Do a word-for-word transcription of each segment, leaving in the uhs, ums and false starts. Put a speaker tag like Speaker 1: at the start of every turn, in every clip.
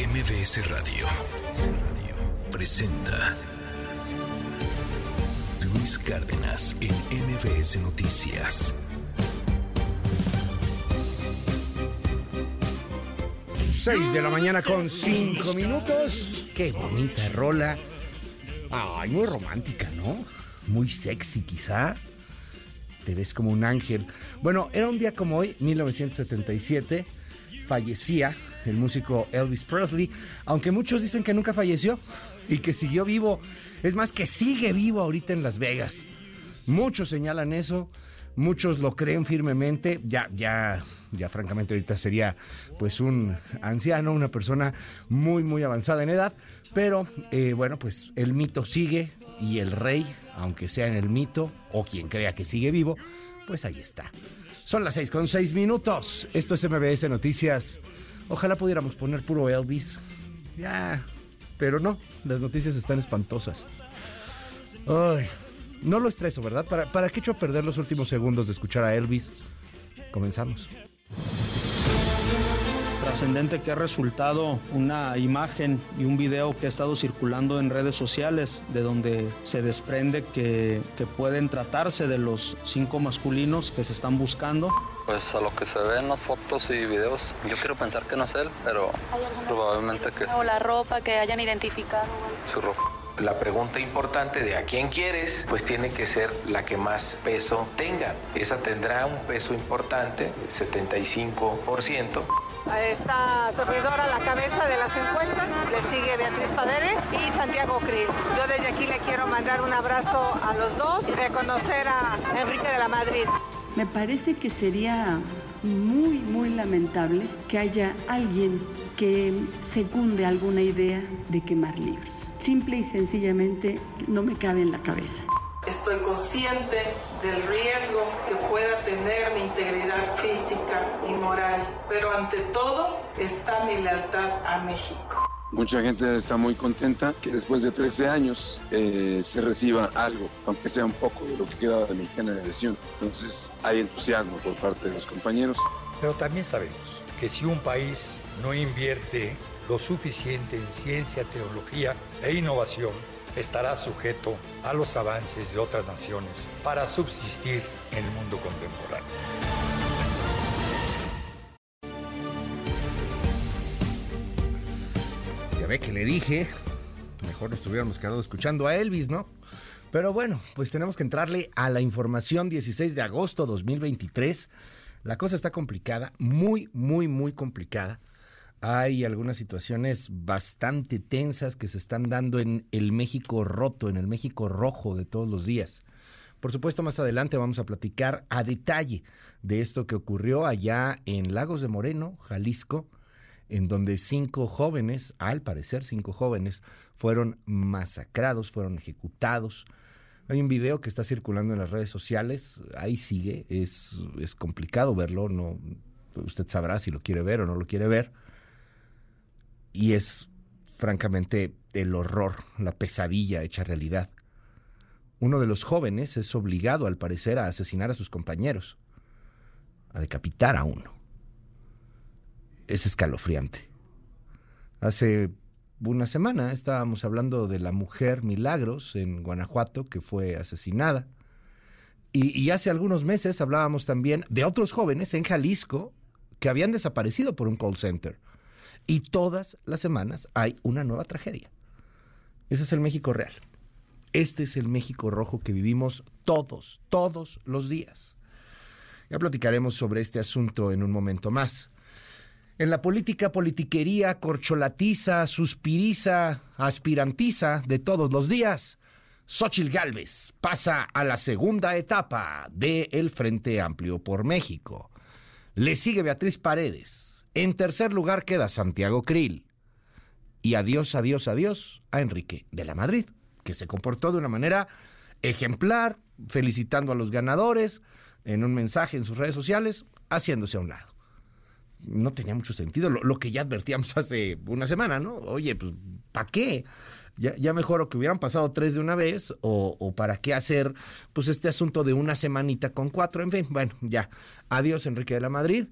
Speaker 1: M B S Radio presenta Luis Cárdenas en M B S Noticias.
Speaker 2: seis de la mañana con cinco minutos. Qué bonita rola. Ay, muy romántica, ¿no? Muy sexy, quizá. Te ves como un ángel. Bueno, era un día como hoy, mil novecientos setenta y siete. Fallecía el músico Elvis Presley, aunque muchos dicen que nunca falleció y que siguió vivo. Es más, que sigue vivo ahorita en Las Vegas. Muchos señalan eso, muchos lo creen firmemente. Ya, ya, ya francamente ahorita sería pues un anciano, una persona muy, muy avanzada en edad. Pero eh, bueno, pues el mito sigue y el rey, aunque sea en el mito, o quien crea que sigue vivo, pues ahí está. Son las seis con seis minutos. Esto es M B S Noticias. Ojalá pudiéramos poner puro Elvis. Ya, pero no, las noticias están espantosas. Ay, no lo estreso, ¿verdad? ¿Para, para qué echo a perder los últimos segundos de escuchar a Elvis? Comenzamos.
Speaker 3: Trascendente que ha resultado una imagen y un video que ha estado circulando en redes sociales, de donde se desprende que, que pueden tratarse de los cinco masculinos que se están buscando.
Speaker 4: Pues a lo que se ve en las fotos y videos, yo quiero pensar que no es él, pero probablemente que sí.
Speaker 5: O la ropa que hayan identificado.
Speaker 4: Su ropa.
Speaker 6: La pregunta importante de a quién quieres, pues tiene que ser la que más peso tenga. Esa tendrá un peso importante, setenta y cinco por ciento.
Speaker 7: A esta servidora la cabeza de las encuestas, le sigue Beatriz Paredes y Santiago Krill. Yo desde aquí le quiero mandar un abrazo a los dos y reconocer a Enrique de la Madrid.
Speaker 8: Me parece que sería muy, muy lamentable que haya alguien que secunde alguna idea de quemar libros. Simple y sencillamente no me cabe en la cabeza.
Speaker 9: Estoy consciente del riesgo que pueda tener mi integridad física y moral, pero ante todo está mi lealtad a México.
Speaker 10: Mucha gente está muy contenta que después de trece años eh, se reciba algo, aunque sea un poco de lo que quedaba de mi generación. Entonces hay entusiasmo por parte de los compañeros.
Speaker 11: Pero también sabemos que si un país no invierte lo suficiente en ciencia, tecnología e innovación, estará sujeto a los avances de otras naciones para subsistir en el mundo contemporáneo.
Speaker 2: Ya ve que le dije, mejor nos estuviéramos quedado escuchando a Elvis, ¿no? Pero bueno, pues tenemos que entrarle a la información. Dieciséis de agosto de dos mil veintitrés. La cosa está complicada, muy, muy, muy complicada. Hay algunas situaciones bastante tensas que se están dando en el México roto, en el México rojo de todos los días. Por supuesto, más adelante vamos a platicar a detalle de esto que ocurrió allá en Lagos de Moreno, Jalisco, en donde cinco jóvenes, al parecer cinco jóvenes, fueron masacrados, fueron ejecutados. Hay un video que está circulando en las redes sociales, ahí sigue, es, es complicado verlo, no, usted sabrá si lo quiere ver o no lo quiere ver. Y es, francamente, el horror, la pesadilla hecha realidad. Uno de los jóvenes es obligado, al parecer, a asesinar a sus compañeros, a decapitar a uno. Es escalofriante. Hace una semana estábamos hablando de la mujer Milagros en Guanajuato, que fue asesinada. Y, y hace algunos meses hablábamos también de otros jóvenes en Jalisco que habían desaparecido por un call center. Y todas las semanas hay una nueva tragedia. Ese es el México real. Este es el México rojo que vivimos todos, todos los días. Ya platicaremos sobre este asunto en un momento más. En la política, politiquería, corcholatiza, suspiriza, aspirantiza de todos los días, Xóchitl Gálvez pasa a la segunda etapa del Frente Amplio por México. Le sigue Beatriz Paredes. En tercer lugar queda Santiago Krill. Y adiós, adiós, adiós a Enrique de la Madrid, que se comportó de una manera ejemplar, felicitando a los ganadores en un mensaje en sus redes sociales, haciéndose a un lado. No tenía mucho sentido, lo, lo que ya advertíamos hace una semana, ¿no? Oye, pues, ¿para qué? Ya, ya mejor o que hubieran pasado tres de una vez, o, o para qué hacer, pues, este asunto de una semanita con cuatro, en fin, bueno, ya. Adiós, Enrique de la Madrid.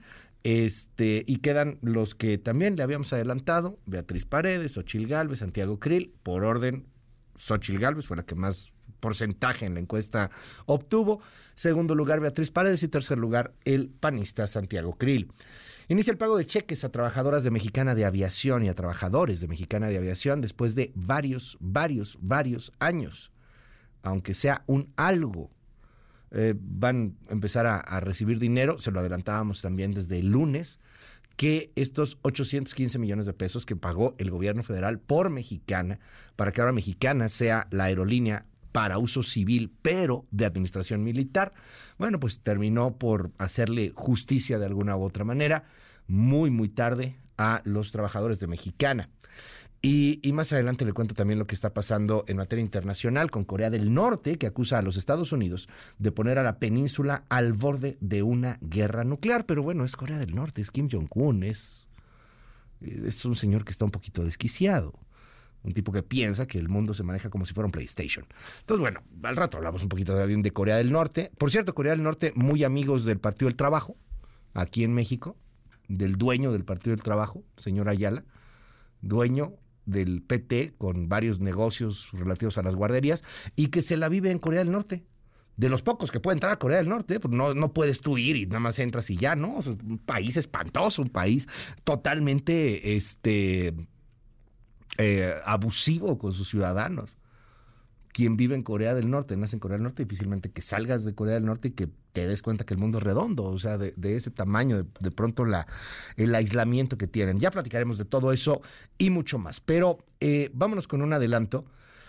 Speaker 2: Este, y quedan los que también le habíamos adelantado: Beatriz Paredes, Xóchitl Gálvez, Santiago Krill. Por orden, Xóchitl Gálvez fue la que más porcentaje en la encuesta obtuvo. Segundo lugar, Beatriz Paredes, y tercer lugar, el panista Santiago Krill. Inicia el pago de cheques a trabajadoras de Mexicana de Aviación y a trabajadores de Mexicana de Aviación después de varios, varios, varios años. Aunque sea un algo, eh, van a empezar a, a recibir dinero. Se lo adelantábamos también desde el lunes, que estos ochocientos quince millones de pesos que pagó el gobierno federal por Mexicana, para que ahora Mexicana sea la aerolínea para uso civil, pero de administración militar, bueno, pues terminó por hacerle justicia de alguna u otra manera, muy, muy tarde, a los trabajadores de Mexicana. Y, y más adelante le cuento también lo que está pasando en materia internacional con Corea del Norte, que acusa a los Estados Unidos de poner a la península al borde de una guerra nuclear. Pero bueno, es Corea del Norte, es Kim Jong-un, es, es un señor que está un poquito desquiciado. Un tipo que piensa que el mundo se maneja como si fuera un PlayStation. Entonces, bueno, al rato hablamos un poquito de, de Corea del Norte. Por cierto, Corea del Norte, muy amigos del Partido del Trabajo, aquí en México, del dueño del Partido del Trabajo, señor Ayala, dueño del P T con varios negocios relativos a las guarderías, y que se la vive en Corea del Norte. De los pocos que puede entrar a Corea del Norte, pues no, no puedes tú ir y nada más entras y ya, ¿no? O sea, un país espantoso, un país totalmente este, eh, abusivo con sus ciudadanos. Quien vive en Corea del Norte, nace en Corea del Norte, difícilmente que salgas de Corea del Norte y que te des cuenta que el mundo es redondo, o sea, de, de ese tamaño, de, de pronto la, el aislamiento que tienen. Ya platicaremos de todo eso y mucho más. Pero eh, vámonos con un adelanto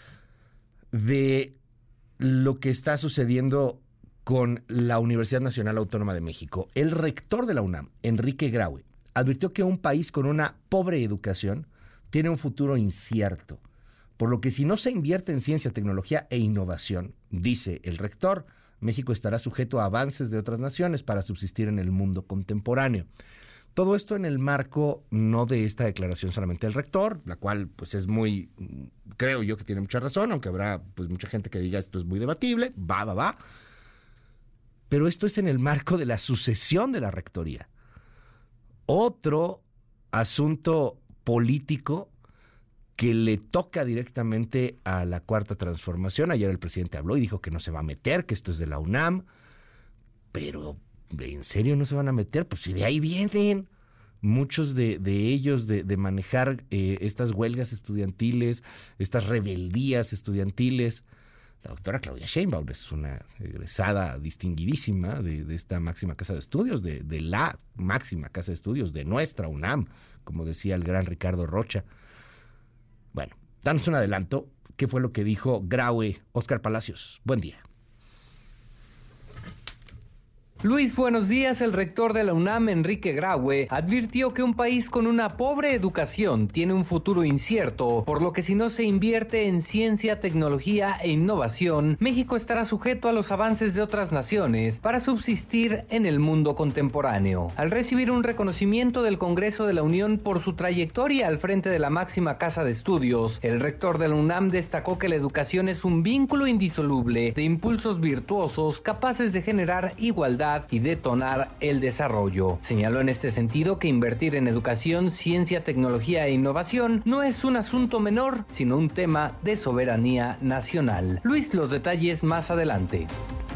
Speaker 2: de lo que está sucediendo con la Universidad Nacional Autónoma de México. El rector de la UNAM, Enrique Graue, advirtió que un país con una pobre educación tiene un futuro incierto. Por lo que si no se invierte en ciencia, tecnología e innovación, dice el rector, México estará sujeto a avances de otras naciones para subsistir en el mundo contemporáneo. Todo esto en el marco no de esta declaración solamente del rector, la cual pues es muy, creo yo que tiene mucha razón, aunque habrá pues mucha gente que diga esto es muy debatible, va, va, va. Pero esto es en el marco de la sucesión de la rectoría. Otro asunto político que le toca directamente a la Cuarta Transformación. Ayer el presidente habló y dijo que no se va a meter, que esto es de la UNAM, pero ¿en serio no se van a meter? Pues si de ahí vienen muchos de, de ellos de, de manejar eh, estas huelgas estudiantiles, estas rebeldías estudiantiles. La doctora Claudia Sheinbaum es una egresada distinguidísima de, de esta máxima casa de estudios, de, de la máxima casa de estudios de nuestra UNAM, como decía el gran Ricardo Rocha. Bueno, danos un adelanto. ¿Qué fue lo que dijo Graue? Óscar Palacios, buen día.
Speaker 12: Luis, buenos días. El rector de la UNAM, Enrique Graue, advirtió que un país con una pobre educación tiene un futuro incierto, por lo que si no se invierte en ciencia, tecnología e innovación, México estará sujeto a los avances de otras naciones para subsistir en el mundo contemporáneo. Al recibir un reconocimiento del Congreso de la Unión por su trayectoria al frente de la máxima casa de estudios, el rector de la UNAM destacó que la educación es un vínculo indisoluble de impulsos virtuosos capaces de generar igualdad y detonar el desarrollo. Señaló en este sentido que invertir en educación, ciencia, tecnología e innovación no es un asunto menor, sino un tema de soberanía nacional. Luis, los detalles más adelante.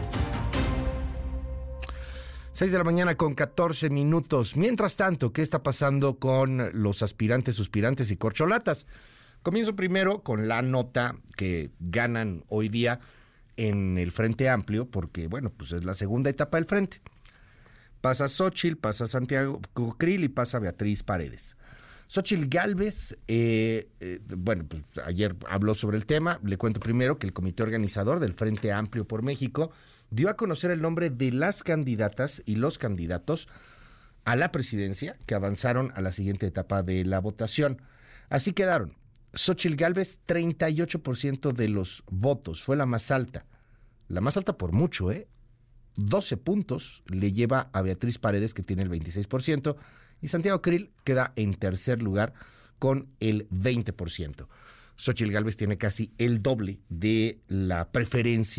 Speaker 2: seis de la mañana con catorce minutos. Mientras tanto, ¿qué está pasando con los aspirantes, suspirantes y corcholatas? Comienzo primero con la nota que ganan hoy día en el Frente Amplio, porque, bueno, pues es la segunda etapa del Frente. Pasa Xóchitl, pasa Santiago Krill y pasa Beatriz Paredes. Xóchitl Gálvez, eh, eh, bueno, pues ayer habló sobre el tema. Le cuento primero que el comité organizador del Frente Amplio por México dio a conocer el nombre de las candidatas y los candidatos a la presidencia que avanzaron a la siguiente etapa de la votación. Así quedaron. Xóchitl Gálvez, treinta y ocho por ciento de los votos, fue la más alta. La más alta por mucho, ¿eh? doce puntos le lleva a Beatriz Paredes, que tiene el veintiséis por ciento, y Santiago Krill queda en tercer lugar con el veinte por ciento. Xóchitl Gálvez tiene casi el doble de la preferencia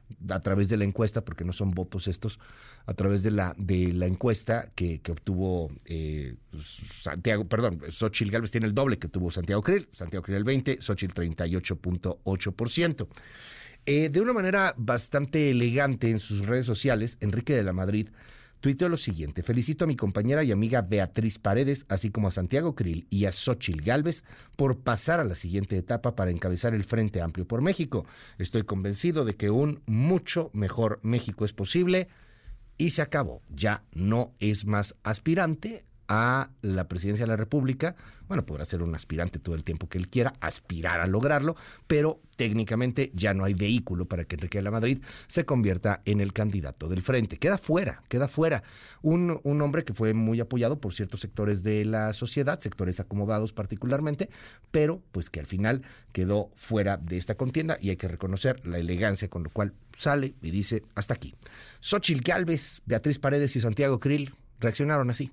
Speaker 2: a través de la encuesta, porque no son votos estos, a través de la de la encuesta que, que obtuvo eh, Santiago, perdón, Xóchitl Gálvez tiene el doble que tuvo Santiago Krill, Santiago Krill el veinte, Xóchitl treinta y ocho punto ocho por ciento. Eh, de una manera bastante elegante en sus redes sociales, Enrique de la Madrid tuiteó lo siguiente: felicito a mi compañera y amiga Beatriz Paredes, así como a Santiago Krill y a Xóchitl Gálvez por pasar a la siguiente etapa para encabezar el Frente Amplio por México. Estoy convencido de que un mucho mejor México es posible y se acabó. Ya no es más aspirante a la presidencia de la República. Bueno, podrá ser un aspirante todo el tiempo que él quiera, aspirar a lograrlo, pero técnicamente ya no hay vehículo para que Enrique de la Madrid se convierta en el candidato del Frente. Queda fuera, queda fuera. Un, un hombre que fue muy apoyado por ciertos sectores de la sociedad, sectores acomodados particularmente, pero pues que al final quedó fuera de esta contienda y hay que reconocer la elegancia con lo cual sale y dice hasta aquí. Xóchitl Gálvez, Beatriz Paredes y Santiago Krill reaccionaron así.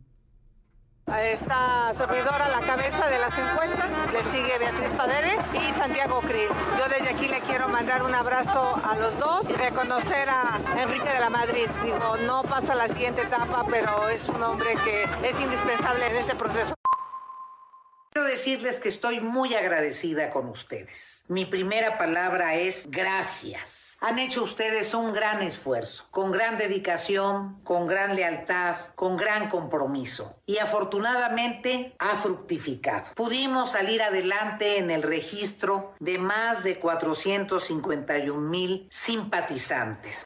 Speaker 7: Esta servidora a la cabeza de las encuestas, le sigue Beatriz Paredes y Santiago Krill. Yo desde aquí le quiero mandar un abrazo a los dos y reconocer a Enrique de la Madrid. Digo, no pasa a la siguiente etapa, pero es un hombre que es indispensable en este proceso.
Speaker 13: Quiero decirles que estoy muy agradecida con ustedes. Mi primera palabra es gracias. Han hecho ustedes un gran esfuerzo, con gran dedicación, con gran lealtad, con gran compromiso. Y afortunadamente ha fructificado. Pudimos salir adelante en el registro de más de cuatrocientos cincuenta y un mil simpatizantes.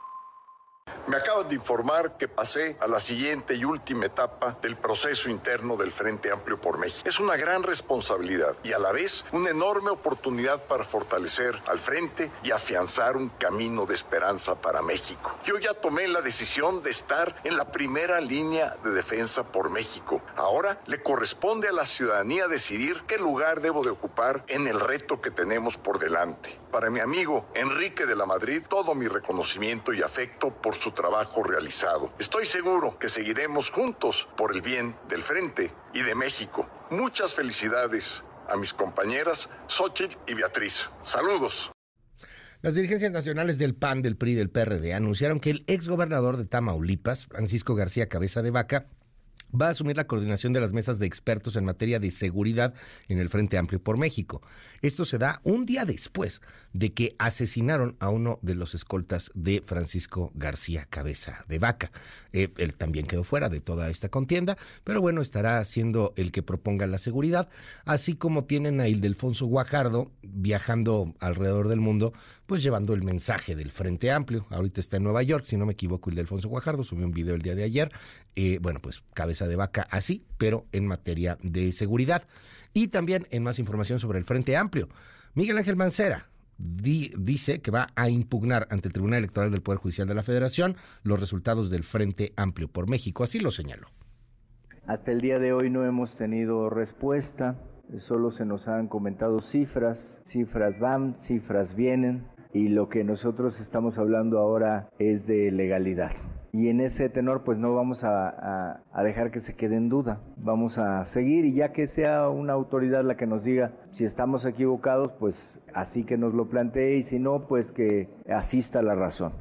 Speaker 14: Me acaban de informar que pasé a la siguiente y última etapa del proceso interno del Frente Amplio por México. Es una gran responsabilidad y a la vez una enorme oportunidad para fortalecer al Frente y afianzar un camino de esperanza para México. Yo ya tomé la decisión de estar en la primera línea de defensa por México. Ahora le corresponde a la ciudadanía decidir qué lugar debo de ocupar en el reto que tenemos por delante. Para mi amigo Enrique de la Madrid, todo mi reconocimiento y afecto por su trabajo realizado. Estoy seguro que seguiremos juntos por el bien del Frente y de México. Muchas felicidades a mis compañeras Xóchitl y Beatriz. Saludos.
Speaker 2: Las dirigencias nacionales del P A N, del P R I y del P R D anunciaron que el exgobernador de Tamaulipas, Francisco García Cabeza de Vaca, va a asumir la coordinación de las mesas de expertos en materia de seguridad en el Frente Amplio por México. Esto se da un día después de que asesinaron a uno de los escoltas de Francisco García Cabeza de Vaca. Eh, él también quedó fuera de toda esta contienda, pero bueno, estará siendo el que proponga la seguridad, así como tienen a Ildefonso Guajardo viajando alrededor del mundo, pues llevando el mensaje del Frente Amplio. Ahorita está en Nueva York, si no me equivoco, Ildefonso Guajardo subió un video el día de ayer. Eh, bueno, pues Cabeza de Vaca así, pero en materia de seguridad. Y también en más información sobre el Frente Amplio, Miguel Ángel Mancera di, dice que va a impugnar ante el Tribunal Electoral del Poder Judicial de la Federación los resultados del Frente Amplio por México, así lo señaló.
Speaker 15: Hasta el día de hoy no hemos tenido respuesta, solo se nos han comentado cifras, cifras van, cifras vienen, y lo que nosotros estamos hablando ahora es de legalidad. Y en ese tenor pues no vamos a, a, a dejar que se quede en duda, vamos a seguir y ya que sea una autoridad la que nos diga si estamos equivocados, pues así que nos lo plantee y si no, pues que asista la razón.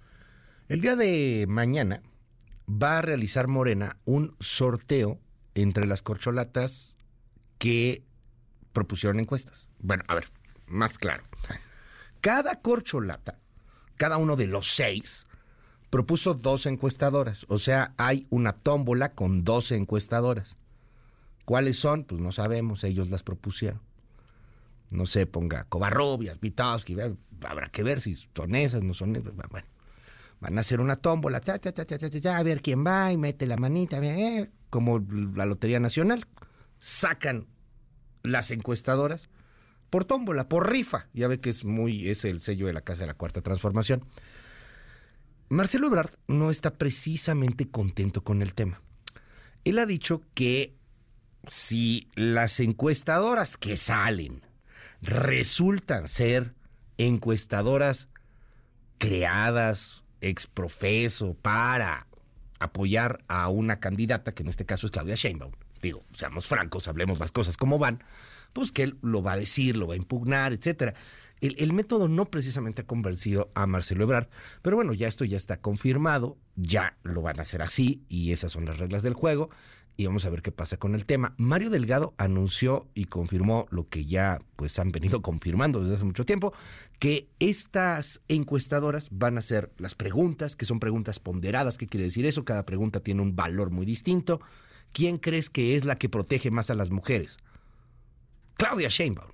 Speaker 2: El día de mañana va a realizar Morena un sorteo entre las corcholatas que propusieron encuestas. Bueno, a ver, más claro. Cada corcholata, cada uno de los seis, propuso dos encuestadoras, o sea, hay una tómbola con doce encuestadoras. ¿Cuáles son? Pues no sabemos, ellos las propusieron. No sé, ponga Covarrubias, Vitowski, habrá que ver si son esas, no son esas. Bueno, van a hacer una tómbola, cha, cha, cha, cha, cha, cha, a ver quién va y mete la manita, eh, como la Lotería Nacional. Sacan las encuestadoras por tómbola, por rifa. Ya ve que es muy, es el sello de la Casa de la Cuarta Transformación. Marcelo Ebrard no está precisamente contento con el tema. Él ha dicho que si las encuestadoras que salen resultan ser encuestadoras creadas exprofeso para apoyar a una candidata, que en este caso es Claudia Sheinbaum, digo, seamos francos, hablemos las cosas como van, pues que él lo va a decir, lo va a impugnar, etcétera. El, el método no precisamente ha convencido a Marcelo Ebrard, pero bueno, ya esto ya está confirmado, ya lo van a hacer así y esas son las reglas del juego y vamos a ver qué pasa con el tema. Mario Delgado anunció y confirmó lo que ya pues han venido confirmando desde hace mucho tiempo, que estas encuestadoras van a hacer las preguntas, que son preguntas ponderadas. ¿Qué quiere decir eso? Cada pregunta tiene un valor muy distinto. ¿Quién crees que es la que protege más a las mujeres? Claudia Sheinbaum.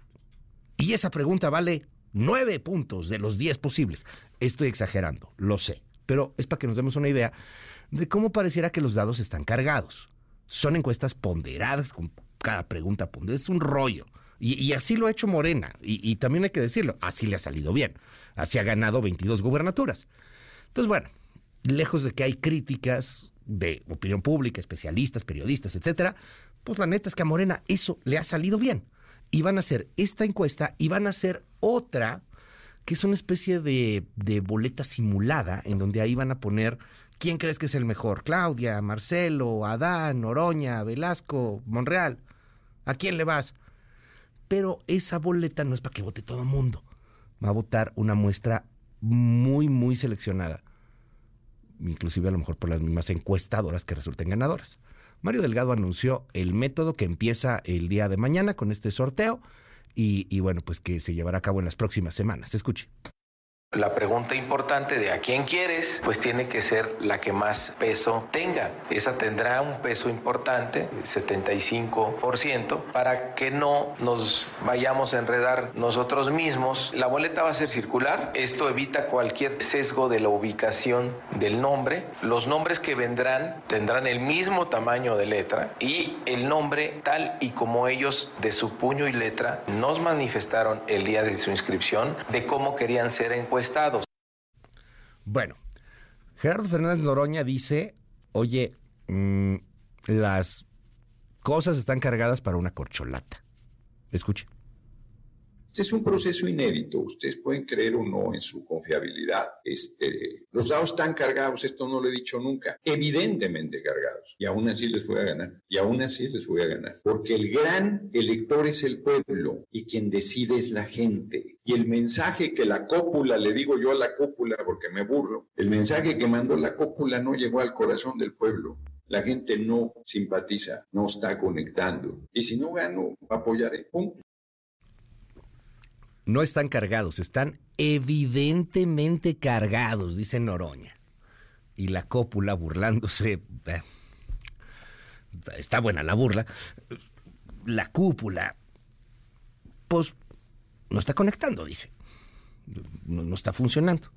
Speaker 2: Y esa pregunta vale nueve puntos de los diez posibles. Estoy exagerando, lo sé, pero es para que nos demos una idea de cómo pareciera que los dados están cargados. Son encuestas ponderadas, con cada pregunta ponderada, es un rollo. Y, y así lo ha hecho Morena, y, y también hay que decirlo, así le ha salido bien. Así ha ganado veintidós gubernaturas. Entonces, bueno, lejos de que hay críticas de opinión pública, especialistas, periodistas, etcétera, pues la neta es que a Morena eso le ha salido bien. Y van a hacer esta encuesta y van a hacer otra, que es una especie de, de boleta simulada, en donde ahí van a poner quién crees que es el mejor. Claudia, Marcelo, Adán, Noroña, Velasco, Monreal. ¿A quién le vas? Pero esa boleta no es para que vote todo el mundo. Va a votar una muestra muy, muy seleccionada. Inclusive a lo mejor por las mismas encuestadoras que resulten ganadoras. Mario Delgado anunció el método que empieza el día de mañana con este sorteo y, y bueno, pues que se llevará a cabo en las próximas semanas. Escuche.
Speaker 6: La pregunta importante de a quién quieres, pues tiene que ser la que más peso tenga. Esa tendrá un peso importante, setenta y cinco por ciento, para que no nos vayamos a enredar nosotros mismos. La boleta va a ser circular. Esto evita cualquier sesgo de la ubicación del nombre. Los nombres que vendrán tendrán el mismo tamaño de letra y el nombre tal y como ellos de su puño y letra nos manifestaron el día de su inscripción de cómo querían ser encuestados. Estados.
Speaker 2: Bueno, Gerardo Fernández Noroña dice, oye, mmm, las cosas están cargadas para una corcholata. Escuche.
Speaker 16: Este es un proceso inédito. Ustedes pueden creer o no en su confiabilidad. Este, los dados están cargados, esto no lo he dicho nunca. Evidentemente cargados. Y aún así les voy a ganar. Y aún así les voy a ganar. Porque el gran elector es el pueblo y quien decide es la gente. Y el mensaje que la cópula, le digo yo a la cópula porque me burlo, el mensaje que mandó la cópula no llegó al corazón del pueblo. La gente no simpatiza, no está conectando. Y si no gano, apoyaré. Punto.
Speaker 2: No están cargados, están evidentemente cargados, dice Noroña. Y la cópula burlándose. Eh, está buena la burla. La cúpula, pues, no está conectando, dice. No, no está funcionando.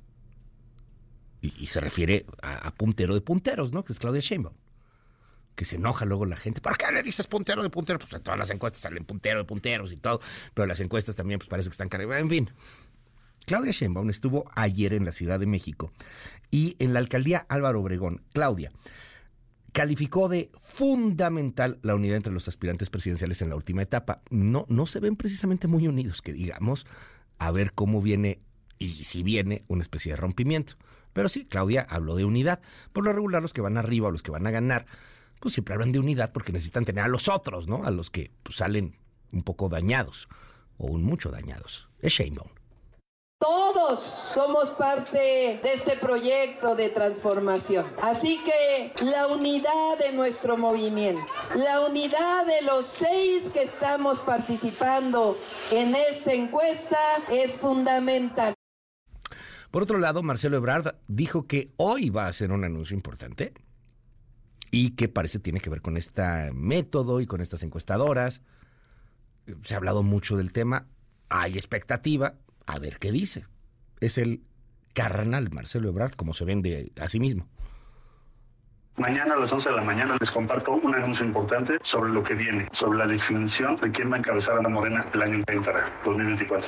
Speaker 2: Y, y se refiere a, a puntero de punteros, ¿no? Que es Claudia Sheinbaum. Que se enoja luego la gente. ¿Por qué le dices puntero de punteros? Pues en todas las encuestas salen puntero de punteros y todo, pero las encuestas también pues parece que están cargadas. En fin, Claudia Sheinbaum estuvo ayer en la Ciudad de México y en la alcaldía Álvaro Obregón, Claudia calificó de fundamental la unidad entre los aspirantes presidenciales en la última etapa. No, no se ven precisamente muy unidos, que digamos, a ver cómo viene y si viene una especie de rompimiento. Pero sí, Claudia habló de unidad. Por lo regular, los que van arriba o los que van a ganar, pues siempre hablan de unidad porque necesitan tener a los otros, ¿no? A los que pues, salen un poco dañados o un mucho dañados. Es Sheinbaum.
Speaker 17: Todos somos parte de este proyecto de transformación. Así que la unidad de nuestro movimiento, la unidad de los seis que estamos participando en esta encuesta es fundamental.
Speaker 2: Por otro lado, Marcelo Ebrard dijo que hoy va a hacer un anuncio importante y que parece tiene que ver con este método y con estas encuestadoras. Se ha hablado mucho del tema, hay expectativa, a ver qué dice. Es el carnal Marcelo Ebrard, como se vende a sí mismo.
Speaker 18: Mañana a las once de la mañana les comparto un anuncio importante sobre lo que viene, sobre la definición de quién va a encabezar a la Morena el año que entra, dos mil veinticuatro.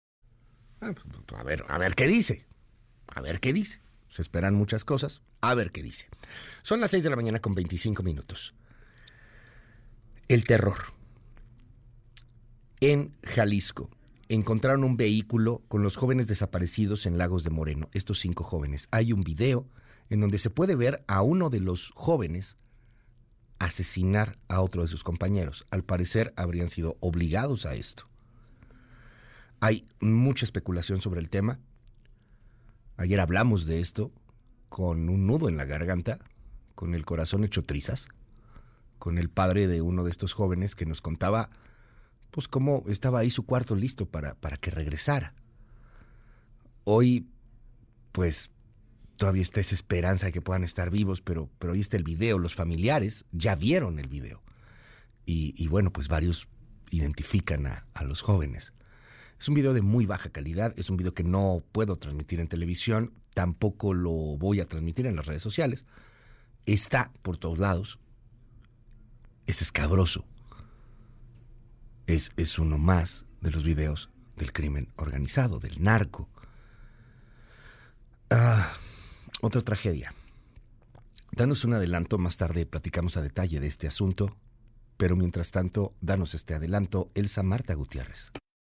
Speaker 2: A ver, a ver qué dice, a ver qué dice. Se esperan muchas cosas, a ver qué dice. Son las seis de la mañana con veinticinco minutos. El terror. En Jalisco encontraron un vehículo con los jóvenes desaparecidos en Lagos de Moreno, estos cinco jóvenes. Hay un video en donde se puede ver a uno de los jóvenes asesinar a otro de sus compañeros. Al parecer habrían sido obligados a esto. Hay mucha especulación sobre el tema. Ayer hablamos de esto con un nudo en la garganta, con el corazón hecho trizas, con el padre de uno de estos jóvenes que nos contaba pues cómo estaba ahí su cuarto listo para, para que regresara. Hoy, pues, todavía está esa esperanza de que puedan estar vivos, pero, pero ahí está el video. Los familiares ya vieron el video. Y, y bueno, pues varios identifican a, a los jóvenes. Es un video de muy baja calidad, es un video que no puedo transmitir en televisión, tampoco lo voy a transmitir en las redes sociales. Está por todos lados. Es escabroso. Es, es uno más de los videos del crimen organizado, del narco. Ah, otra tragedia. Danos un adelanto, más tarde platicamos a detalle de este asunto, pero mientras tanto, danos este adelanto, Elsa Marta Gutiérrez.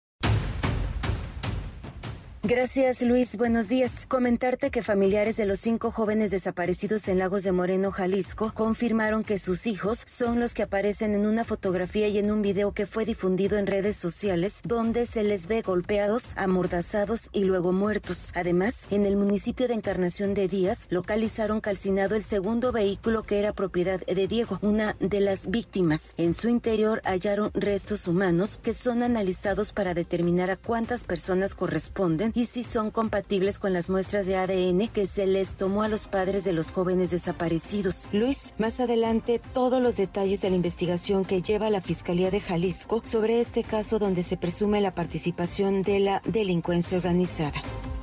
Speaker 19: Gracias, Luis. Buenos días. Comentarte que familiares de los cinco jóvenes desaparecidos en Lagos de Moreno, Jalisco, confirmaron que sus hijos son los que aparecen en una fotografía y en un video que fue difundido en redes sociales, donde se les ve golpeados, amordazados y luego muertos. Además, en el municipio de Encarnación de Díaz, localizaron calcinado el segundo vehículo que era propiedad de Diego, una de las víctimas. En su interior hallaron restos humanos que son analizados para determinar a cuántas personas corresponden y si son compatibles con las muestras de A D N que se les tomó a los padres de los jóvenes desaparecidos. Luis, más adelante todos los detalles de la investigación que lleva la Fiscalía de Jalisco sobre este caso donde se presume la participación de la delincuencia organizada.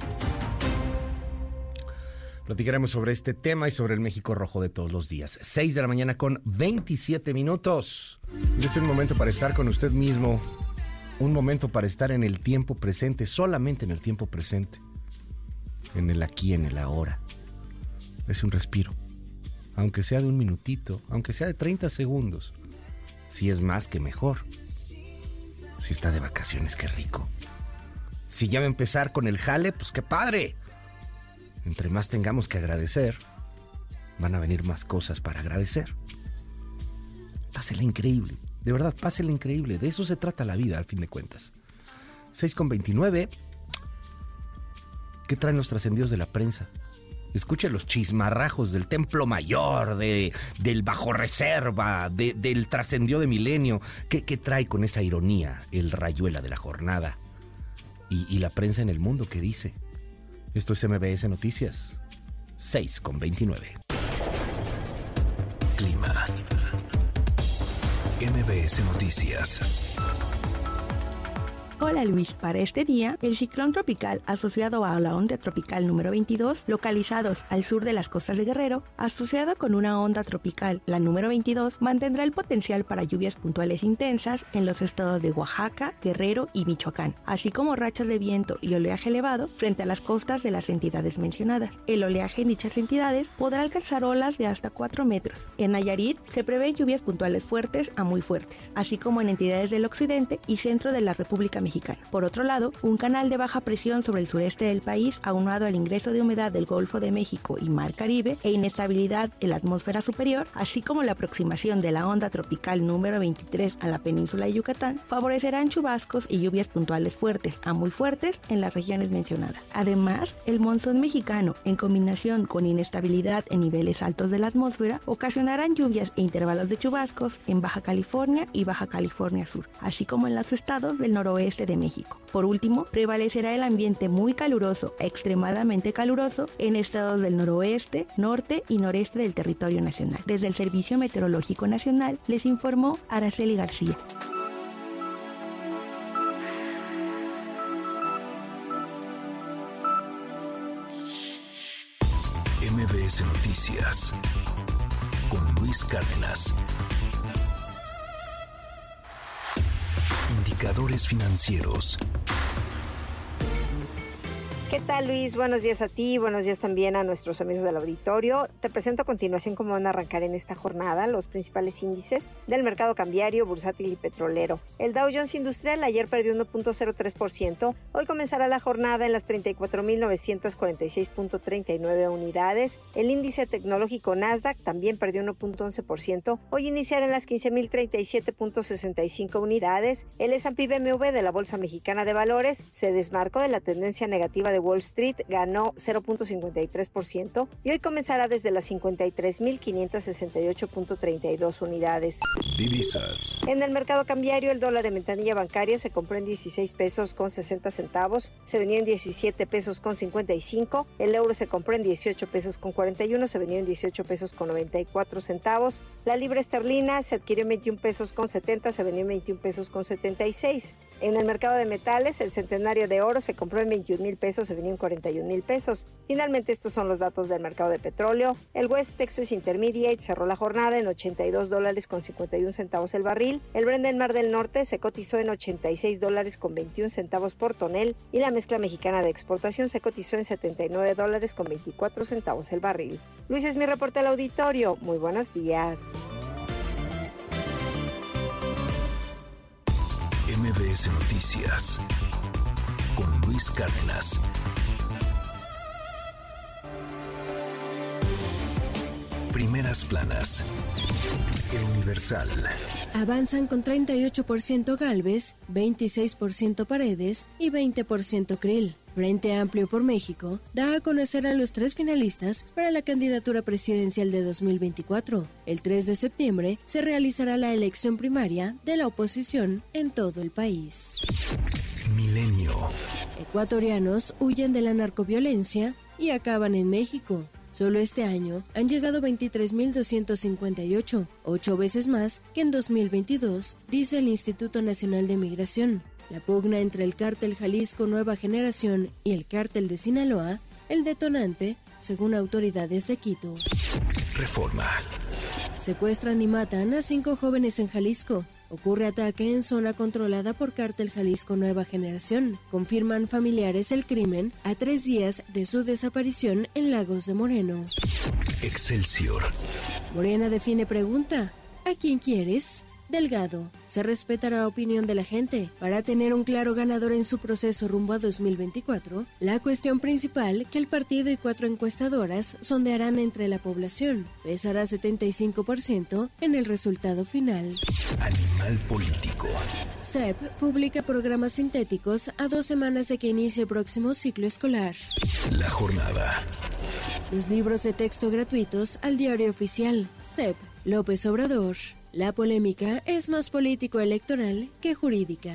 Speaker 2: Platicaremos sobre este tema y sobre el México rojo de todos los días. seis de la mañana con veintisiete minutos. Este es un momento para estar con usted mismo. Un momento para estar en el tiempo presente, solamente en el tiempo presente. En el aquí, en el ahora. Es un respiro. Aunque sea de un minutito, aunque sea de treinta segundos. Si es más, que mejor. Si está de vacaciones, qué rico. Si ya va a empezar con el jale, pues qué padre. Entre más tengamos que agradecer, van a venir más cosas para agradecer. Pásela increíble. De verdad, pásela increíble. De eso se trata la vida, al fin de cuentas. seis con veintinueve. ¿Qué traen los trascendidos de la prensa? Escuche los chismarrajos del Templo Mayor, de, del Bajo Reserva, de, del Trascendió de Milenio. ¿Qué, ¿Qué trae con esa ironía el Rayuela de la jornada? Y, y la prensa en el mundo, ¿qué dice? Esto es M B S Noticias. seis con veintinueve.
Speaker 1: Clima. M B S Noticias.
Speaker 20: Hola Luis, para este día, el ciclón tropical asociado a la onda tropical número veintidós, localizados al sur de las costas de Guerrero, asociado con una onda tropical, la número veintidós, mantendrá el potencial para lluvias puntuales intensas en los estados de Oaxaca, Guerrero y Michoacán, así como rachas de viento y oleaje elevado frente a las costas de las entidades mencionadas. El oleaje en dichas entidades podrá alcanzar olas de hasta cuatro metros. En Nayarit se prevén lluvias puntuales fuertes a muy fuertes, así como en entidades del occidente y centro de la República Mexicana. Por otro lado, un canal de baja presión sobre el sureste del país, aunado al ingreso de humedad del Golfo de México y Mar Caribe e inestabilidad en la atmósfera superior, así como la aproximación de la onda tropical número veintitrés a la península de Yucatán, favorecerán chubascos y lluvias puntuales fuertes a muy fuertes en las regiones mencionadas. Además, el monzón mexicano, en combinación con inestabilidad en niveles altos de la atmósfera, ocasionarán lluvias e intervalos de chubascos en Baja California y Baja California Sur, así como en los estados del noroeste de México. Por último, prevalecerá el ambiente muy caluroso a extremadamente caluroso en estados del noroeste, norte y noreste del territorio nacional. Desde el Servicio Meteorológico Nacional les informó Araceli García.
Speaker 1: M B S Noticias con Luis Cárdenas. Indicadores financieros.
Speaker 21: ¿Qué tal, Luis? Buenos días a ti, buenos días también a nuestros amigos del auditorio. Te presento a continuación cómo van a arrancar en esta jornada los principales índices del mercado cambiario, bursátil y petrolero. El Dow Jones Industrial ayer perdió uno punto cero tres por ciento. Hoy comenzará la jornada en las treinta y cuatro mil novecientos cuarenta y seis punto treinta y nueve unidades. El índice tecnológico Nasdaq también perdió uno punto once por ciento. Hoy iniciará en las quince mil treinta y siete punto sesenta y cinco unidades. El S and P B M W de la Bolsa Mexicana de Valores se desmarcó de la tendencia negativa de Wall Street, ganó cero punto cincuenta y tres por ciento y hoy comenzará desde las cincuenta y tres mil quinientos sesenta y ocho punto treinta y dos unidades.
Speaker 1: Divisas.
Speaker 21: En el mercado cambiario, el dólar en ventanilla bancaria se compró en dieciséis pesos con sesenta centavos, se vendió en diecisiete pesos con cincuenta y cinco, el euro se compró en dieciocho pesos con cuarenta y uno, se vendió en dieciocho pesos con noventa y cuatro centavos, la libra esterlina se adquirió en veintiún pesos con setenta, se vendió en veintiún pesos con setenta y seis. En el mercado de metales, el centenario de oro se compró en veintiún mil pesos, se vendió en cuarenta y un mil pesos. Finalmente, estos son los datos del mercado de petróleo. El West Texas Intermediate cerró la jornada en ochenta y dos dólares con cincuenta y un centavos el barril. El Brent del Mar del Norte se cotizó en ochenta y seis dólares con veintiún centavos por tonel y la mezcla mexicana de exportación se cotizó en setenta y nueve dólares con veinticuatro centavos el barril. Luis, es mi reporte al auditorio. Muy buenos días.
Speaker 1: M B S Noticias con Luis Cárdenas. Primeras planas. El Universal.
Speaker 22: Avanzan con treinta y ocho por ciento Gálvez, veintiséis por ciento Paredes y veinte por ciento Krill. Frente Amplio por México da a conocer a los tres finalistas para la candidatura presidencial de dos mil veinticuatro. El tres de septiembre se realizará la elección primaria de la oposición en todo el país.
Speaker 1: Milenio.
Speaker 22: Ecuatorianos huyen de la narcoviolencia y acaban en México. Solo este año han llegado veintitrés mil doscientos cincuenta y ocho, ocho veces más que en dos mil veintidós, dice el Instituto Nacional de Migración. La pugna entre el cártel Jalisco Nueva Generación y el cártel de Sinaloa, el detonante, según autoridades de Quito.
Speaker 1: Reforma.
Speaker 22: Secuestran y matan a cinco jóvenes en Jalisco. Ocurre ataque en zona controlada por cártel Jalisco Nueva Generación. Confirman familiares el crimen a tres días de su desaparición en Lagos de Moreno.
Speaker 1: Excelsior.
Speaker 22: Morena define pregunta: ¿a quién quieres? Delgado, se respetará opinión de la gente. Para tener un claro ganador en su proceso rumbo a dos mil veinticuatro, la cuestión principal que el partido y cuatro encuestadoras sondearán entre la población pesará setenta y cinco por ciento en el resultado final.
Speaker 1: Animal político.
Speaker 22: C E P publica programas sintéticos a dos semanas de que inicie el próximo ciclo escolar.
Speaker 1: La jornada.
Speaker 22: Los libros de texto gratuitos al diario oficial. C E P. López Obrador. La polémica es más político-electoral que jurídica.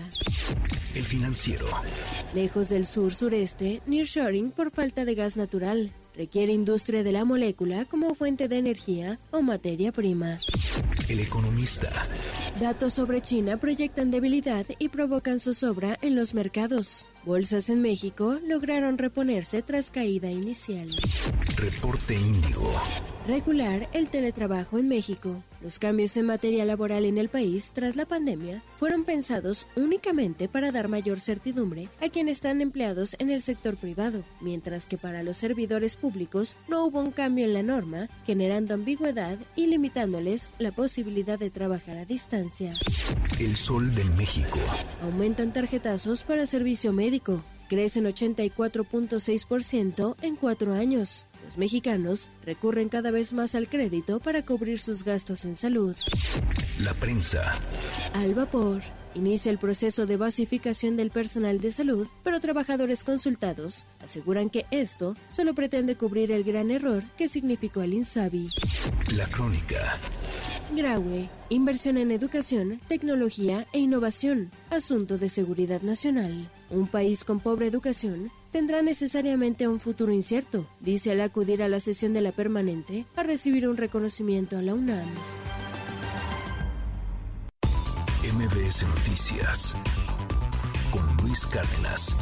Speaker 1: El Financiero.
Speaker 22: Lejos del sur-sureste, nearshoring por falta de gas natural. Requiere industria de la molécula como fuente de energía o materia prima.
Speaker 1: El Economista.
Speaker 22: Datos sobre China proyectan debilidad y provocan zozobra en los mercados. Bolsas en México lograron reponerse tras caída inicial.
Speaker 1: Reporte Índigo.
Speaker 22: Regular el teletrabajo en México. Los cambios en materia laboral en el país tras la pandemia fueron pensados únicamente para dar mayor certidumbre a quienes están empleados en el sector privado, mientras que para los servidores públicos no hubo un cambio en la norma, generando ambigüedad y limitándoles la posibilidad de trabajar a distancia.
Speaker 1: El Sol de México.
Speaker 22: Aumentan tarjetazos para servicio médico. Crecen ochenta y cuatro punto seis por ciento en cuatro años. Los mexicanos recurren cada vez más al crédito para cubrir sus gastos en salud.
Speaker 1: La prensa.
Speaker 22: Al vapor. Inicia el proceso de basificación del personal de salud, pero trabajadores consultados aseguran que esto solo pretende cubrir el gran error que significó el INSABI.
Speaker 1: La crónica.
Speaker 22: Graue. Inversión en educación, tecnología e innovación. Asunto de seguridad nacional. Un país con pobre educación tendrá necesariamente un futuro incierto, dice al acudir a la sesión de la permanente a recibir un reconocimiento a la UNAM.
Speaker 1: M B S Noticias con Luis Cárdenas.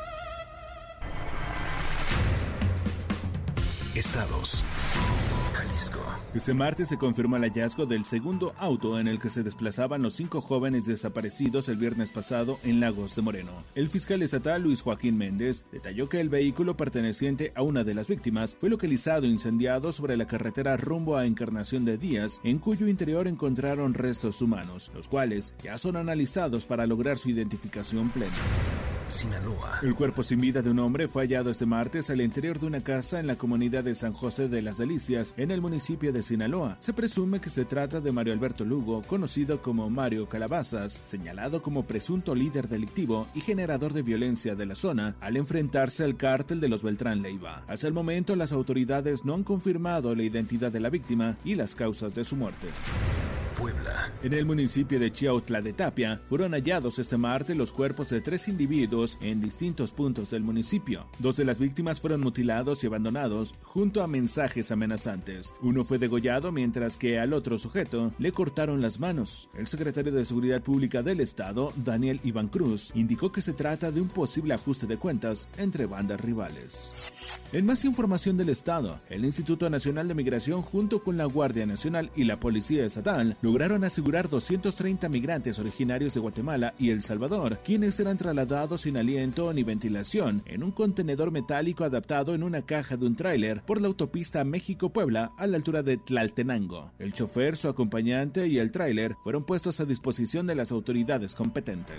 Speaker 1: Estados. Jalisco. Jalisco.
Speaker 3: Este martes se confirmó el hallazgo del segundo auto en el que se desplazaban los cinco jóvenes desaparecidos el viernes pasado en Lagos de Moreno. El fiscal estatal Luis Joaquín Méndez detalló que el vehículo perteneciente a una de las víctimas fue localizado incendiado sobre la carretera rumbo a Encarnación de Díaz, en cuyo interior encontraron restos humanos, los cuales ya son analizados para lograr su identificación plena.
Speaker 1: Sinaloa.
Speaker 3: El cuerpo sin vida de un hombre fue hallado este martes al interior de una casa en la comunidad de San José de las Delicias, en el municipio de Sinaloa. Se presume que se trata de Mario Alberto Lugo, conocido como Mario Calabazas, señalado como presunto líder delictivo y generador de violencia de la zona, al enfrentarse al cártel de los Beltrán Leiva. Hasta el momento, las autoridades no han confirmado la identidad de la víctima y las causas de su muerte.
Speaker 1: Puebla.
Speaker 3: En el municipio de Chiautla de Tapia fueron hallados este martes los cuerpos de tres individuos en distintos puntos del municipio. Dos de las víctimas fueron mutilados y abandonados junto a mensajes amenazantes. Uno fue degollado mientras que al otro sujeto le cortaron las manos. El secretario de Seguridad Pública del Estado, Daniel Iván Cruz, indicó que se trata de un posible ajuste de cuentas entre bandas rivales. En más información del Estado, el Instituto Nacional de Migración junto con la Guardia Nacional y la Policía Estatal lograron asegurar doscientos treinta migrantes originarios de Guatemala y El Salvador, quienes serán trasladados sin aliento ni ventilación en un contenedor metálico adaptado en una caja de un tráiler por la autopista México-Puebla a la altura de Tlaltenango. El chofer, su acompañante y el tráiler fueron puestos a disposición de las autoridades competentes.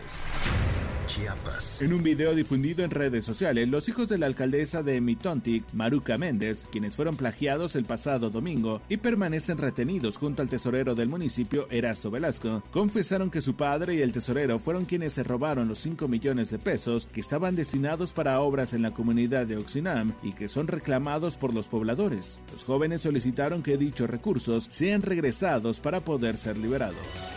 Speaker 1: Chiapas.
Speaker 3: En un video difundido en redes sociales, los hijos de la alcaldesa de Mitontic, Maruca Méndez, quienes fueron plagiados el pasado domingo y permanecen retenidos junto al tesorero del municipio, Erasto Velasco, confesaron que su padre y el tesorero fueron quienes se robaron los cinco millones de pesos que estaban destinados para obras en la comunidad de Oxinam y que son reclamados por los pobladores. Los jóvenes solicitaron que dichos recursos sean regresados para poder ser liberados.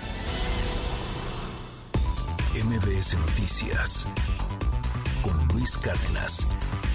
Speaker 1: M B S Noticias con Luis Cárdenas.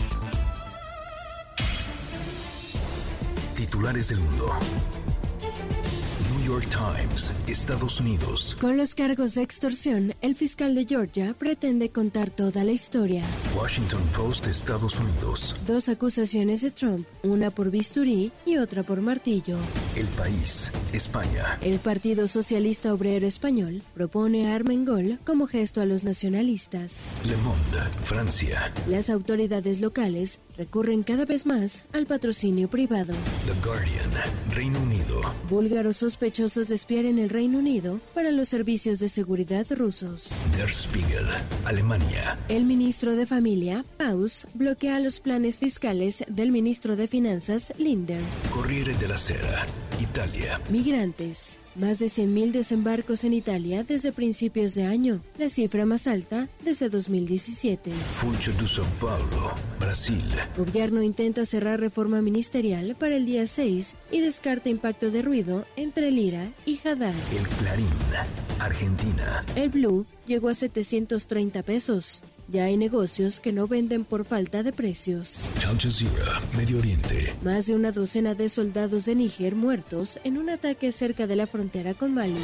Speaker 1: Titulares del mundo. New York Times, Estados Unidos.
Speaker 22: Con los cargos de extorsión, el fiscal de Georgia pretende contar toda la historia.
Speaker 1: Washington Post, Estados Unidos.
Speaker 22: Dos acusaciones de Trump, una por bisturí y otra por martillo.
Speaker 1: El País, España.
Speaker 22: El Partido Socialista Obrero Español propone a Armengol como gesto a los nacionalistas.
Speaker 1: Le Monde, Francia.
Speaker 22: Las autoridades locales recurren cada vez más al patrocinio privado.
Speaker 1: The Guardian, Reino Unido.
Speaker 22: Búlgaros sospechosos de espiar en el Reino Unido para los servicios de seguridad rusos.
Speaker 1: Der Spiegel, Alemania.
Speaker 22: El ministro de Familia, Paus, bloquea los planes fiscales del ministro de Finanzas, Linder.
Speaker 1: Corriere della Sera, Italia.
Speaker 22: Migrantes. Más de cien mil desembarcos en Italia desde principios de año, la cifra más alta desde dos mil diecisiete.
Speaker 1: Funcho de São Paulo, Brasil.
Speaker 22: Gobierno intenta cerrar reforma ministerial para el día seis y descarta impacto de ruido entre Lira y Haddad.
Speaker 1: El Clarín, Argentina.
Speaker 22: El Blue llegó a setecientos treinta pesos. Ya hay negocios que no venden por falta de precios.
Speaker 1: Al Jazeera, Medio Oriente.
Speaker 22: Más de una docena de soldados de Níger muertos en un ataque cerca de la frontera con Mali.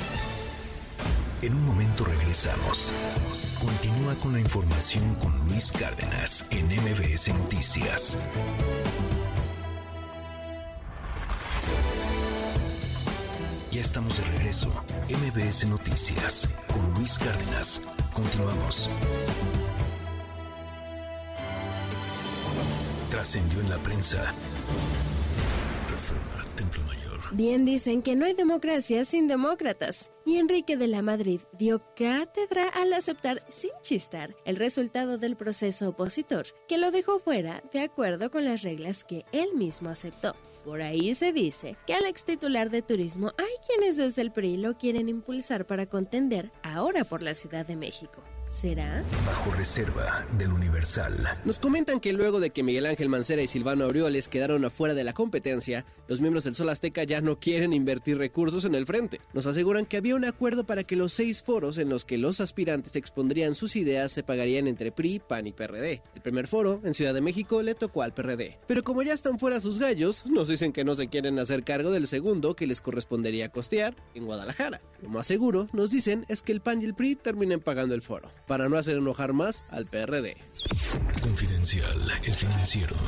Speaker 1: En un momento regresamos. Continúa con la información con Luis Cárdenas en M B S Noticias. Ya estamos de regreso. M B S Noticias con Luis Cárdenas. Continuamos. Trascendió en la prensa. Reforma, Templo Mayor.
Speaker 22: Bien dicen que no hay democracia sin demócratas. Y Enrique de la Madrid dio cátedra al aceptar, sin chistar, el resultado del proceso opositor, que lo dejó fuera de acuerdo con las reglas que él mismo aceptó. Por ahí se dice que al ex titular de turismo hay quienes desde el P R I lo quieren impulsar para contender ahora por la Ciudad de México. ¿Será?
Speaker 1: Bajo reserva del Universal.
Speaker 5: Nos comentan que luego de que Miguel Ángel Mancera y Silvano Aureoles quedaron afuera de la competencia, los miembros del Sol Azteca ya no quieren invertir recursos en el frente. Nos aseguran que había un acuerdo para que los seis foros en los que los aspirantes expondrían sus ideas se pagarían entre P R I, P A N y P R D. El primer foro, en Ciudad de México, le tocó al P R D. Pero como ya están fuera sus gallos, nos dicen que no se quieren hacer cargo del segundo que les correspondería costear en Guadalajara. Lo más seguro, nos dicen, es que el P A N y el P R I terminen pagando el foro, para no hacer enojar más al P R D.
Speaker 1: Confidencial, El Financiero.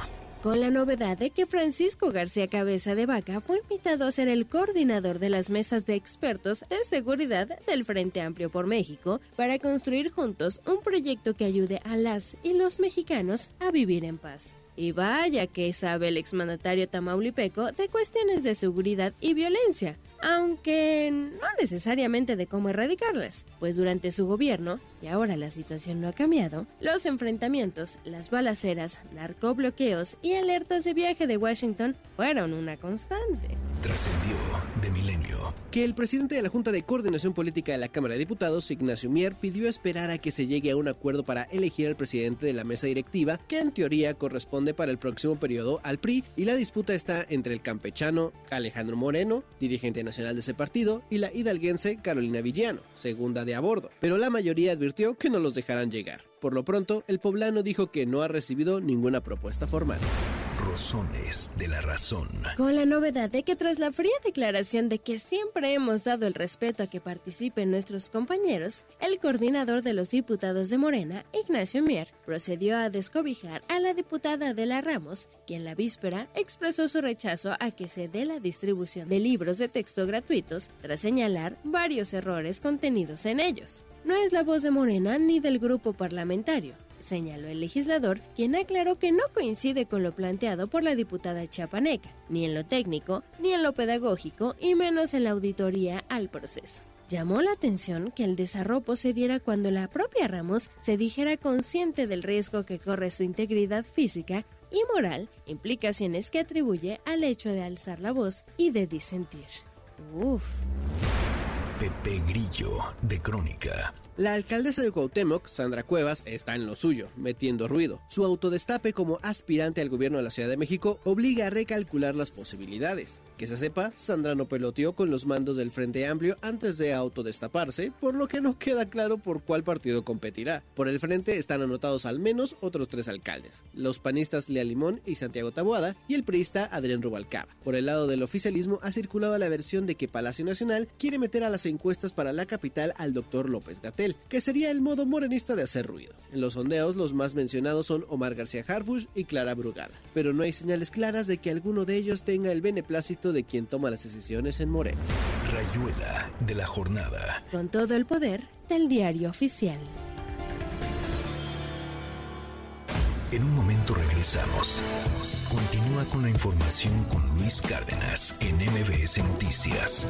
Speaker 22: con la novedad de que Francisco García Cabeza de Vaca fue invitado a ser el coordinador de las mesas de expertos en seguridad del Frente Amplio por México para construir juntos un proyecto que ayude a las y los mexicanos a vivir en paz. Y vaya que sabe el exmandatario tamaulipeco de cuestiones de seguridad y violencia, aunque no necesariamente de cómo erradicarlas, pues durante su gobierno, y ahora la situación no ha cambiado, los enfrentamientos, las balaceras, narcobloqueos y alertas de viaje de Washington fueron una constante.
Speaker 1: Trascendió de Milenio.
Speaker 5: Que el presidente de la Junta de Coordinación Política de la Cámara de Diputados, Ignacio Mier, pidió esperar a que se llegue a un acuerdo para elegir al presidente de la mesa directiva, que en teoría corresponde para el próximo periodo al P R I, y la disputa está entre el campechano Alejandro Moreno, dirigente nacional de ese partido, y la hidalguense Carolina Villano, segunda de a bordo, pero la mayoría advirtió que no los dejarán llegar. Por lo pronto, el poblano dijo que no ha recibido ninguna propuesta formal.
Speaker 1: Razones de la razón.
Speaker 22: Con la novedad de que tras la fría declaración de que siempre hemos dado el respeto a que participen nuestros compañeros, el coordinador de los diputados de Morena, Ignacio Mier, procedió a descobijar a la diputada Adela Ramos, quien la víspera expresó su rechazo a que se dé la distribución de libros de texto gratuitos tras señalar varios errores contenidos en ellos. No es la voz de Morena ni del grupo parlamentario, señaló el legislador, quien aclaró que no coincide con lo planteado por la diputada chiapaneca, ni en lo técnico, ni en lo pedagógico, y menos en la auditoría al proceso. Llamó la atención que el desarrollo se diera cuando la propia Ramos se dijera consciente del riesgo que corre su integridad física y moral, implicaciones que atribuye al hecho de alzar la voz y de disentir. Uf.
Speaker 1: Pepe Grillo, de Crónica.
Speaker 5: La alcaldesa de Cuauhtémoc, Sandra Cuevas, está en lo suyo, metiendo ruido. Su autodestape como aspirante al gobierno de la Ciudad de México obliga a recalcular las posibilidades. Que se sepa, Sandra no peloteó con los mandos del Frente Amplio antes de autodestaparse, por lo que no queda claro por cuál partido competirá. Por el frente están anotados al menos otros tres alcaldes, los panistas Lea Limón y Santiago Taboada, y el priista Adrián Rubalcaba. Por el lado del oficialismo ha circulado la versión de que Palacio Nacional quiere meter a las encuestas para la capital al doctor López-Gatell, que sería el modo morenista de hacer ruido. En los sondeos, los más mencionados son Omar García Harfuch y Clara Brugada, pero no hay señales claras de que alguno de ellos tenga el beneplácito de quien toma las decisiones en Morena.
Speaker 1: Rayuela de la jornada.
Speaker 22: Con todo el poder del diario oficial.
Speaker 1: En un momento regresamos. Continúa con la información con Luis Cárdenas en M B S Noticias.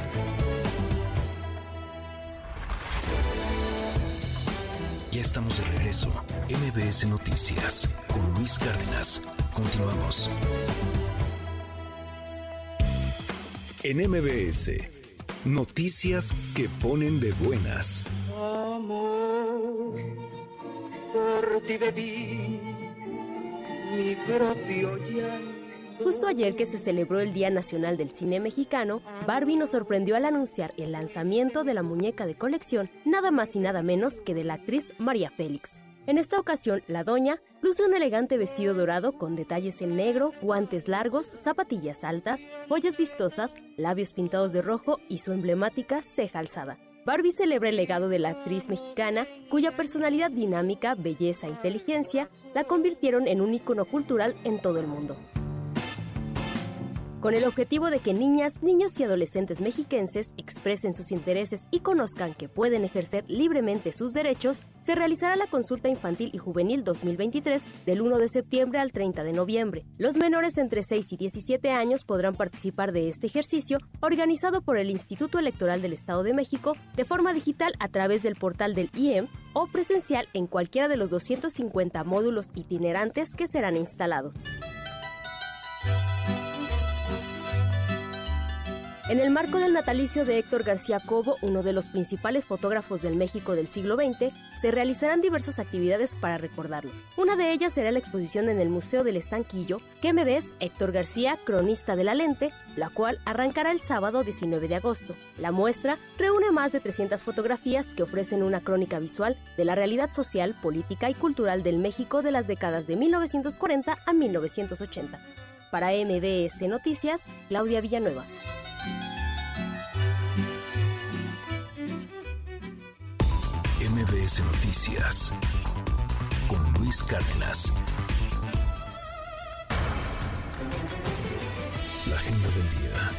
Speaker 1: Ya estamos de regreso. M B S Noticias con Luis Cárdenas. Continuamos. En M B S, noticias que ponen de buenas.
Speaker 4: Amor, por ti bebí mi propio llanto.
Speaker 8: Justo ayer que se celebró el Día Nacional del Cine Mexicano, Barbie nos sorprendió al anunciar el lanzamiento de la muñeca de colección, nada más y nada menos que de la actriz María Félix. En esta ocasión, la doña luce un elegante vestido dorado con detalles en negro, guantes largos, zapatillas altas, joyas vistosas, labios pintados de rojo y su emblemática ceja alzada. Barbie celebra el legado de la actriz mexicana, cuya personalidad dinámica, belleza e inteligencia la convirtieron en un ícono cultural en todo el mundo. Con el objetivo de que niñas, niños y adolescentes mexiquenses expresen sus intereses y conozcan que pueden ejercer libremente sus derechos, se realizará la Consulta Infantil y Juvenil dos mil veintitrés del uno de septiembre al treinta de noviembre. Los menores entre seis y diecisiete años podrán participar de este ejercicio, organizado por el Instituto Electoral del Estado de México, de forma digital a través del portal del I E M o presencial en cualquiera de los doscientos cincuenta módulos itinerantes que serán instalados. En el marco del natalicio de Héctor García Cobo, uno de los principales fotógrafos del México del siglo veinte, se realizarán diversas actividades para recordarlo. Una de ellas será la exposición en el Museo del Estanquillo, ¿Qué me ves? Héctor García, cronista de la lente, la cual arrancará el sábado diecinueve de agosto. La muestra reúne más de trescientas fotografías que ofrecen una crónica visual de la realidad social, política y cultural del México de las décadas de mil novecientos cuarenta a mil novecientos ochenta. Para M B S Noticias, Claudia Villanueva.
Speaker 1: M B S Noticias con Luis Cárdenas.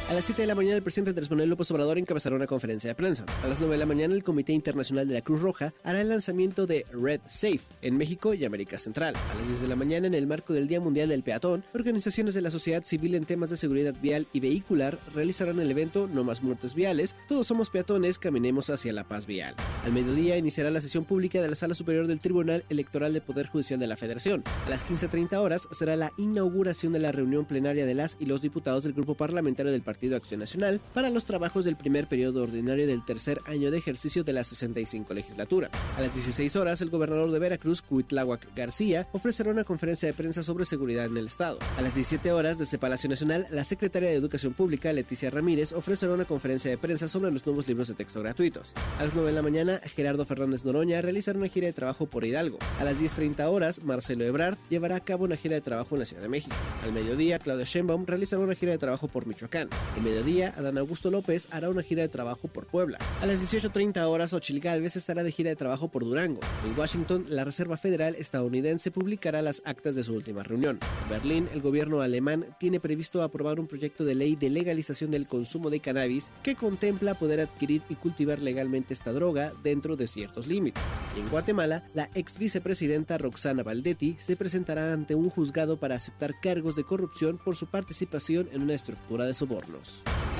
Speaker 5: A las siete de la mañana el presidente Andrés Manuel López Obrador encabezará una conferencia de prensa. A las nueve de la mañana el Comité Internacional de la Cruz Roja hará el lanzamiento de Red Safe en México y América Central. A las diez de la mañana, en el marco del Día Mundial del Peatón, organizaciones de la sociedad civil en temas de seguridad vial y vehicular realizarán el evento No Más Muertes Viales, Todos Somos Peatones, Caminemos hacia la Paz Vial. Al mediodía iniciará la sesión pública de la Sala Superior del Tribunal Electoral del Poder Judicial de la Federación. A las quince treinta horas será la inauguración de la reunión plenaria de las y los diputados del Grupo Parlamentario del Partido Acción Nacional para los trabajos del primer periodo ordinario del tercer año de ejercicio de la sesenta y cinco legislatura. A las dieciséis horas, el gobernador de Veracruz, Cuitláhuac García, ofrecerá una conferencia de prensa sobre seguridad en el estado. A las diecisiete horas, desde Palacio Nacional, la secretaria de Educación Pública, Leticia Ramírez, ofrecerá una conferencia de prensa sobre los nuevos libros de texto gratuitos. A las nueve de la mañana, Gerardo Fernández Noroña realizará una gira de trabajo por Hidalgo. A las diez treinta horas, Marcelo Ebrard llevará a cabo una gira de trabajo en la Ciudad de México. Al mediodía, Claudia Sheinbaum realizará una gira de trabajo por Michoacán. Al mediodía, Adán Augusto López hará una gira de trabajo por Puebla. A las dieciocho treinta horas, Xochitl Gálvez estará de gira de trabajo por Durango. En Washington, la Reserva Federal estadounidense publicará las actas de su última reunión. En Berlín, el gobierno alemán tiene previsto aprobar un proyecto de ley de legalización del consumo de cannabis que contempla poder adquirir y cultivar legalmente esta droga dentro de ciertos límites. Y en Guatemala, la ex vicepresidenta Roxana Valdetti se presentará ante un juzgado para aceptar cargos de corrupción por su participación en una estructura de sobornos.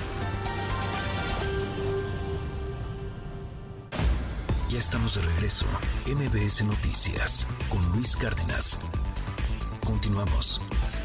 Speaker 1: Ya estamos de regreso. M B S Noticias con Luis Cárdenas. Continuamos.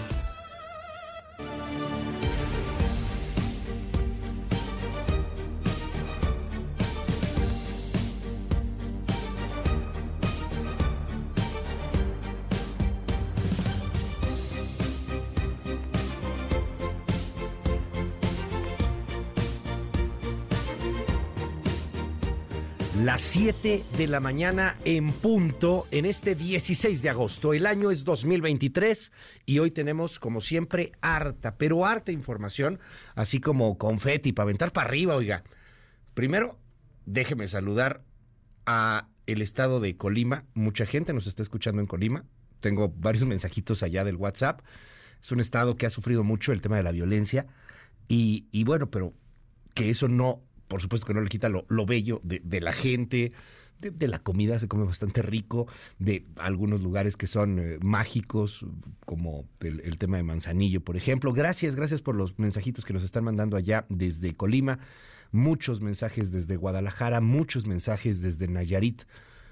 Speaker 2: Las siete de la mañana en punto en este dieciséis de agosto. El año es dos mil veintitrés y hoy tenemos, como siempre, harta, pero harta información, así como confeti para aventar para arriba, oiga. Primero, déjeme saludar a el estado de Colima. Mucha gente nos está escuchando en Colima. Tengo varios mensajitos allá del WhatsApp. Es un estado que ha sufrido mucho el tema de la violencia y, y bueno, pero que eso no... Por supuesto que no le quita lo, lo bello de, de la gente, de, de la comida, se come bastante rico, de algunos lugares que son eh, mágicos, como el, el tema de Manzanillo, por ejemplo. Gracias, gracias por los mensajitos que nos están mandando allá desde Colima. Muchos mensajes desde Guadalajara, muchos mensajes desde Nayarit.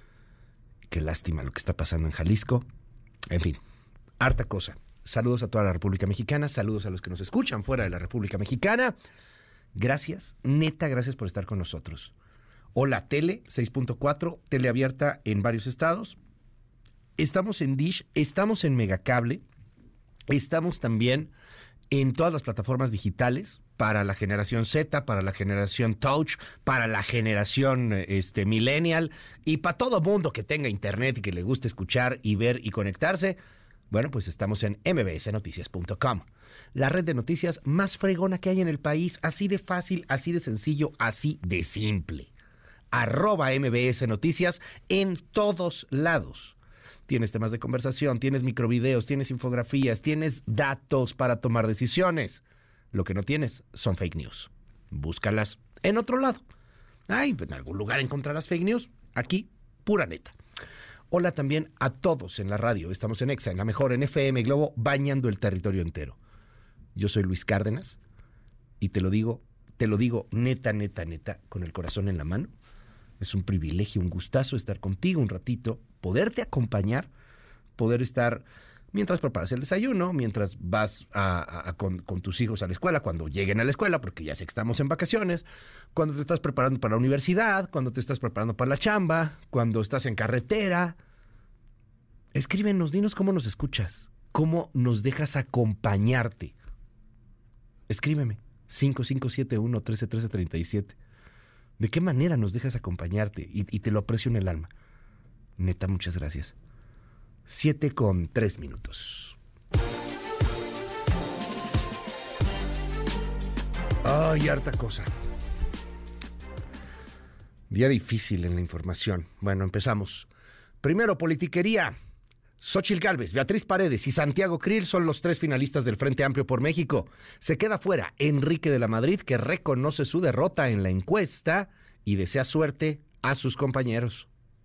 Speaker 2: Qué lástima lo que está pasando en Jalisco. En fin, harta cosa. Saludos a toda la República Mexicana, saludos a los que nos escuchan fuera de la República Mexicana. Gracias, neta, gracias por estar con nosotros. Hola, Tele seis punto cuatro, tele abierta en varios estados. Estamos en Dish, estamos en Megacable, estamos también en todas las plataformas digitales para la generación Z, para la generación Touch, para la generación este, Millennial y para todo mundo que tenga internet y que le guste escuchar y ver y conectarse. Bueno, pues estamos en m b s noticias punto com, la red de noticias más fregona que hay en el país, así de fácil, así de sencillo, así de simple. Arroba M B S Noticias en todos lados. Tienes temas de conversación, tienes microvideos, tienes infografías, tienes datos para tomar decisiones. Lo que no tienes son fake news. Búscalas en otro lado. Ay, en algún lugar encontrarás fake news. Aquí, pura neta. Hola también a todos en la radio. Estamos en Exa, en la mejor, en F M Globo, bañando el territorio entero. Yo soy Luis Cárdenas y te lo digo, te lo digo neta, neta, neta, con el corazón en la mano. Es un privilegio, un gustazo estar contigo un ratito, poderte acompañar, poder estar mientras preparas el desayuno, mientras vas a, a, a, con, con tus hijos a la escuela, cuando lleguen a la escuela, porque ya sé que estamos en vacaciones, cuando te estás preparando para la universidad, cuando te estás preparando para la chamba, cuando estás en carretera. Escríbenos, dinos cómo nos escuchas, cómo nos dejas acompañarte. Escríbeme, cinco cinco siete uno, uno tres uno tres tres siete. ¿De qué manera nos dejas acompañarte? Y, y te lo aprecio en el alma. Neta, muchas gracias. Siete con tres minutos. Ay, harta cosa. Día difícil en la información. Bueno, empezamos. Primero, politiquería. Xóchitl Gálvez, Beatriz Paredes y Santiago Krill son los tres finalistas del Frente Amplio por México. Se queda fuera Enrique de la Madrid, que reconoce su derrota en la encuesta y desea suerte a sus compañeros.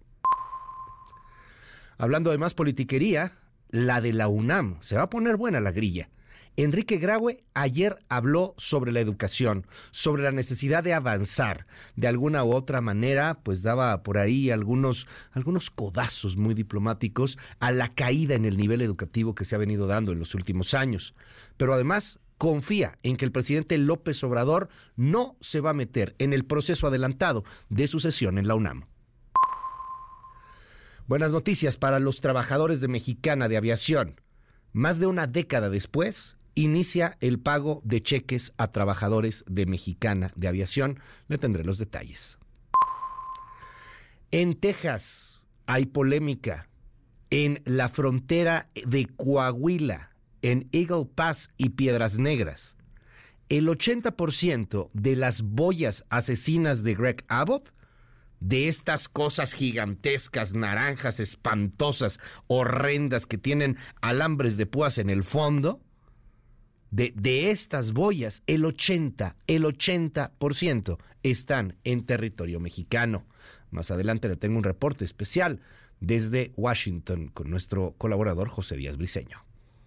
Speaker 2: Hablando de más politiquería, la de la UNAM. Se va a poner buena la grilla. Enrique Graue ayer habló sobre la educación, sobre la necesidad de avanzar. De alguna u otra manera, pues daba por ahí algunos, algunos codazos muy diplomáticos a la caída en el nivel educativo que se ha venido dando en los últimos años. Pero además confía en que el presidente López Obrador no se va a meter en el proceso adelantado de su sesión en la UNAM. Buenas noticias para los trabajadores de Mexicana de Aviación. Más de una década después, inicia el pago de cheques a trabajadores de Mexicana de Aviación. Le tendré los detalles. En Texas hay polémica. En la frontera de Coahuila, en Eagle Pass y Piedras Negras, el ochenta por ciento de las boyas asesinas de Greg Abbott, de estas cosas gigantescas, naranjas, espantosas, horrendas, que tienen alambres de púas en el fondo, de, de estas boyas, el ochenta, el ochenta por ciento están en territorio mexicano. Más adelante le tengo un reporte especial desde Washington con nuestro colaborador José Díaz Briceño.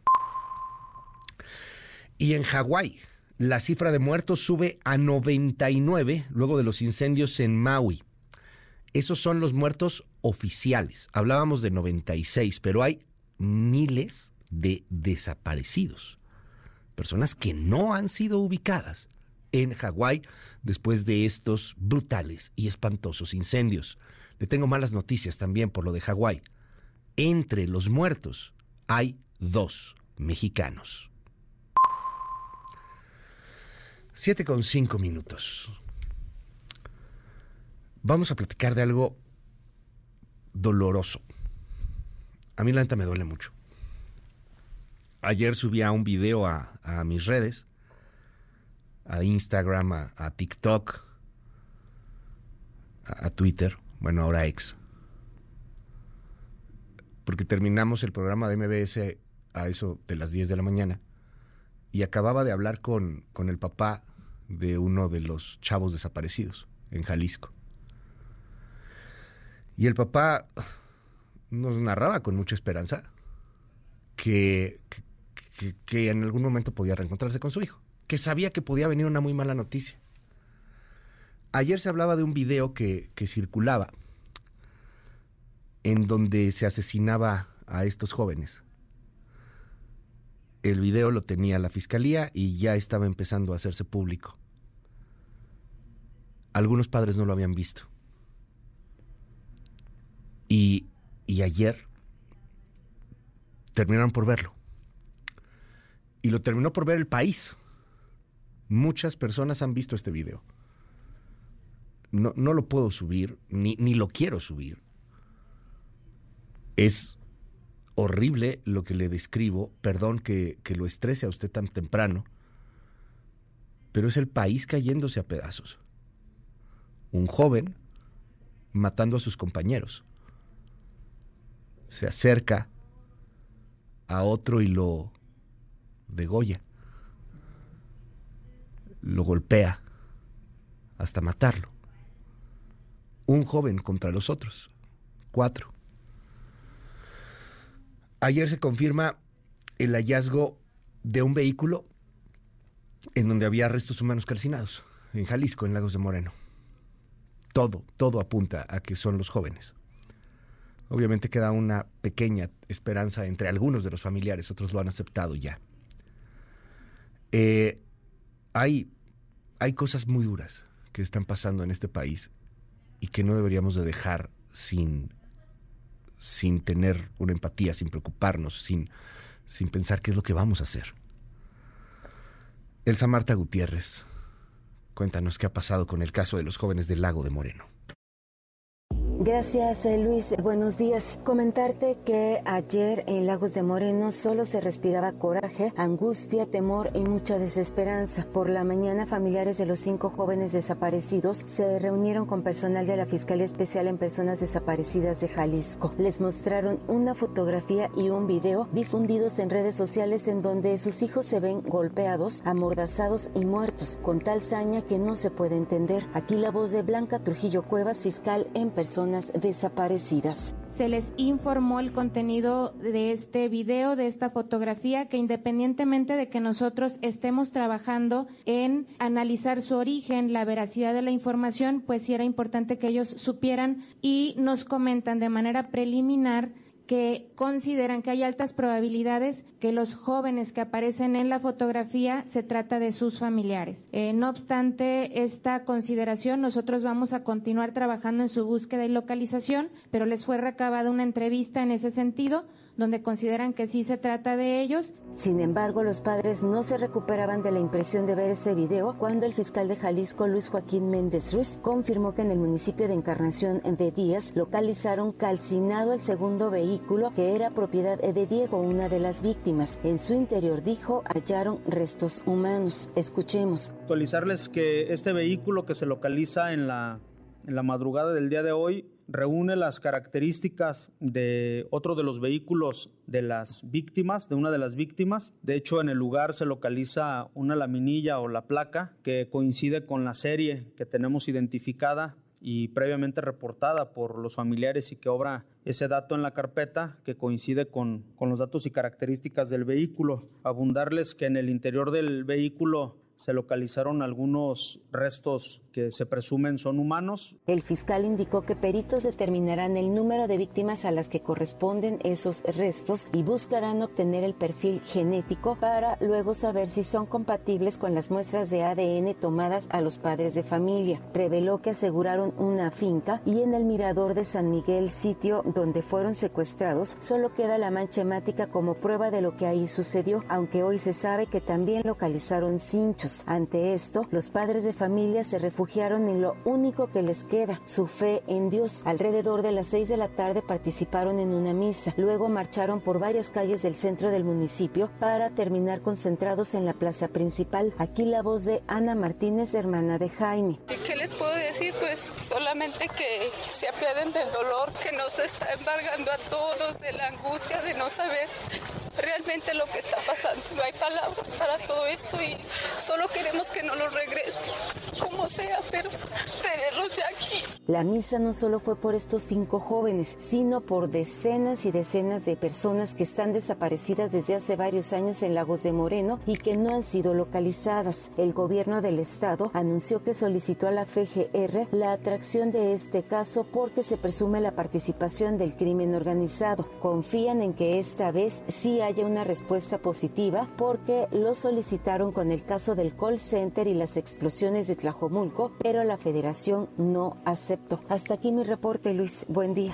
Speaker 2: Y en Hawái, la cifra de muertos sube a noventa y nueve luego de los incendios en Maui. Esos son los muertos oficiales. Hablábamos de noventa y seis, pero hay miles de desaparecidos. Personas que no han sido ubicadas en Hawái después de estos brutales y espantosos incendios. Le tengo malas noticias también por lo de Hawái. Entre los muertos hay dos mexicanos. Siete con cinco minutos. Vamos a platicar de algo doloroso. A mí la neta me duele mucho. Ayer subía un video a, a mis redes, a Instagram, a, a TikTok, a, a Twitter, bueno, ahora X. Porque terminamos el programa de M B S a eso de las diez de la mañana y acababa de hablar con, con el papá de uno de los chavos desaparecidos en Jalisco. Y el papá nos narraba con mucha esperanza que, que, que en algún momento podía reencontrarse con su hijo, que sabía que podía venir una muy mala noticia. Ayer se hablaba de un video que, que circulaba en donde se asesinaba a estos jóvenes. El video lo tenía la fiscalía y ya estaba empezando a hacerse público. Algunos padres no lo habían visto. Y, y ayer terminaron por verlo. Y lo terminó por ver el país. Muchas personas han visto este video. No, no lo puedo subir, ni, ni lo quiero subir. Es horrible lo que le describo. Perdón que, que lo estrese a usted tan temprano. Pero es el país cayéndose a pedazos. Un joven matando a sus compañeros. Se acerca a otro y lo degolla. Lo golpea hasta matarlo. Un joven contra los otros. Cuatro. Ayer se confirma el hallazgo de un vehículo en donde había restos humanos calcinados, en Jalisco, en Lagos de Moreno. Todo, todo apunta a que son los jóvenes. Obviamente queda una pequeña esperanza entre algunos de los familiares, otros lo han aceptado ya. Eh, hay, hay cosas muy duras que están pasando en este país y que no deberíamos de dejar sin, sin tener una empatía, sin preocuparnos, sin, sin pensar qué es lo que vamos a hacer. Elsa Marta Gutiérrez, cuéntanos qué ha pasado con el caso de los jóvenes del Lago de Moreno.
Speaker 19: Gracias, Luis. Buenos días. Comentarte que ayer en Lagos de Moreno solo se respiraba coraje, angustia, temor y mucha desesperanza. Por la mañana, familiares de los cinco jóvenes desaparecidos se reunieron con personal de la Fiscalía Especial en Personas Desaparecidas de Jalisco. Les mostraron una fotografía y un video difundidos en redes sociales en donde sus hijos se ven golpeados, amordazados y muertos, con tal saña que no se puede entender. Aquí la voz de Blanca Trujillo Cuevas, fiscal en Personas Desaparecidas.
Speaker 9: Se les informó el contenido de este video, de esta fotografía, que independientemente de que nosotros estemos trabajando en analizar su origen, la veracidad de la información, pues sí era importante que ellos supieran, y nos comentan de manera preliminar que consideran que hay altas probabilidades que los jóvenes que aparecen en la fotografía se trata de sus familiares. Eh, no obstante esta consideración, nosotros vamos a continuar trabajando en su búsqueda y localización, pero les fue recabada una entrevista en ese sentido, donde consideran que sí se trata de ellos.
Speaker 19: Sin embargo, los padres no se recuperaban de la impresión de ver ese video cuando el fiscal de Jalisco, Luis Joaquín Méndez Ruiz, confirmó que en el municipio de Encarnación de Díaz localizaron calcinado el segundo vehículo, que era propiedad de Diego, una de las víctimas. En su interior, dijo, hallaron restos humanos. Escuchemos.
Speaker 10: Actualizarles que este vehículo que se localiza en la, en la madrugada del día de hoy reúne las características de otro de los vehículos de las víctimas, de una de las víctimas. De hecho, en el lugar se localiza una laminilla o la placa que coincide con la serie que tenemos identificada y previamente reportada por los familiares, y que obra ese dato en la carpeta que coincide con, con los datos y características del vehículo. Abundarles que en el interior del vehículo se localizaron algunos restos que se presumen son humanos.
Speaker 19: El fiscal indicó que peritos determinarán el número de víctimas a las que corresponden esos restos y buscarán obtener el perfil genético para luego saber si son compatibles con las muestras de A D N tomadas a los padres de familia. Reveló que aseguraron una finca y en el mirador de San Miguel, sitio donde fueron secuestrados, solo queda la mancha hemática como prueba de lo que ahí sucedió, aunque hoy se sabe que también localizaron cinchos. Ante esto, los padres de familia se refugiaron en lo único que les queda, su fe en Dios. Alrededor de las seis de la tarde participaron en una misa, luego marcharon por varias calles del centro del municipio para terminar concentrados en la plaza principal. Aquí la voz de Ana Martínez, hermana de Jaime.
Speaker 23: ¿Qué les puedo decir? Pues solamente que se apiaden del dolor que nos está embargando a todos, de la angustia de no saber realmente lo que está pasando. No hay palabras para todo esto y solo queremos que no los regresen, como sea, pero tenerlos ya aquí.
Speaker 19: La misa no solo fue por estos cinco jóvenes, sino por decenas y decenas de personas que están desaparecidas desde hace varios años en Lagos de Moreno y que no han sido localizadas. El gobierno del estado anunció que solicitó a la F G R la atracción de este caso porque se presume la participación del crimen organizado. Confían en que esta vez sí haya una respuesta positiva porque lo solicitaron con el caso del call center y las explosiones de Tlajomulco, pero la federación no aceptó. Hasta aquí mi reporte, Luis. Buen día.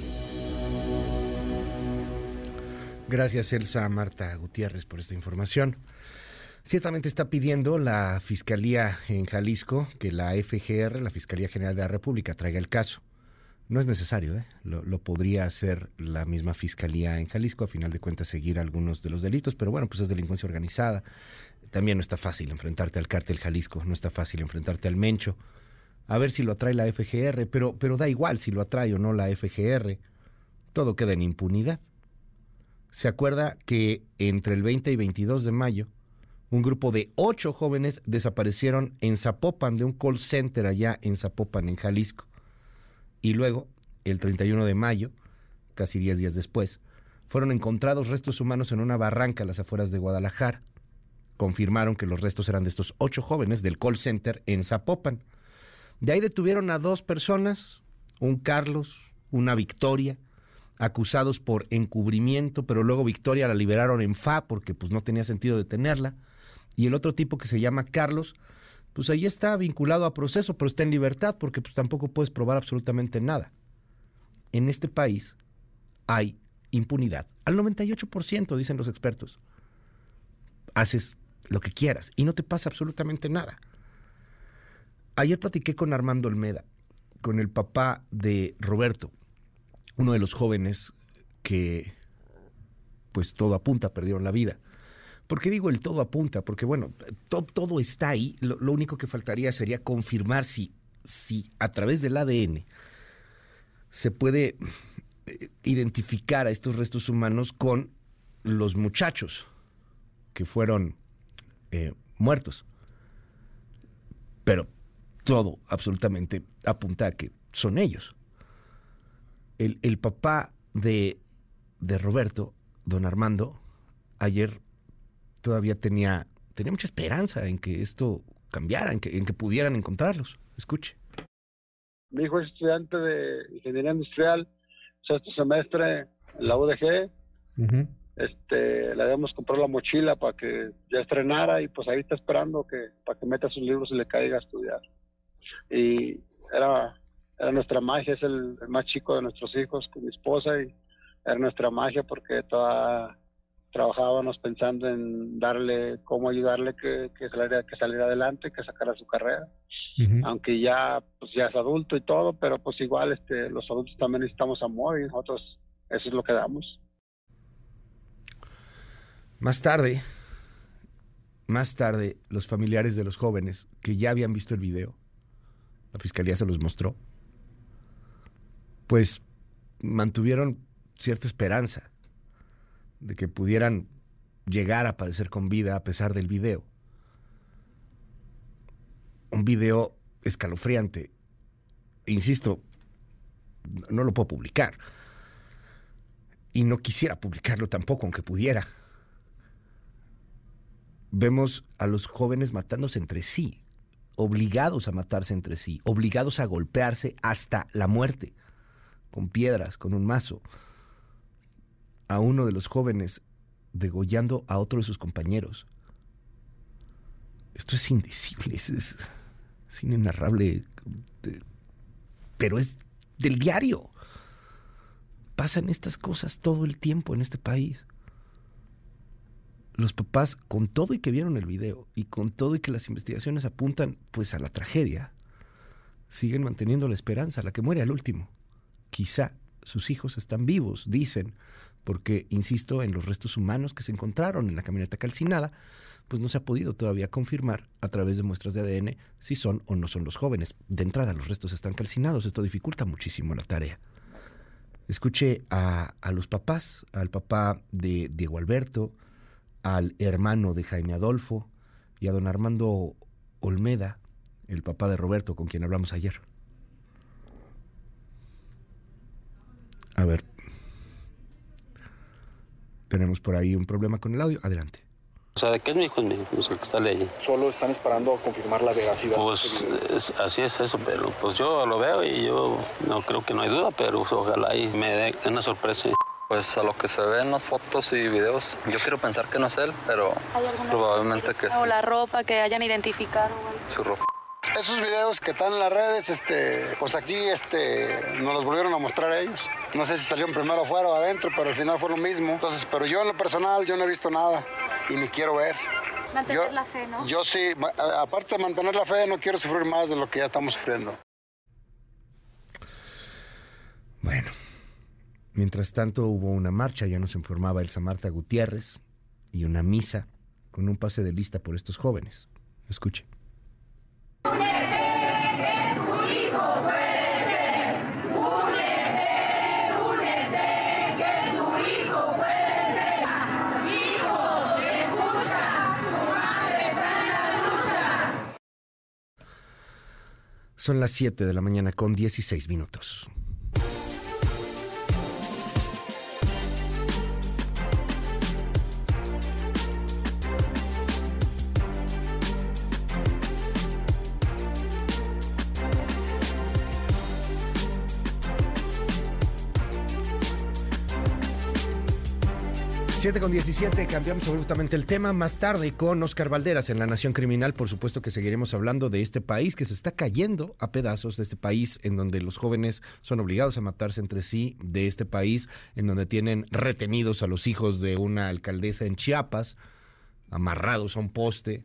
Speaker 2: Gracias, Elsa Marta Gutiérrez, por esta información. Ciertamente está pidiendo la Fiscalía en Jalisco que la F G R, la Fiscalía General de la República, traiga el caso. No es necesario, ¿eh? Lo, lo podría hacer la misma Fiscalía en Jalisco, a final de cuentas seguir algunos de los delitos, pero bueno, pues es delincuencia organizada. También no está fácil enfrentarte al Cártel Jalisco, no está fácil enfrentarte al Mencho. A ver si lo atrae la F G R, pero, pero da igual si lo atrae o no la F G R. Todo queda en impunidad. ¿Se acuerda que entre el veinte y veintidós de mayo, un grupo de ocho jóvenes desaparecieron en Zapopan, de un call center allá en Zapopan, en Jalisco? Y luego, el treinta y uno de mayo, casi diez días después, fueron encontrados restos humanos en una barranca a las afueras de Guadalajara. Confirmaron que los restos eran de estos ocho jóvenes del call center en Zapopan. De ahí detuvieron a dos personas, un Carlos, una Victoria, acusados por encubrimiento, pero luego Victoria la liberaron en F A porque pues no tenía sentido detenerla. Y el otro tipo que se llama Carlos, pues ahí está vinculado a proceso, pero está en libertad porque pues tampoco puedes probar absolutamente nada. En este país hay impunidad al noventa y ocho por ciento, dicen los expertos. Haces lo que quieras y no te pasa absolutamente nada. Ayer platiqué con Armando Olmeda, con el papá de Roberto, uno de los jóvenes que, pues todo apunta, perdieron la vida. ¿Por qué digo el todo apunta? Porque, bueno, to, todo está ahí. Lo, lo único que faltaría sería confirmar si, si a través del A D N se puede identificar a estos restos humanos con los muchachos que fueron eh, muertos. Pero todo absolutamente apunta a que son ellos. El, el papá de, de Roberto, don Armando, ayer todavía tenía, tenía mucha esperanza en que esto cambiara, en que, en que pudieran encontrarlos. Escuche.
Speaker 7: Mi hijo es estudiante de Ingeniería Industrial, sexto semestre en la U D G. Uh-huh. Este, le habíamos comprado la mochila para que ya estrenara y pues ahí está esperando que para que meta sus libros y le caiga a estudiar. Y era, era nuestra magia, es el, el más chico de nuestros hijos con mi esposa y era nuestra magia porque toda trabajábamos pensando en darle, cómo ayudarle que, que, saliera, que saliera adelante, que sacara su carrera. Uh-huh. Aunque ya, pues ya es adulto y todo, pero pues igual este, los adultos también necesitamos amor y nosotros eso es lo que damos.
Speaker 2: Más tarde, más tarde, los familiares de los jóvenes que ya habían visto el video, la fiscalía se los mostró, pues mantuvieron cierta esperanza de que pudieran llegar a padecer con vida a pesar del video. Un video escalofriante. Insisto, no lo puedo publicar. Y no quisiera publicarlo tampoco, aunque pudiera. Vemos a los jóvenes matándose entre sí, obligados a matarse entre sí, obligados a golpearse hasta la muerte, con piedras, con un mazo. A uno de los jóvenes degollando a otro de sus compañeros. Esto es indecible, es, es, es inenarrable, pero es del diario. Pasan estas cosas todo el tiempo en este país. Los papás, con todo y que vieron el video, y con todo y que las investigaciones apuntan pues a la tragedia, siguen manteniendo la esperanza, la que muere al último. Quizá sus hijos están vivos, dicen, porque, insisto, en los restos humanos que se encontraron en la camioneta calcinada, pues no se ha podido todavía confirmar a través de muestras de A D N si son o no son los jóvenes. De entrada, los restos están calcinados, esto dificulta muchísimo la tarea. Escuche a, a los papás, al papá de Diego Alberto, al hermano de Jaime Adolfo y a don Armando Olmeda, el papá de Roberto, con quien hablamos ayer. A ver, tenemos por ahí un problema con el audio. Adelante.
Speaker 11: O sea, ¿de qué es mi hijo? Es mi hijo, es el que está leyendo.
Speaker 7: Solo están esperando confirmar la veracidad.
Speaker 11: Pues es, así es eso, pero pues yo lo veo y yo no creo que no hay duda, pero ojalá y me dé una sorpresa.
Speaker 12: Pues a lo que se ve en las fotos y videos, yo quiero pensar que no es él, pero probablemente que sí.
Speaker 24: O la ropa que hayan identificado.
Speaker 12: Su ropa.
Speaker 7: Esos videos que están en las redes, este, pues aquí este, nos los volvieron a mostrar ellos. No sé si salieron primero afuera o adentro, pero al final fue lo mismo. Entonces, pero yo en lo personal, yo no he visto nada y ni quiero ver.
Speaker 24: Mantener
Speaker 7: yo,
Speaker 24: la fe, ¿no?
Speaker 7: Yo sí, aparte de mantener la fe, no quiero sufrir más de lo que ya estamos sufriendo.
Speaker 2: Bueno, mientras tanto hubo una marcha, ya nos informaba Elsa Marta Gutiérrez, y una misa con un pase de lista por estos jóvenes. Escuche. Son las siete de la mañana con dieciséis minutos. siete con diecisiete, cambiamos absolutamente el tema. Más tarde con Óscar Valderas en La Nación Criminal. Por supuesto que seguiremos hablando de este país que se está cayendo a pedazos, de este país en donde los jóvenes son obligados a matarse entre sí, de este país en donde tienen retenidos a los hijos de una alcaldesa en Chiapas, amarrados a un poste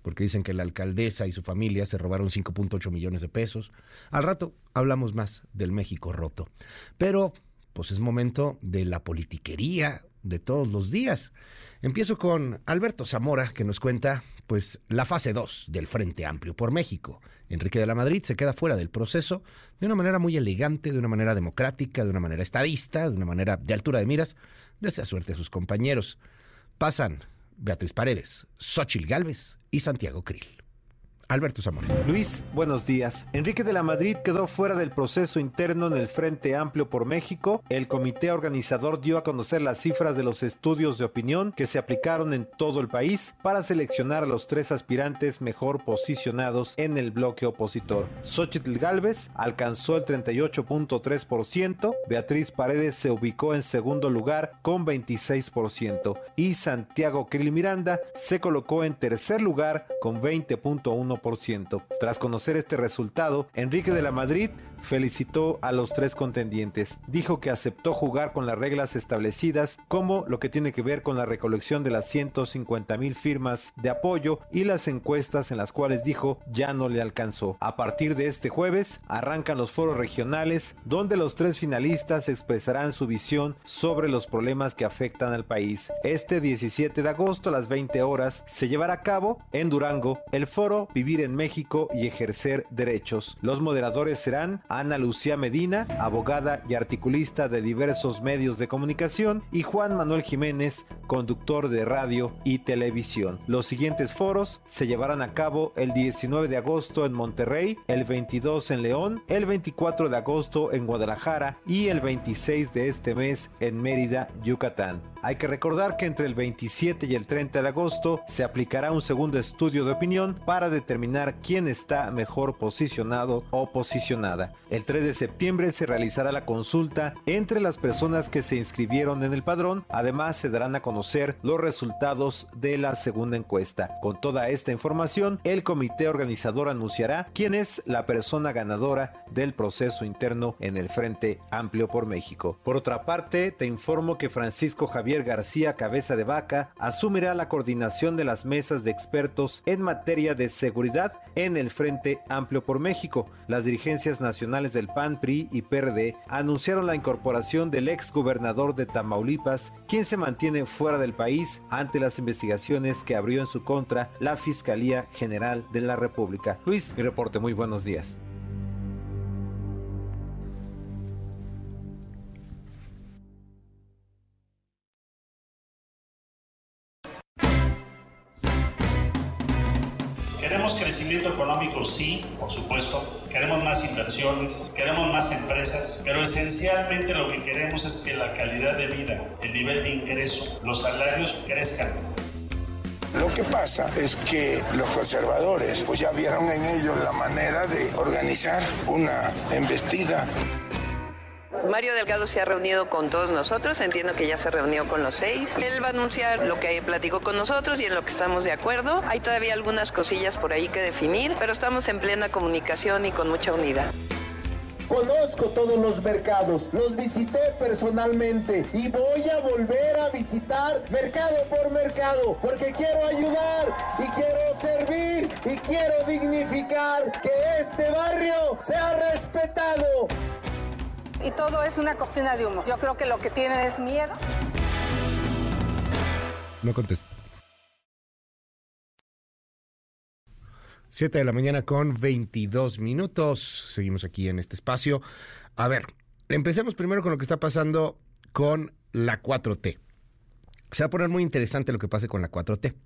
Speaker 2: porque dicen que la alcaldesa y su familia se robaron cinco punto ocho millones de pesos. Al rato hablamos más del México roto. Pero, pues es momento de la politiquería de todos los días. Empiezo con Alberto Zamora, que nos cuenta, pues, la fase dos del Frente Amplio por México. Enrique de la Madrid se queda fuera del proceso de una manera muy elegante, de una manera democrática, de una manera estadista, de una manera de altura de miras. Desea suerte a sus compañeros. Pasan Beatriz Paredes, Xóchitl Gálvez y Santiago Krill. Alberto Zamora.
Speaker 6: Luis, buenos días. Enrique de la Madrid quedó fuera del proceso interno en el Frente Amplio por México. El comité organizador dio a conocer las cifras de los estudios de opinión que se aplicaron en todo el país para seleccionar a los tres aspirantes mejor posicionados en el bloque opositor. Xóchitl Gálvez alcanzó el treinta y ocho punto tres por ciento, Beatriz Paredes se ubicó en segundo lugar con veintiséis por ciento y Santiago Krill Miranda se colocó en tercer lugar con veinte punto uno por ciento. Tras conocer este resultado, Enrique de la Madrid felicitó a los tres contendientes. Dijo que aceptó jugar con las reglas establecidas, como lo que tiene que ver con la recolección de las ciento cincuenta mil firmas de apoyo y las encuestas en las cuales dijo ya no le alcanzó. A partir de este jueves arrancan los foros regionales, donde los tres finalistas expresarán su visión sobre los problemas que afectan al país. Este diecisiete de agosto a las veinte horas se llevará a cabo en Durango el foro Vivir en México y Ejercer Derechos. Los moderadores serán Ana Lucía Medina, abogada y articulista de diversos medios de comunicación, y Juan Manuel Jiménez, conductor de radio y televisión. Los siguientes foros se llevarán a cabo el diecinueve de agosto en Monterrey, el veintidós en León, el veinticuatro de agosto en Guadalajara y el veintiséis de este mes en Mérida, Yucatán. Hay que recordar que entre el veintisiete y el treinta de agosto se aplicará un segundo estudio de opinión para determinar quién está mejor posicionado o posicionada. El tres de septiembre se realizará la consulta entre las personas que se inscribieron en el padrón. Además, se darán a conocer los resultados de la segunda encuesta. Con toda esta información, el comité organizador anunciará quién es la persona ganadora del proceso interno en el Frente Amplio por México. Por otra parte, te informo que Francisco Javier García Cabeza de Vaca asumirá la coordinación de las mesas de expertos en materia de seguridad en el Frente Amplio por México. Las dirigencias nacionales del P A N, P R I y P R D anunciaron la incorporación del ex gobernador de Tamaulipas, quien se mantiene fuera del país ante las investigaciones que abrió en su contra la Fiscalía General de la República. Luis, mi reporte, muy buenos días.
Speaker 18: Queremos crecimiento económico, sí, por supuesto. Queremos más inversiones, queremos más empresas, pero esencialmente lo que queremos es que la calidad de vida, el nivel de ingreso, los salarios crezcan.
Speaker 13: Lo que pasa es que los conservadores pues ya vieron en ellos la manera de organizar una embestida.
Speaker 17: Mario Delgado se ha reunido con todos nosotros, entiendo que ya se reunió con los seis. Él va a anunciar lo que platicó con nosotros y en lo que estamos de acuerdo. Hay todavía algunas cosillas por ahí que definir, pero estamos en plena comunicación y con mucha unidad.
Speaker 14: Conozco todos los mercados, los visité personalmente y voy a volver a visitar mercado por mercado porque quiero ayudar y quiero servir y quiero dignificar que este barrio sea respetado.
Speaker 15: Y todo es una cortina de humo. Yo creo que lo que tienen es miedo.
Speaker 2: No contesta. siete de la mañana con veintidós minutos. Seguimos aquí en este espacio. A ver, empecemos primero con lo que está pasando con la cuatro T. Se va a poner muy interesante lo que pase con la cuatro T.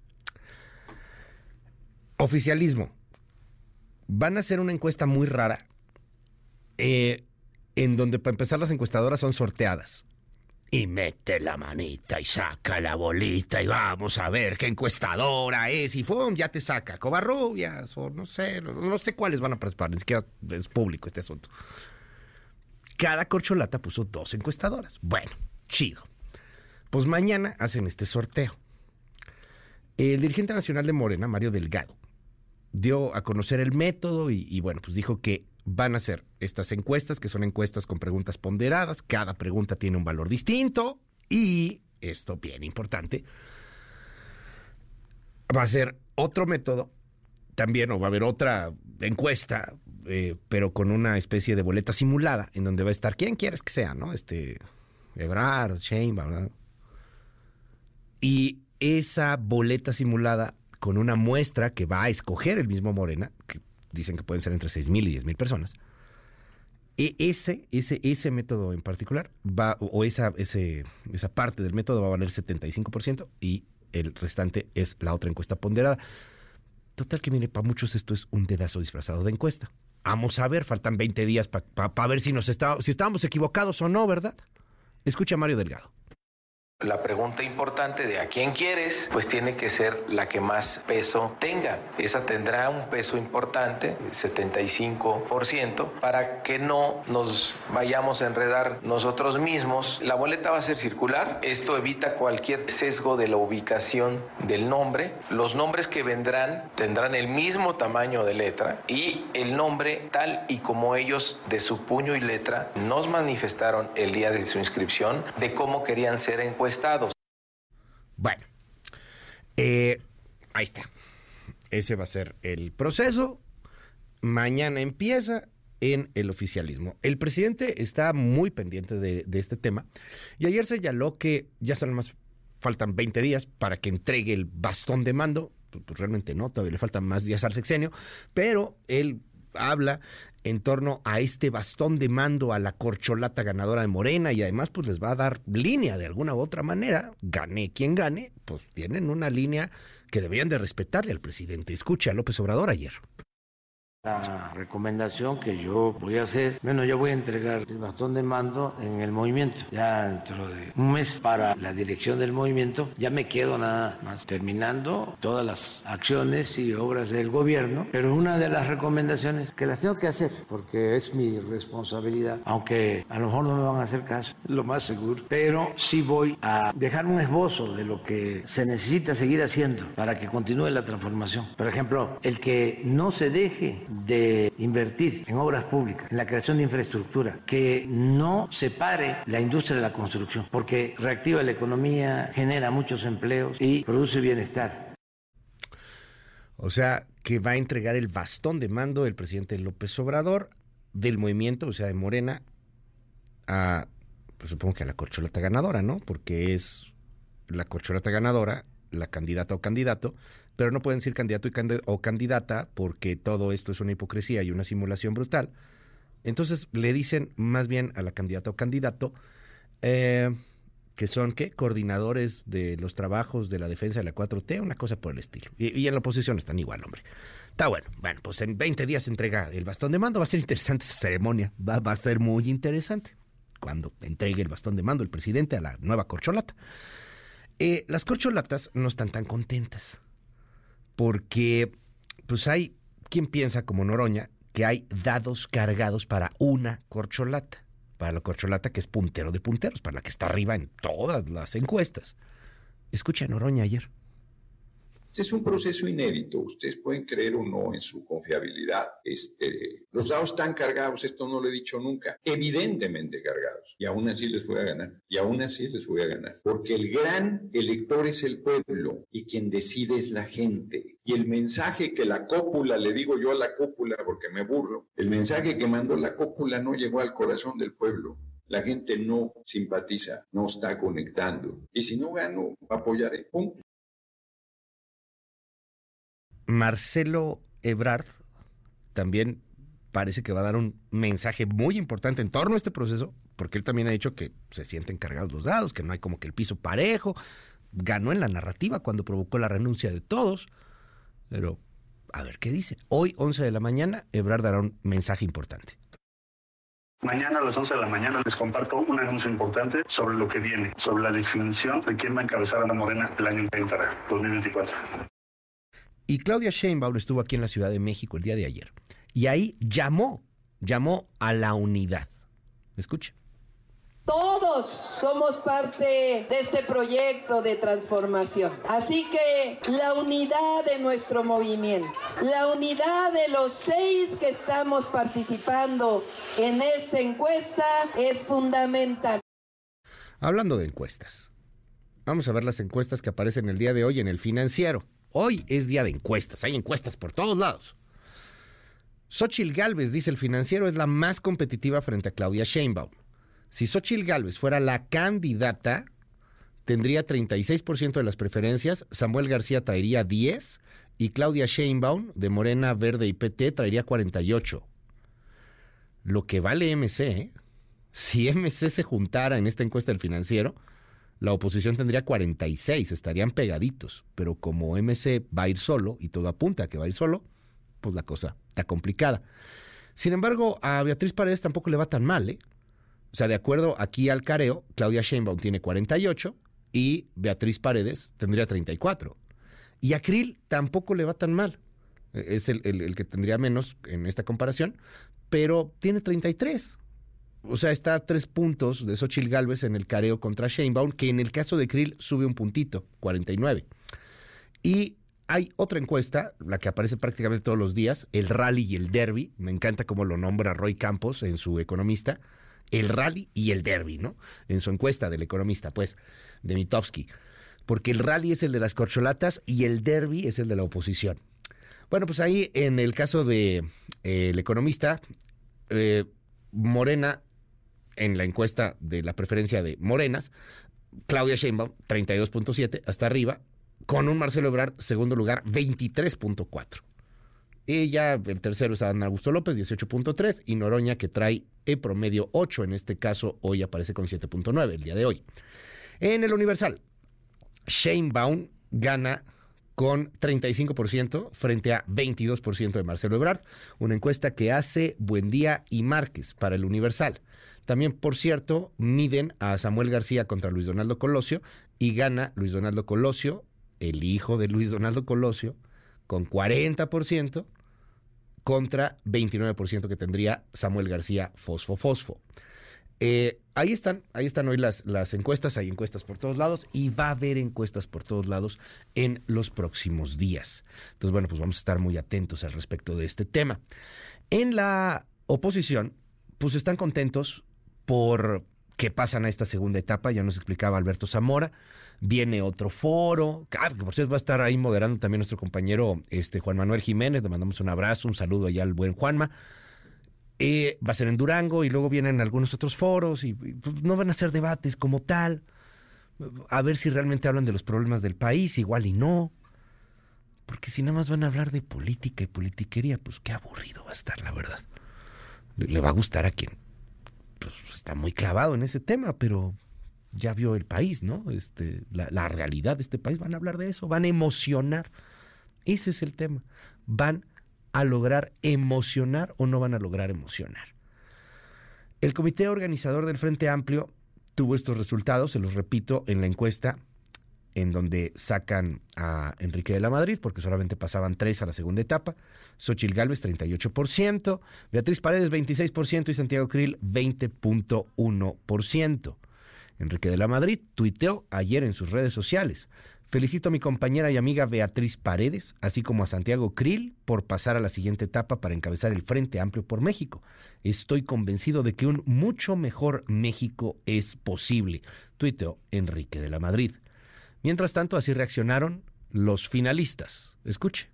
Speaker 2: Oficialismo. Van a hacer una encuesta muy rara. Eh... en donde para empezar las encuestadoras son sorteadas. Y mete la manita y saca la bolita y vamos a ver qué encuestadora es. Y ¡fum! Ya te saca Covarrubias o no sé, no, no sé cuáles van a participar, ni siquiera es público este asunto. Cada corcholata puso dos encuestadoras. Bueno, chido. Pues mañana hacen este sorteo. El dirigente nacional de Morena, Mario Delgado, dio a conocer el método y, y bueno, pues dijo que van a hacer estas encuestas, que son encuestas con preguntas ponderadas. Cada pregunta tiene un valor distinto. Y, esto bien importante, va a ser otro método también, o va a haber otra encuesta, eh, pero con una especie de boleta simulada, en donde va a estar quién quieres que sea, ¿no? Este, Ebrard, Sheinbaum, ¿no? Y esa boleta simulada con una muestra que va a escoger el mismo Morena, que dicen que pueden ser entre seis mil y diez mil personas, e ese, ese, ese método en particular, va, o esa, ese, esa parte del método va a valer setenta y cinco por ciento y el restante es la otra encuesta ponderada. Total que, mire, para muchos esto es un dedazo disfrazado de encuesta. Vamos a ver, faltan veinte días para pa, pa ver si, nos está, si estábamos equivocados o no, ¿verdad? Escucha a Mario Delgado.
Speaker 3: La pregunta importante de a quién quieres, pues tiene que ser la que más peso tenga. Esa tendrá un peso importante, setenta y cinco por ciento, para que no nos vayamos a enredar nosotros mismos. La boleta va a ser circular. Esto evita cualquier sesgo de la ubicación del nombre. Los nombres que vendrán tendrán el mismo tamaño de letra y el nombre tal y como ellos de su puño y letra nos manifestaron el día de su inscripción de cómo querían ser encuestados. Estados.
Speaker 2: Bueno, eh, ahí está. Ese va a ser el proceso. Mañana empieza en el oficialismo. El presidente está muy pendiente de, de este tema y ayer señaló que ya solo más faltan veinte días para que entregue el bastón de mando. Pues, pues realmente no, todavía le faltan más días al sexenio, pero él habla en torno a este bastón de mando a la corcholata ganadora de Morena y además pues les va a dar línea de alguna u otra manera. Gane quien gane, pues tienen una línea que deberían de respetarle al presidente. Escucha a López Obrador ayer.
Speaker 16: La recomendación que yo voy a hacer, bueno, yo voy a entregar el bastón de mando en el movimiento, ya dentro de un mes para la dirección del movimiento, ya me quedo nada más terminando todas las acciones y obras del gobierno, pero una de las recomendaciones que las tengo que hacer, porque es mi responsabilidad, aunque a lo mejor no me van a hacer caso, lo más seguro, pero sí voy a dejar un esbozo de lo que se necesita seguir haciendo para que continúe la transformación. Por ejemplo, el que no se deje de invertir en obras públicas, en la creación de infraestructura, que no se pare la industria de la construcción, porque reactiva la economía, genera muchos empleos y produce bienestar.
Speaker 2: O sea, que va a entregar el bastón de mando el presidente López Obrador del movimiento, o sea, de Morena, a, pues supongo que a la corcholata ganadora, ¿no? Porque es la corcholata ganadora, la candidata o candidato, pero no pueden decir candidato y cand- o candidata porque todo esto es una hipocresía y una simulación brutal. Entonces le dicen más bien a la candidata o candidato eh, que son, ¿qué? Coordinadores de los trabajos de la defensa de la cuatro T, una cosa por el estilo. Y, y en la oposición están igual, hombre. Está bueno. Bueno, pues en veinte días se entrega el bastón de mando. Va a ser interesante esa ceremonia. Va, va a ser muy interesante cuando entregue el bastón de mando el presidente a la nueva corcholata. Eh, las corcholatas no están tan contentas porque pues hay quien piensa como Noroña que hay dados cargados para una corcholata, para la corcholata que es puntero de punteros, para la que está arriba en todas las encuestas. Escucha a Noroña ayer.
Speaker 20: Este es un proceso inédito, ustedes pueden creer o no en su confiabilidad. Este, los dados están cargados, esto no lo he dicho nunca, evidentemente cargados, y aún así les voy a ganar, y aún así les voy a ganar, porque el gran elector es el pueblo, y quien decide es la gente, y el mensaje que la cópula, le digo yo a la cópula porque me burlo, el mensaje que mandó la cópula no llegó al corazón del pueblo. La gente no simpatiza, no está conectando, y si no gano, apoyaré, punto.
Speaker 2: Marcelo Ebrard también parece que va a dar un mensaje muy importante en torno a este proceso, porque él también ha dicho que se sienten cargados los dados, que no hay como que el piso parejo. Ganó en la narrativa cuando provocó la renuncia de todos, pero a ver qué dice. Hoy, once de la mañana, Ebrard dará un mensaje importante.
Speaker 21: Mañana a las once de la mañana les comparto un anuncio importante sobre lo que viene, sobre la definición de quién va a encabezar a la Morena el año que entra, dos mil veinticuatro.
Speaker 2: Y Claudia Sheinbaum estuvo aquí en la Ciudad de México el día de ayer. Y ahí llamó, llamó a la unidad. Escuche.
Speaker 17: Todos somos parte de este proyecto de transformación. Así que la unidad de nuestro movimiento, la unidad de los seis que estamos participando en esta encuesta es fundamental.
Speaker 2: Hablando de encuestas, vamos a ver las encuestas que aparecen el día de hoy en El Financiero. Hoy es día de encuestas, hay encuestas por todos lados. Xóchitl Gálvez, dice el Financiero, es la más competitiva frente a Claudia Sheinbaum. Si Xóchitl Gálvez fuera la candidata, tendría treinta y seis por ciento de las preferencias, Samuel García traería diez y Claudia Sheinbaum, de Morena, Verde y P T, traería cuarenta y ocho. Lo que vale M C, ¿eh? Si M C se juntara en esta encuesta del Financiero, la oposición tendría cuarenta y seis, estarían pegaditos. Pero como M C va a ir solo, y todo apunta a que va a ir solo, pues la cosa está complicada. Sin embargo, a Beatriz Paredes tampoco le va tan mal, ¿eh? O sea, de acuerdo aquí al careo, Claudia Sheinbaum tiene cuarenta y ocho y Beatriz Paredes tendría treinta y cuatro. Y a Krill tampoco le va tan mal. Es el, el, el que tendría menos en esta comparación, pero tiene treinta y tres. O sea, está a tres puntos de Xóchitl Gálvez en el careo contra Sheinbaum, que en el caso de Krill sube un puntito, cuarenta y nueve. Y hay otra encuesta, la que aparece prácticamente todos los días, el rally y el derby. Me encanta cómo lo nombra Roy Campos en su Economista. El rally y el derby, ¿no? En su encuesta del Economista, pues, de Mitofsky. Porque el rally es el de las corcholatas y el derby es el de la oposición. Bueno, pues ahí en el caso de eh, el Economista, eh, Morena, en la encuesta de la preferencia de Morenas, Claudia Sheinbaum, treinta y dos punto siete, hasta arriba, con un Marcelo Ebrard, segundo lugar, veintitrés punto cuatro. Y ya el tercero es Adán Augusto López, dieciocho punto tres, y Noroña, que trae el promedio ocho, en este caso hoy aparece con siete punto nueve, el día de hoy. En el Universal, Sheinbaum gana con treinta y cinco por ciento frente a veintidós por ciento de Marcelo Ebrard, una encuesta que hace Buendía y Márquez para el Universal. También, por cierto, miden a Samuel García contra Luis Donaldo Colosio y gana Luis Donaldo Colosio, el hijo de Luis Donaldo Colosio, con cuarenta por ciento contra veintinueve por ciento que tendría Samuel García Fosfo Fosfo. Eh, ahí están, ahí están hoy las, las encuestas, hay encuestas por todos lados y va a haber encuestas por todos lados en los próximos días. Entonces, bueno, pues vamos a estar muy atentos al respecto de este tema. En la oposición, pues están contentos por que pasan a esta segunda etapa, ya nos explicaba Alberto Zamora. Viene otro foro, ah, que por cierto va a estar ahí moderando también nuestro compañero este, Juan Manuel Jiménez, le mandamos un abrazo, un saludo allá al buen Juanma. Eh, va a ser en Durango y luego vienen algunos otros foros y, y pues, no van a ser debates como tal, a ver si realmente hablan de los problemas del país, igual y no, porque si nada más van a hablar de política y politiquería, pues qué aburrido va a estar, la verdad. Le, le va a gustar a quien pues, está muy clavado en ese tema, pero ya vio el país, ¿no? Este, la, la realidad de este país, van a hablar de eso, van a emocionar. Ese es el tema. Van a lograr emocionar o no van a lograr emocionar. El comité organizador del Frente Amplio tuvo estos resultados, se los repito, en la encuesta, en donde sacan a Enrique de la Madrid, porque solamente pasaban tres a la segunda etapa, Xóchitl Gálvez, treinta y ocho por ciento, Beatriz Paredes, veintiséis por ciento y Santiago Krill, veinte punto uno por ciento. Enrique de la Madrid tuiteó ayer en sus redes sociales: felicito a mi compañera y amiga Beatriz Paredes, así como a Santiago Krill, por pasar a la siguiente etapa para encabezar el Frente Amplio por México. Estoy convencido de que un mucho mejor México es posible, tuiteó Enrique de la Madrid. Mientras tanto, así reaccionaron los finalistas. Escuche.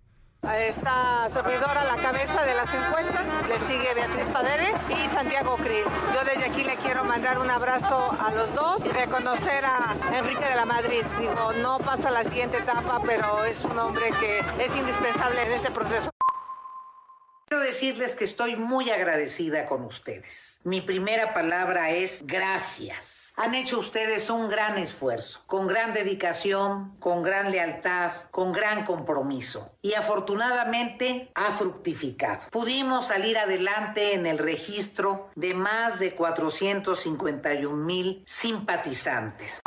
Speaker 15: Esta servidora a la cabeza de las encuestas, le sigue Beatriz Paredes y Santiago Krill. Yo desde aquí le quiero mandar un abrazo a los dos y reconocer a Enrique de la Madrid. Digo, no pasa a la siguiente etapa, pero es un hombre que es indispensable en este proceso.
Speaker 4: Quiero decirles que estoy muy agradecida con ustedes. Mi primera palabra es gracias. Han hecho ustedes un gran esfuerzo, con gran dedicación, con gran lealtad, con gran compromiso. Y afortunadamente ha fructificado. Pudimos salir adelante en el registro de más de cuatrocientos cincuenta y un mil simpatizantes.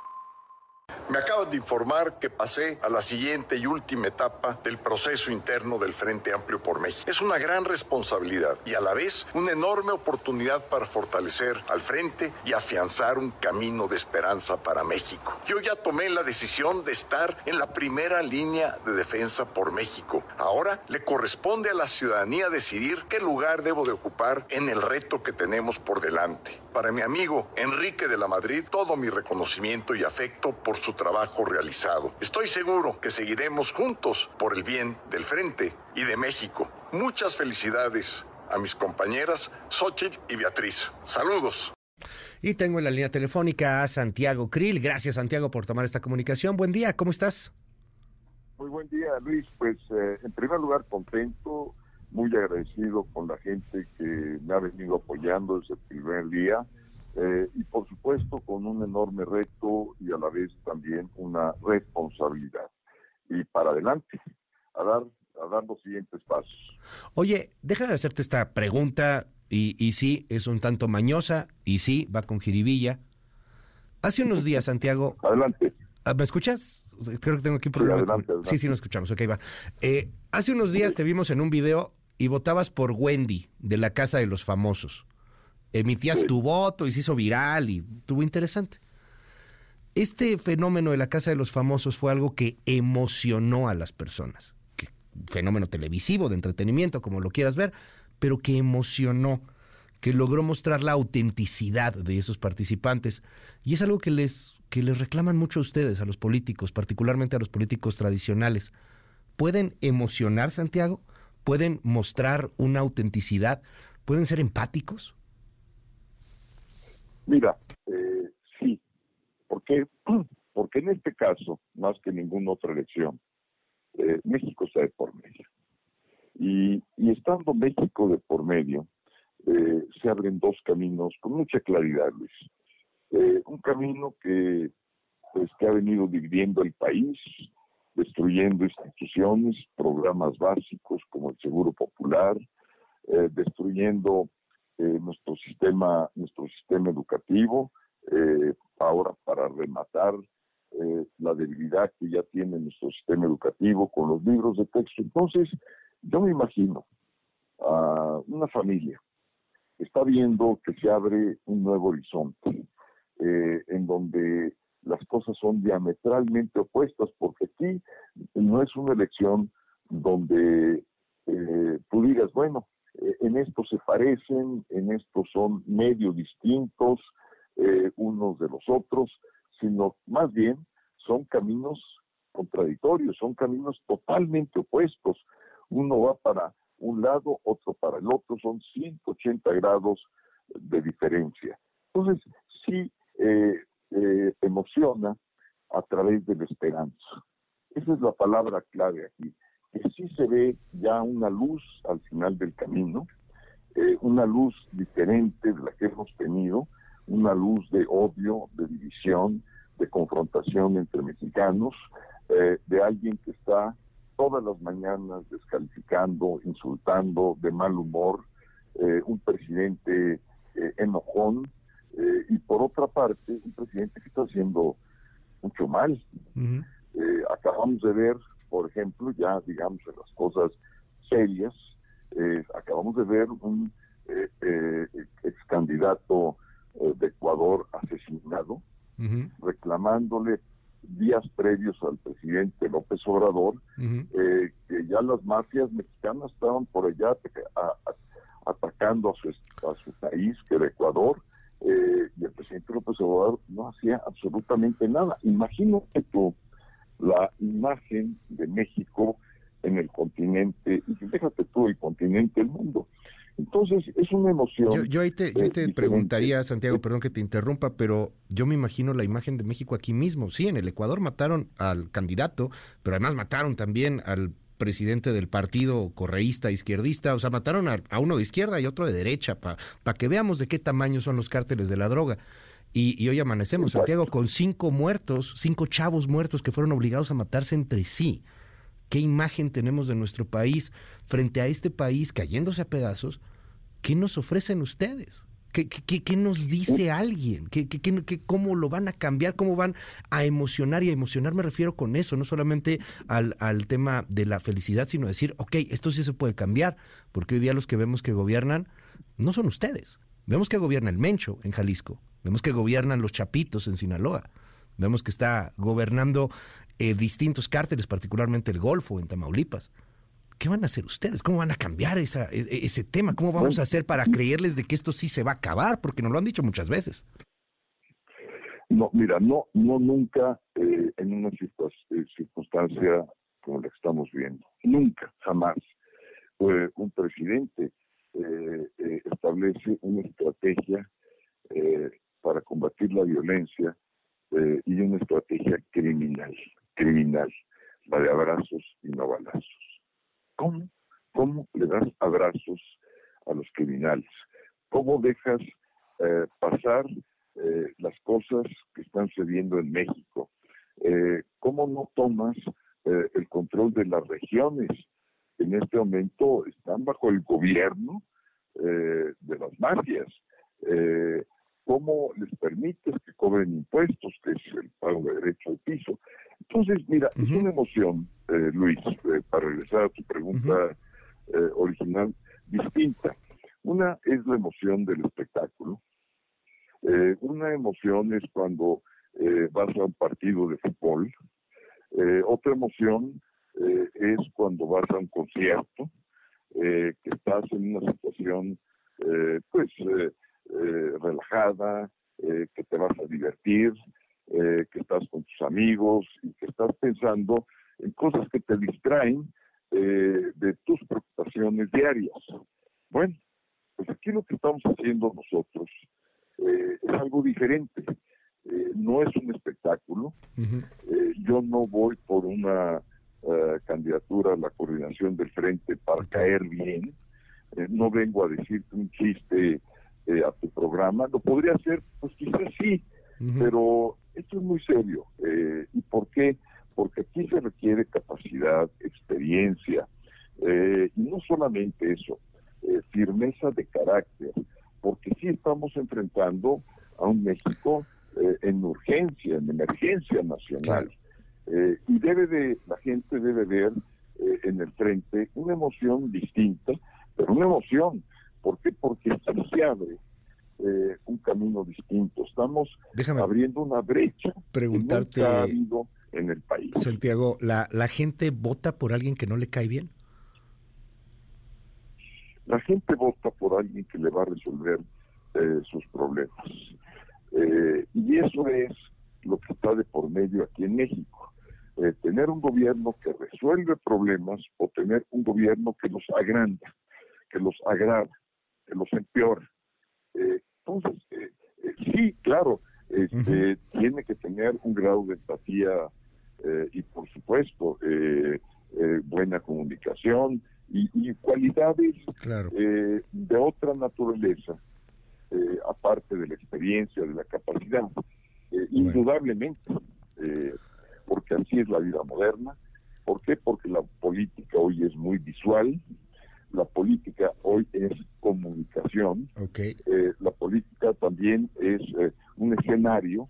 Speaker 5: Me acaban de informar que pasé a la siguiente y última etapa del proceso interno del Frente Amplio por México. Es una gran responsabilidad y a la vez una enorme oportunidad para fortalecer al Frente y afianzar un camino de esperanza para México. Yo ya tomé la decisión de estar en la primera línea de defensa por México. Ahora le corresponde a la ciudadanía decidir qué lugar debo de ocupar en el reto que tenemos por delante. Para mi amigo Enrique de la Madrid, todo mi reconocimiento y afecto por su trabajo trabajo realizado. Estoy seguro que seguiremos juntos por el bien del Frente y de México. Muchas felicidades a mis compañeras Xóchitl y Beatriz. Saludos.
Speaker 2: Y tengo en la línea telefónica a Santiago Krill. Gracias, Santiago, por tomar esta comunicación. Buen día, ¿cómo estás?
Speaker 1: Muy buen día, Luis. Pues eh, en primer lugar, contento, muy agradecido con la gente que me ha venido apoyando desde el primer día eh, y por supuesto con un enorme reto y a la vez también una responsabilidad. Y para adelante, a dar, a dar los siguientes pasos.
Speaker 2: Oye, deja de hacerte esta pregunta y, y sí, es un tanto mañosa y sí, va con jiribilla. Hace unos días, Santiago...
Speaker 1: Adelante.
Speaker 2: ¿Me escuchas? Creo que tengo aquí un problema.
Speaker 1: Sí, adelante,
Speaker 2: con...
Speaker 1: adelante.
Speaker 2: sí, sí, nos escuchamos. Ok, va. Eh, hace unos días te vimos en un video y votabas por Wendy, de la Casa de los Famosos. Emitías sí. tu voto y se hizo viral y estuvo interesante. Este fenómeno de la Casa de los Famosos fue algo que emocionó a las personas. Que, fenómeno televisivo, de entretenimiento, como lo quieras ver, pero que emocionó, que logró mostrar la autenticidad de esos participantes. Y es algo que les, que les reclaman mucho a ustedes, a los políticos, particularmente a los políticos tradicionales. ¿Pueden emocionar, Santiago? ¿Pueden mostrar una autenticidad? ¿Pueden ser empáticos?
Speaker 1: Mira, eh, sí. ¿Por qué? Porque en este caso, más que ninguna otra elección, eh, México está de por medio. Y, y estando México de por medio, eh, se abren dos caminos con mucha claridad, Luis. Eh, un camino que, pues, que ha venido dividiendo el país, destruyendo instituciones, programas básicos como el Seguro Popular, eh, destruyendo eh, nuestro sistema, nuestro sistema educativo, eh, ahora para rematar eh, la debilidad que ya tiene nuestro sistema educativo con los libros de texto. Entonces, yo me imagino a una familia que está viendo que se abre un nuevo horizonte, eh, en donde las cosas son diametralmente opuestas, porque aquí no es una elección donde eh, tú digas, bueno, eh, en esto se parecen, en esto son medio distintos eh, unos de los otros, sino más bien son caminos contradictorios, son caminos totalmente opuestos. Uno va para un lado, otro para el otro, son ciento ochenta grados de diferencia. Entonces, sí, eh, Eh, emociona a través de la esperanza. Esa es la palabra clave aquí, que sí se ve ya una luz al final del camino, eh, una luz diferente de la que hemos tenido, una luz de odio, de división, de confrontación entre mexicanos, eh, de alguien que está todas las mañanas descalificando, insultando, de mal humor, eh, un presidente eh, enojón, Eh, y por otra parte, un presidente que está haciendo mucho mal. Uh-huh. Eh, acabamos de ver, por ejemplo, ya digamos en las cosas serias, eh, acabamos de ver un eh, eh, ex candidato eh, de Ecuador asesinado, uh-huh. reclamándole días previos al presidente López Obrador, uh-huh. eh, que ya las mafias mexicanas estaban por allá a, a, atacando a su, a su país, que era Ecuador. Eh, y el presidente López Obrador no hacía absolutamente nada. Imagínate tú la imagen de México en el continente, y déjate tú el continente, el mundo. Entonces, es una emoción.
Speaker 2: Yo, yo ahí te, yo ahí te preguntaría, Santiago, perdón que te interrumpa, pero yo me imagino la imagen de México aquí mismo. Sí, en el Ecuador mataron al candidato, pero además mataron también al presidente del partido correísta, izquierdista, o sea, mataron a, a uno de izquierda y otro de derecha, para pa que veamos de qué tamaño son los cárteles de la droga. Y, y hoy amanecemos, Exacto. Santiago, con cinco muertos, cinco chavos muertos que fueron obligados a matarse entre sí. ¿Qué imagen tenemos de nuestro país frente a este país cayéndose a pedazos? ¿Qué nos ofrecen ustedes? ¿Qué, qué, qué nos dice alguien? ¿Qué, qué, qué, qué, ¿Cómo lo van a cambiar? ¿Cómo van a emocionar? Y a emocionar me refiero con eso, no solamente al, al tema de la felicidad, sino decir, ok, esto sí se puede cambiar, porque hoy día los que vemos que gobiernan no son ustedes. Vemos que gobierna el Mencho en Jalisco, vemos que gobiernan los Chapitos en Sinaloa, vemos que está gobernando eh, distintos cárteles, particularmente el Golfo en Tamaulipas. ¿Qué van a hacer ustedes? ¿Cómo van a cambiar esa, ese tema? ¿Cómo vamos a hacer para creerles de que esto sí se va a acabar? Porque nos lo han dicho muchas veces.
Speaker 1: No, mira, no, no nunca eh, en una circunstancia como la que estamos viendo. Nunca, jamás. Eh, un presidente eh, eh, establece una estrategia eh, para combatir la violencia eh, y una estrategia criminal, criminal, la de abrazos y no balazos. ¿Cómo? ¿Cómo le das abrazos a los criminales? ¿Cómo dejas eh, pasar eh, las cosas que están sucediendo en México? Eh, ¿Cómo no tomas eh, el control de las regiones? En este momento están bajo el gobierno eh, de las mafias. Eh, ¿Cómo les permites que cobren impuestos, que es el pago de derecho al piso? Entonces, mira, uh-huh. es una emoción, eh, Luis, eh, para regresar a tu pregunta uh-huh. eh, original, distinta. Una es la emoción del espectáculo. Eh, una emoción es cuando eh, vas a un partido de fútbol. Eh, otra emoción eh, es cuando vas a un concierto, eh, que estás en una situación, eh, pues, eh, eh, relajada, eh, que te vas a divertir, eh, que estás con tus amigos y que estás pensando en cosas que te distraen eh, de tus preocupaciones diarias. Bueno, pues aquí lo que estamos haciendo nosotros eh, es algo diferente. Eh, no es un espectáculo. Uh-huh. Eh, yo no voy por una uh, candidatura a la coordinación del frente para okay. caer bien. Eh, no vengo a decirte un chiste eh, a tu programa. Lo podría hacer, pues quizás sí, uh-huh. pero esto es muy serio. Eh, ¿Y por qué? Porque aquí se requiere capacidad, experiencia, eh, y no solamente eso, eh, firmeza de carácter, porque sí estamos enfrentando a un México eh, en urgencia, en emergencia nacional. Eh, y debe de, la gente debe ver eh, en el frente una emoción distinta, pero una emoción. ¿Por qué? Porque sí se abre eh, un camino distinto. Estamos Déjame abriendo una brecha
Speaker 2: preguntarte,
Speaker 1: que nunca ha habido en el país.
Speaker 2: Santiago, ¿la, ¿la gente vota por alguien que no le cae bien?
Speaker 1: La gente vota por alguien que le va a resolver eh, sus problemas. Eh, y eso es lo que está de por medio aquí en México. Eh, tener un gobierno que resuelve problemas o tener un gobierno que los agranda, que los agrava, que los empeora. Eh, entonces, eh, eh, sí, claro, este, uh-huh. tiene que tener un grado de empatía eh, y, por supuesto, eh, eh, buena comunicación y, y cualidades
Speaker 2: claro.
Speaker 1: eh, de otra naturaleza, eh, aparte de la experiencia, de la capacidad. Eh, bueno. Indudablemente, eh, porque así es la vida moderna. ¿Por qué? Porque la política hoy es muy visual. La política hoy es comunicación.
Speaker 2: Okay.
Speaker 1: Eh, la política también es eh, un escenario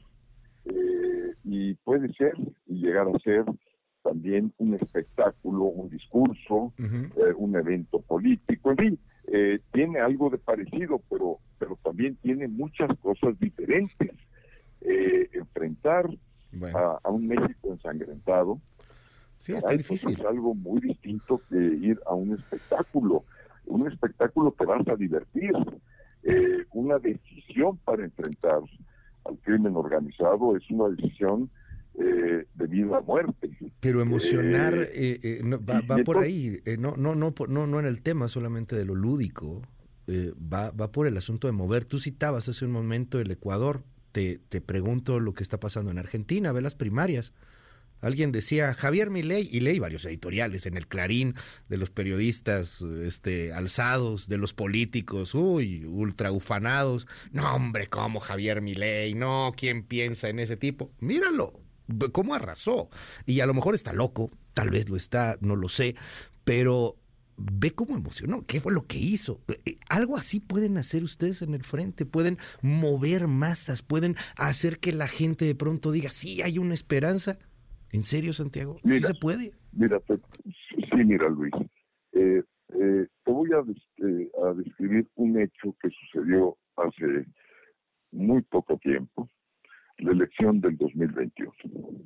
Speaker 1: eh, y puede ser y llegar a ser también un espectáculo, un discurso, uh-huh. eh, un evento político. En fin, eh, tiene algo de parecido, pero, pero también tiene muchas cosas diferentes. Eh, enfrentar bueno. a, a un México ensangrentado.
Speaker 2: Sí, está difícil.
Speaker 1: Es algo muy distinto que ir a un espectáculo. Un espectáculo te vas a divertir. Eh, una decisión para enfrentar al crimen organizado es una decisión eh, de vida a muerte.
Speaker 2: Pero emocionar eh, eh, eh, no, va, va por ahí. Eh, no, no, no, no, no en el tema solamente de lo lúdico. Eh, va, va por el asunto de mover. Tú citabas hace un momento el Ecuador. Te, te pregunto lo que está pasando en Argentina. Ve las primarias. Alguien decía, Javier Milei, y leí varios editoriales en el Clarín, de los periodistas este, alzados, de los políticos, uy, ultra ufanados. No, hombre, ¿cómo Javier Milei? No, ¿quién piensa en ese tipo? Míralo, cómo arrasó. Y a lo mejor está loco, tal vez lo está, no lo sé, pero ve cómo emocionó, qué fue lo que hizo. Algo así pueden hacer ustedes en el frente, pueden mover masas, pueden hacer que la gente de pronto diga, sí, hay una esperanza. ¿En serio, Santiago?
Speaker 1: Mira,
Speaker 2: ¿Sí se puede?
Speaker 1: Mira, te, sí, mira, Luis. Eh, eh, te voy a, eh, a describir un hecho que sucedió hace muy poco tiempo, la elección del dos mil veintiuno.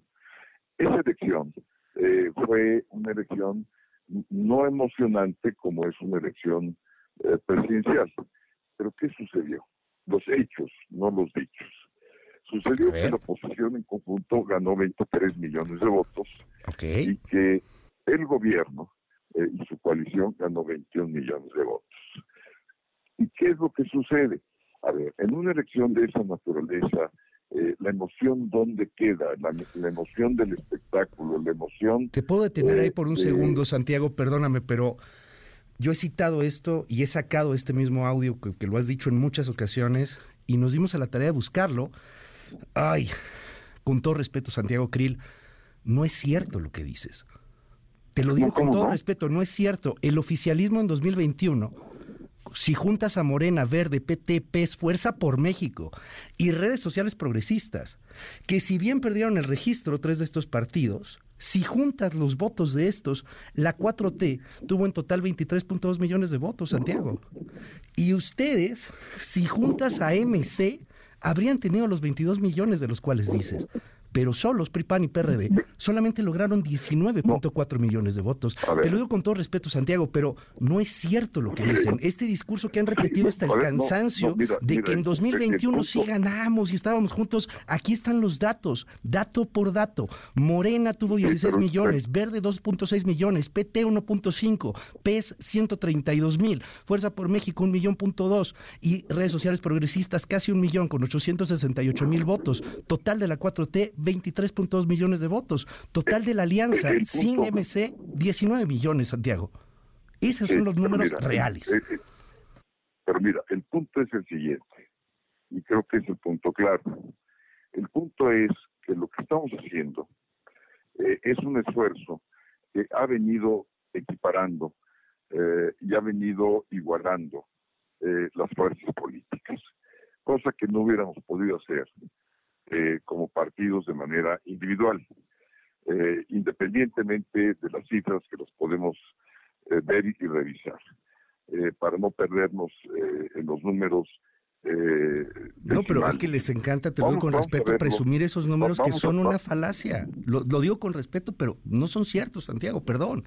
Speaker 1: Esa elección eh, fue una elección no emocionante como es una elección eh, presidencial. Pero ¿qué sucedió? Los hechos, no los dichos. Sucedió que la oposición en conjunto ganó veintitrés millones de votos
Speaker 2: okay.
Speaker 1: y que el gobierno eh, y su coalición ganó veintiún millones de votos. ¿Y qué es lo que sucede? A ver, en una elección de esa naturaleza, eh, la emoción, ¿dónde queda? La, la emoción del espectáculo, la emoción...
Speaker 2: Te puedo detener
Speaker 1: eh,
Speaker 2: ahí por un
Speaker 1: de...
Speaker 2: segundo, Santiago, perdóname, pero yo he citado esto y he sacado este mismo audio que, que lo has dicho en muchas ocasiones y nos dimos a la tarea de buscarlo. Ay, con todo respeto, Santiago Krill, no es cierto lo que dices. Te lo digo
Speaker 1: no,
Speaker 2: con todo
Speaker 1: no?
Speaker 2: respeto, no es cierto. El oficialismo en dos mil veintiuno, si juntas a Morena, Verde, P T, P E S, Fuerza por México y redes sociales progresistas, que si bien perdieron el registro tres de estos partidos, si juntas los votos de estos, la cuatro T tuvo en total veintitrés punto dos millones de votos, Santiago. Y ustedes, si juntas a M C, habrían tenido los veintidós millones de los cuales dices. Pero solos, P R I, P A N y P R D, solamente lograron diecinueve punto cuatro millones de votos. Te lo digo con todo respeto, Santiago, pero no es cierto lo que dicen. Este discurso que han repetido hasta el
Speaker 1: ver,
Speaker 2: cansancio
Speaker 1: no, no, mira,
Speaker 2: de
Speaker 1: mira,
Speaker 2: que en dos mil veintiuno sí ganamos y estábamos juntos. Aquí están los datos, dato por dato. Morena tuvo dieciséis
Speaker 1: pero,
Speaker 2: millones,
Speaker 1: pero,
Speaker 2: Verde dos punto seis millones, P T uno punto cinco, P E S ciento treinta y dos mil, Fuerza por México un millón punto dos y redes sociales progresistas casi un millón con ochocientos sesenta y ocho mil votos. Total de la cuatro T, veintitrés punto dos millones de votos. Total de la alianza,
Speaker 1: el, el
Speaker 2: sin
Speaker 1: punto,
Speaker 2: M C, diecinueve millones, Santiago. Esos son los números
Speaker 1: mira,
Speaker 2: reales.
Speaker 1: Eh, eh, pero mira, el punto es el siguiente, y creo que es el punto claro. El punto es que lo que estamos haciendo eh, es un esfuerzo que ha venido equiparando eh, y ha venido igualando eh, las fuerzas políticas, cosa que no hubiéramos podido hacer Eh, como partidos de manera individual, eh, independientemente de las cifras que los podemos eh, ver y, y revisar, eh, para no perdernos eh, en los números. Eh,
Speaker 2: no, pero es que les encanta, te lo digo con respeto, ver, presumir esos números que son a, una falacia. Lo, lo digo con respeto, pero no son ciertos, Santiago, perdón.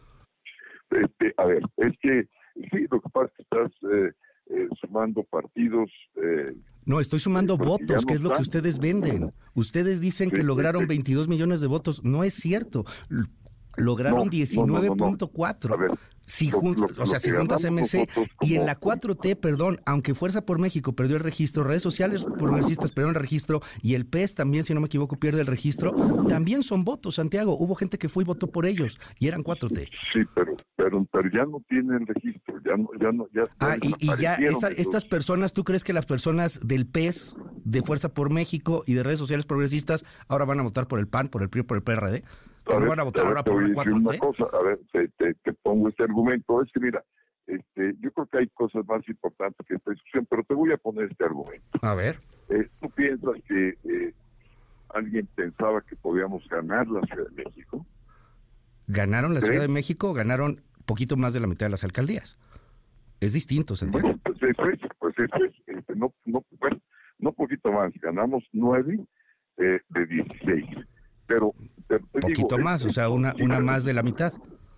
Speaker 1: Este, a ver, es que sí, lo que pasa es que estás eh, eh, sumando partidos. Eh,
Speaker 2: No, estoy sumando eh, votos, no que es lo están. que ustedes venden. Ustedes dicen sí, que lograron sí, sí. veintidós millones de votos. No es cierto. L- lograron no, diecinueve punto cuatro. No, no, no, no. Si jun- lo, lo, o sea, si juntas M C como, y en la cuatro T, perdón, aunque Fuerza por México perdió el registro, redes sociales progresistas perdieron el registro y el P E S también, si no me equivoco, pierde el registro, también son votos, Santiago. Hubo gente que fue y votó por ellos y eran cuatro T.
Speaker 1: Sí, pero pero, pero ya no tienen registro, ya no, ya no, ya.
Speaker 2: Ah, y, y ya esta, estas personas, ¿tú crees que las personas del P E S, de Fuerza por México y de redes sociales progresistas ahora van a votar por el P A N, por el P R I, por el P R D? ¿Que no van a votar a ver, ahora por la cuatro T?
Speaker 1: Una cosa, a ver, te, te, te pongo este argumento. Es que mira, este, yo creo que hay cosas más importantes que esta discusión, pero te voy a poner este argumento.
Speaker 2: A ver.
Speaker 1: Eh, ¿Tú piensas que eh, alguien pensaba que podíamos ganar la Ciudad de México?
Speaker 2: ¿Ganaron la ¿Sí? Ciudad de México? Ganaron poquito más de la mitad de las alcaldías. Es distinto, Santiago.
Speaker 1: Bueno, pues eso es, pues eso es. Este, no, no, bueno, no poquito más. Ganamos nueve eh, de dieciséis. Pero, pero te
Speaker 2: poquito
Speaker 1: digo,
Speaker 2: más,
Speaker 1: es,
Speaker 2: o sea, una, una más de la mitad.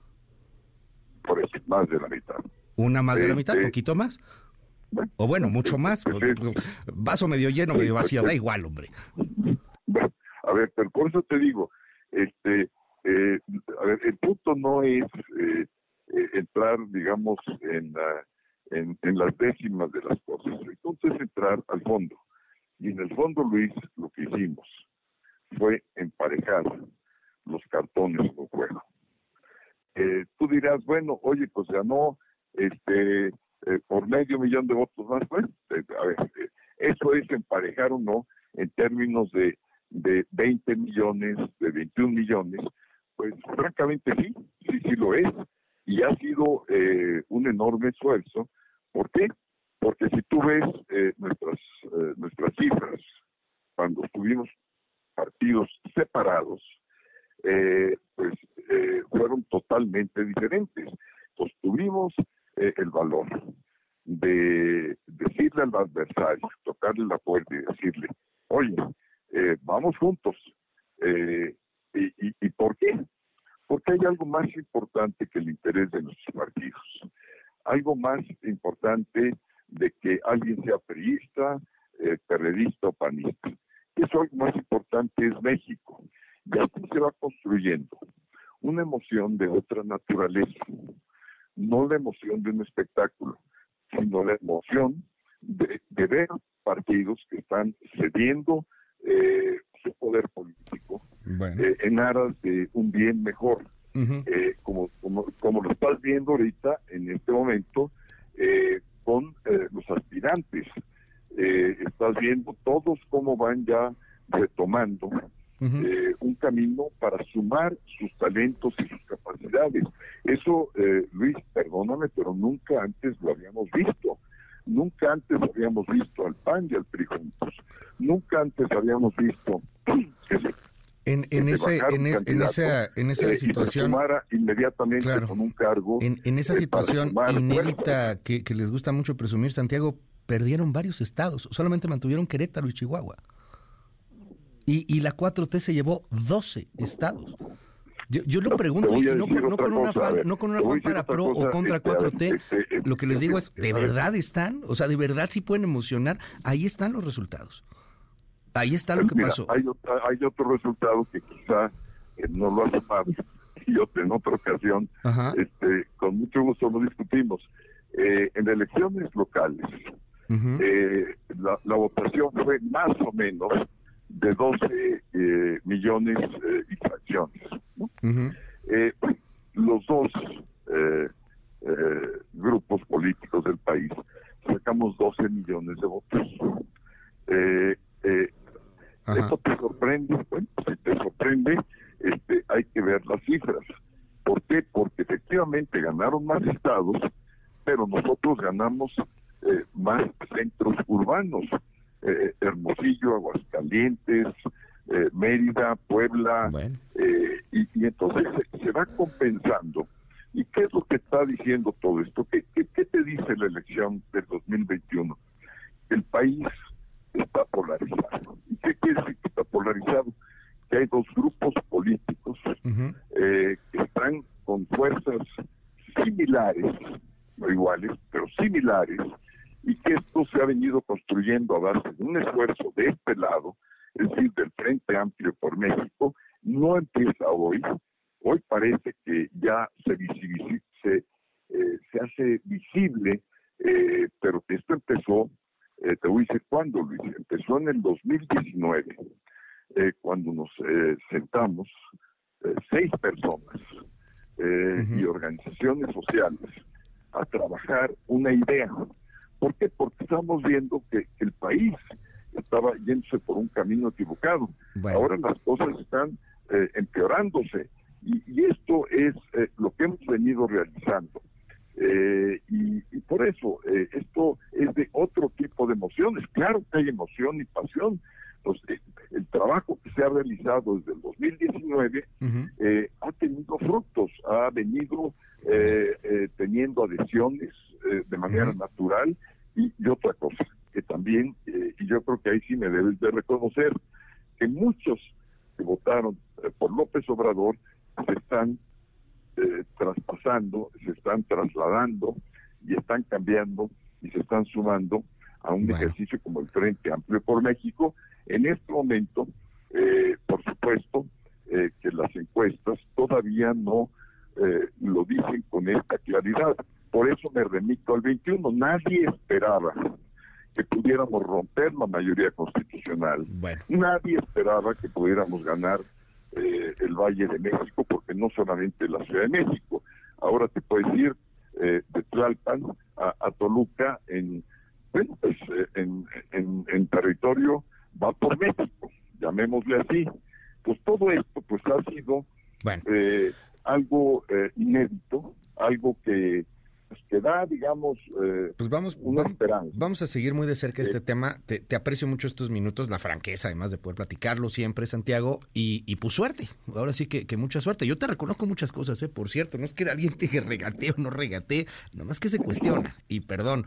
Speaker 1: Por eso, más de la mitad.
Speaker 2: Una más
Speaker 1: eh,
Speaker 2: de la mitad,
Speaker 1: eh,
Speaker 2: poquito más.
Speaker 1: Bueno,
Speaker 2: o bueno, mucho más.
Speaker 1: Pues
Speaker 2: pues, vaso medio lleno, medio vacío, da igual, hombre.
Speaker 1: Bueno, a ver, pero por eso te digo, este, eh, a ver, el punto no es eh, eh, entrar, digamos, en, la, en, en las décimas de las cosas. El punto es entrar al fondo. Y en el fondo, Luis, lo que hicimos fue emparejar los cartones en juego. Eh, tú dirás, bueno, oye, pues ganó este eh, por medio millón de votos más. Bueno, eh, a ver, eh, eso es emparejar o no en términos de, de veinte millones, de veintiún millones. Pues francamente sí, sí, sí lo es. Y ha sido eh, un enorme esfuerzo. ¿Por qué? Porque si tú ves eh, nuestras, eh, nuestras cifras, cuando estuvimos partidos separados, eh, pues eh, fueron totalmente diferentes. Pues tuvimos eh, el valor de decirle al adversario, tocarle la puerta y decirle, oye, eh, vamos juntos. Eh, y, y, ¿Y por qué? Porque hay algo más importante que el interés de nuestros partidos. Algo más importante de que alguien sea priista, eh, perredista o panista. ¿Qué eso algo más importante es México. Y así se va construyendo una emoción de otra naturaleza, no la emoción de un espectáculo, sino la emoción de, de ver partidos que están cediendo eh, su poder político bueno. eh, en aras de un bien mejor. Uh-huh. eh, como, como, como lo estás viendo ahorita, en este momento, eh, con eh, los aspirantes. Eh, estás viendo todos cómo van ya retomando uh-huh. eh, un camino para sumar sus talentos y sus capacidades. Eso, eh, Luis, perdóname, pero nunca antes lo habíamos visto. Nunca antes habíamos visto al P A N y al P R I juntos. Nunca antes habíamos visto que se,
Speaker 2: en, en,
Speaker 1: que
Speaker 2: ese, en, es, en esa, en esa
Speaker 1: eh,
Speaker 2: situación
Speaker 1: y se sumara inmediatamente claro, con un cargo.
Speaker 2: En, en esa situación eh, inédita que, que les gusta mucho presumir, Santiago, perdieron varios estados, solamente mantuvieron Querétaro y Chihuahua. Y, y la cuatro T se llevó doce estados. Yo, yo lo pregunto, y no, no, con un afán, no con un afán para pro o contra cuatro T, lo que les digo es, ¿de verdad están? O sea, ¿de verdad sí pueden emocionar? Ahí están los resultados. Ahí está lo que
Speaker 1: Mira,
Speaker 2: pasó.
Speaker 1: Hay, hay otro resultado que quizá eh, no lo hace mal, y otro en otra ocasión, este, con mucho gusto lo discutimos. Eh, en elecciones locales, uh-huh. eh, la, la votación fue más o menos de doce eh, millones eh, y fracciones, ¿no? Uh-huh. eh, los dos eh, eh, grupos políticos del país sacamos doce millones de votos. Eh, eh, ¿Esto te sorprende? Bueno, si te sorprende, este, hay que ver las cifras. ¿Por qué? Porque efectivamente ganaron más estados, pero nosotros ganamos eh, más centros urbanos. Eh, Hermosillo, Aguascalientes, eh, Mérida, Puebla, bueno. eh, y, y entonces se, se va compensando. ¿Y qué es lo que está diciendo todo esto? ¿Qué, qué, qué te dice la elección del dos mil veintiuno? El país está polarizado. ¿Y qué quiere decir que está polarizado? Que hay dos grupos políticos uh-huh. eh, que están con fuerzas similares, no iguales, pero similares, y que esto se ha venido construyendo a base de un esfuerzo de este lado, es decir, del Frente Amplio por México. No empieza hoy, hoy parece que ya se visibiliza, se, eh, se hace visible, eh, pero que esto empezó, eh, te voy a decir cuándo, Luis, empezó en el dos mil diecinueve, eh, cuando nos eh, sentamos eh, seis personas eh, uh-huh. y organizaciones sociales a trabajar una idea. ¿Por qué? Porque estamos viendo que, que el país estaba yéndose por un camino equivocado. Bueno. Ahora las cosas están eh, empeorándose y, y esto es eh, lo que hemos venido realizando. Eh, y, y por eso eh, esto es de otro tipo de emociones. Claro que hay emoción y pasión. Pues, eh, el trabajo que se ha realizado desde el dos mil diecinueve uh-huh. eh, ha tenido frutos, ha venido eh, eh, teniendo adhesiones eh, de manera uh-huh. natural y, y otra cosa que también, eh, y yo creo que ahí sí me debes de reconocer, que muchos que votaron eh, por López Obrador se están eh, traspasando, se están trasladando y están cambiando y se están sumando a un bueno. ejercicio como el Frente Amplio por México. En este momento, eh, por supuesto, eh, que las encuestas todavía no eh, lo dicen con esta claridad. Por eso me remito al veintiuno. Nadie esperaba que pudiéramos romper la mayoría constitucional. Bueno. Nadie esperaba que pudiéramos ganar eh, el Valle de México, porque no solamente la Ciudad de México. Ahora te puedes ir eh, de Tlalpan a, a Toluca en, bueno, pues, eh, en, en, en territorio va por México, llamémosle así. Pues todo esto pues ha sido bueno. eh, algo eh, inédito, algo que pues, que da, digamos, eh,
Speaker 2: pues vamos,
Speaker 1: una
Speaker 2: vamos,
Speaker 1: esperanza.
Speaker 2: Vamos a seguir muy de cerca este eh, tema. Te, te aprecio mucho estos minutos, la franqueza, además de poder platicarlo siempre, Santiago, y, y pues suerte. Ahora sí que, que mucha suerte. Yo te reconozco muchas cosas, eh, por cierto, no es que alguien te regatee o no regatee, nomás que se cuestiona. Y perdón,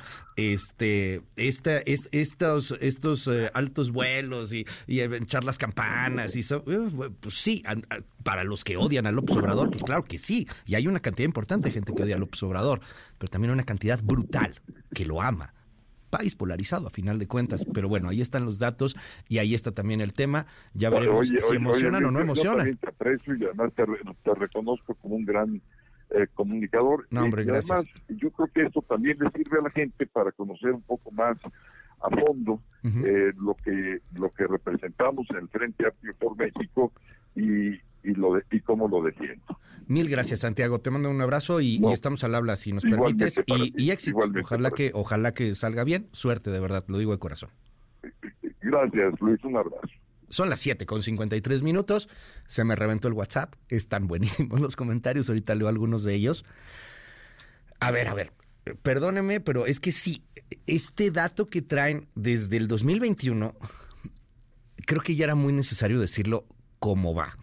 Speaker 2: este, esta, es, estos, estos eh, altos vuelos y, y echar las campanas, y so, eh, pues sí, a, a, para los que odian a López Obrador, pues claro que sí, y hay una cantidad importante de gente que odia a López Obrador, pero también una cantidad brutal que lo ama. país polarizado a final de cuentas, pero bueno, ahí están los datos y ahí está también el tema. Ya
Speaker 1: Oye,
Speaker 2: veremos
Speaker 1: oye,
Speaker 2: si emocionan
Speaker 1: oye,
Speaker 2: o no
Speaker 1: yo
Speaker 2: emocionan.
Speaker 1: también te aprecio y además te, te reconozco como un gran eh, comunicador.
Speaker 2: No, hombre,
Speaker 1: y
Speaker 2: gracias.
Speaker 1: además, yo creo que esto también le sirve a la gente para conocer un poco más a fondo uh-huh. eh, lo que lo que representamos en el Frente Amplio por México y, y, lo de, y cómo lo defiendo.
Speaker 2: Mil gracias, Santiago. Te mando un abrazo y, no, y estamos al habla si nos permites. Y, y éxito. Ojalá que, ojalá que salga bien. Suerte, de verdad, lo digo de corazón.
Speaker 1: Gracias, Luis. Un abrazo.
Speaker 2: Son las siete con cincuenta y tres minutos. Se me reventó el WhatsApp. Están buenísimos los comentarios. Ahorita leo algunos de ellos. A ver, a ver. Perdóneme, pero es que sí, este dato que traen desde el dos mil veintiuno, creo que ya era muy necesario decirlo cómo va.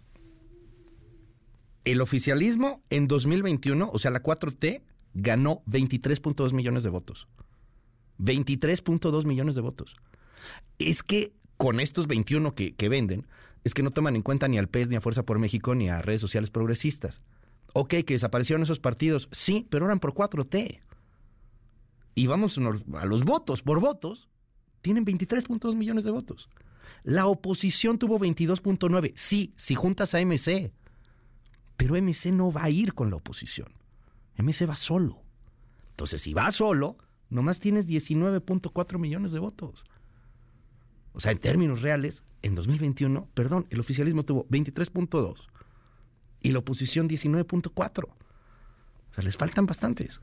Speaker 2: El oficialismo en dos mil veintiuno, o sea, la cuatro T, ganó veintitrés punto dos millones de votos. veintitrés punto dos millones de votos. Es que con estos veintiuno que, que venden, es que no toman en cuenta ni al P E S, ni a Fuerza por México, ni a redes sociales progresistas. Ok, que desaparecieron esos partidos, sí, pero eran por cuatro T. Y vamos a los votos, por votos, tienen veintitrés punto dos millones de votos. La oposición tuvo veintidós punto nueve. Sí, si juntas a M C. Pero M C no va a ir con la oposición. M C va solo. Entonces, si va solo, nomás tienes diecinueve punto cuatro millones de votos. O sea, en términos reales, en dos mil veintiuno, perdón, el oficialismo tuvo veintitrés punto dos y la oposición diecinueve punto cuatro. O sea, les faltan bastantes.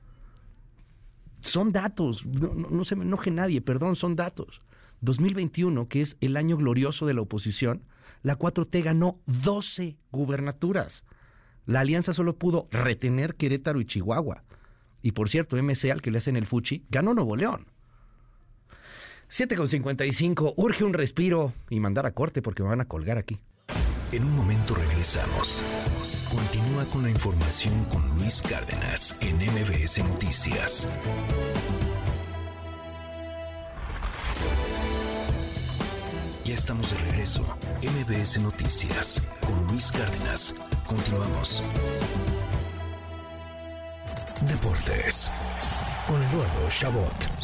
Speaker 2: Son datos, no, no, no se me enoje nadie, perdón, son datos. dos mil veintiuno, que es el año glorioso de la oposición, la cuatro T ganó doce gubernaturas. La alianza solo pudo retener Querétaro y Chihuahua. Y por cierto, M C, al que le hacen el fuchi, ganó Nuevo León. siete con cincuenta y cinco, urge un respiro y mandar a corte porque me van a colgar aquí.
Speaker 8: En un momento regresamos. Continúa con la información con Luis Cárdenas en M B S Noticias. Ya estamos de regreso. M B S Noticias con Luis Cárdenas. Continuamos. Deportes con Eduardo Chabot.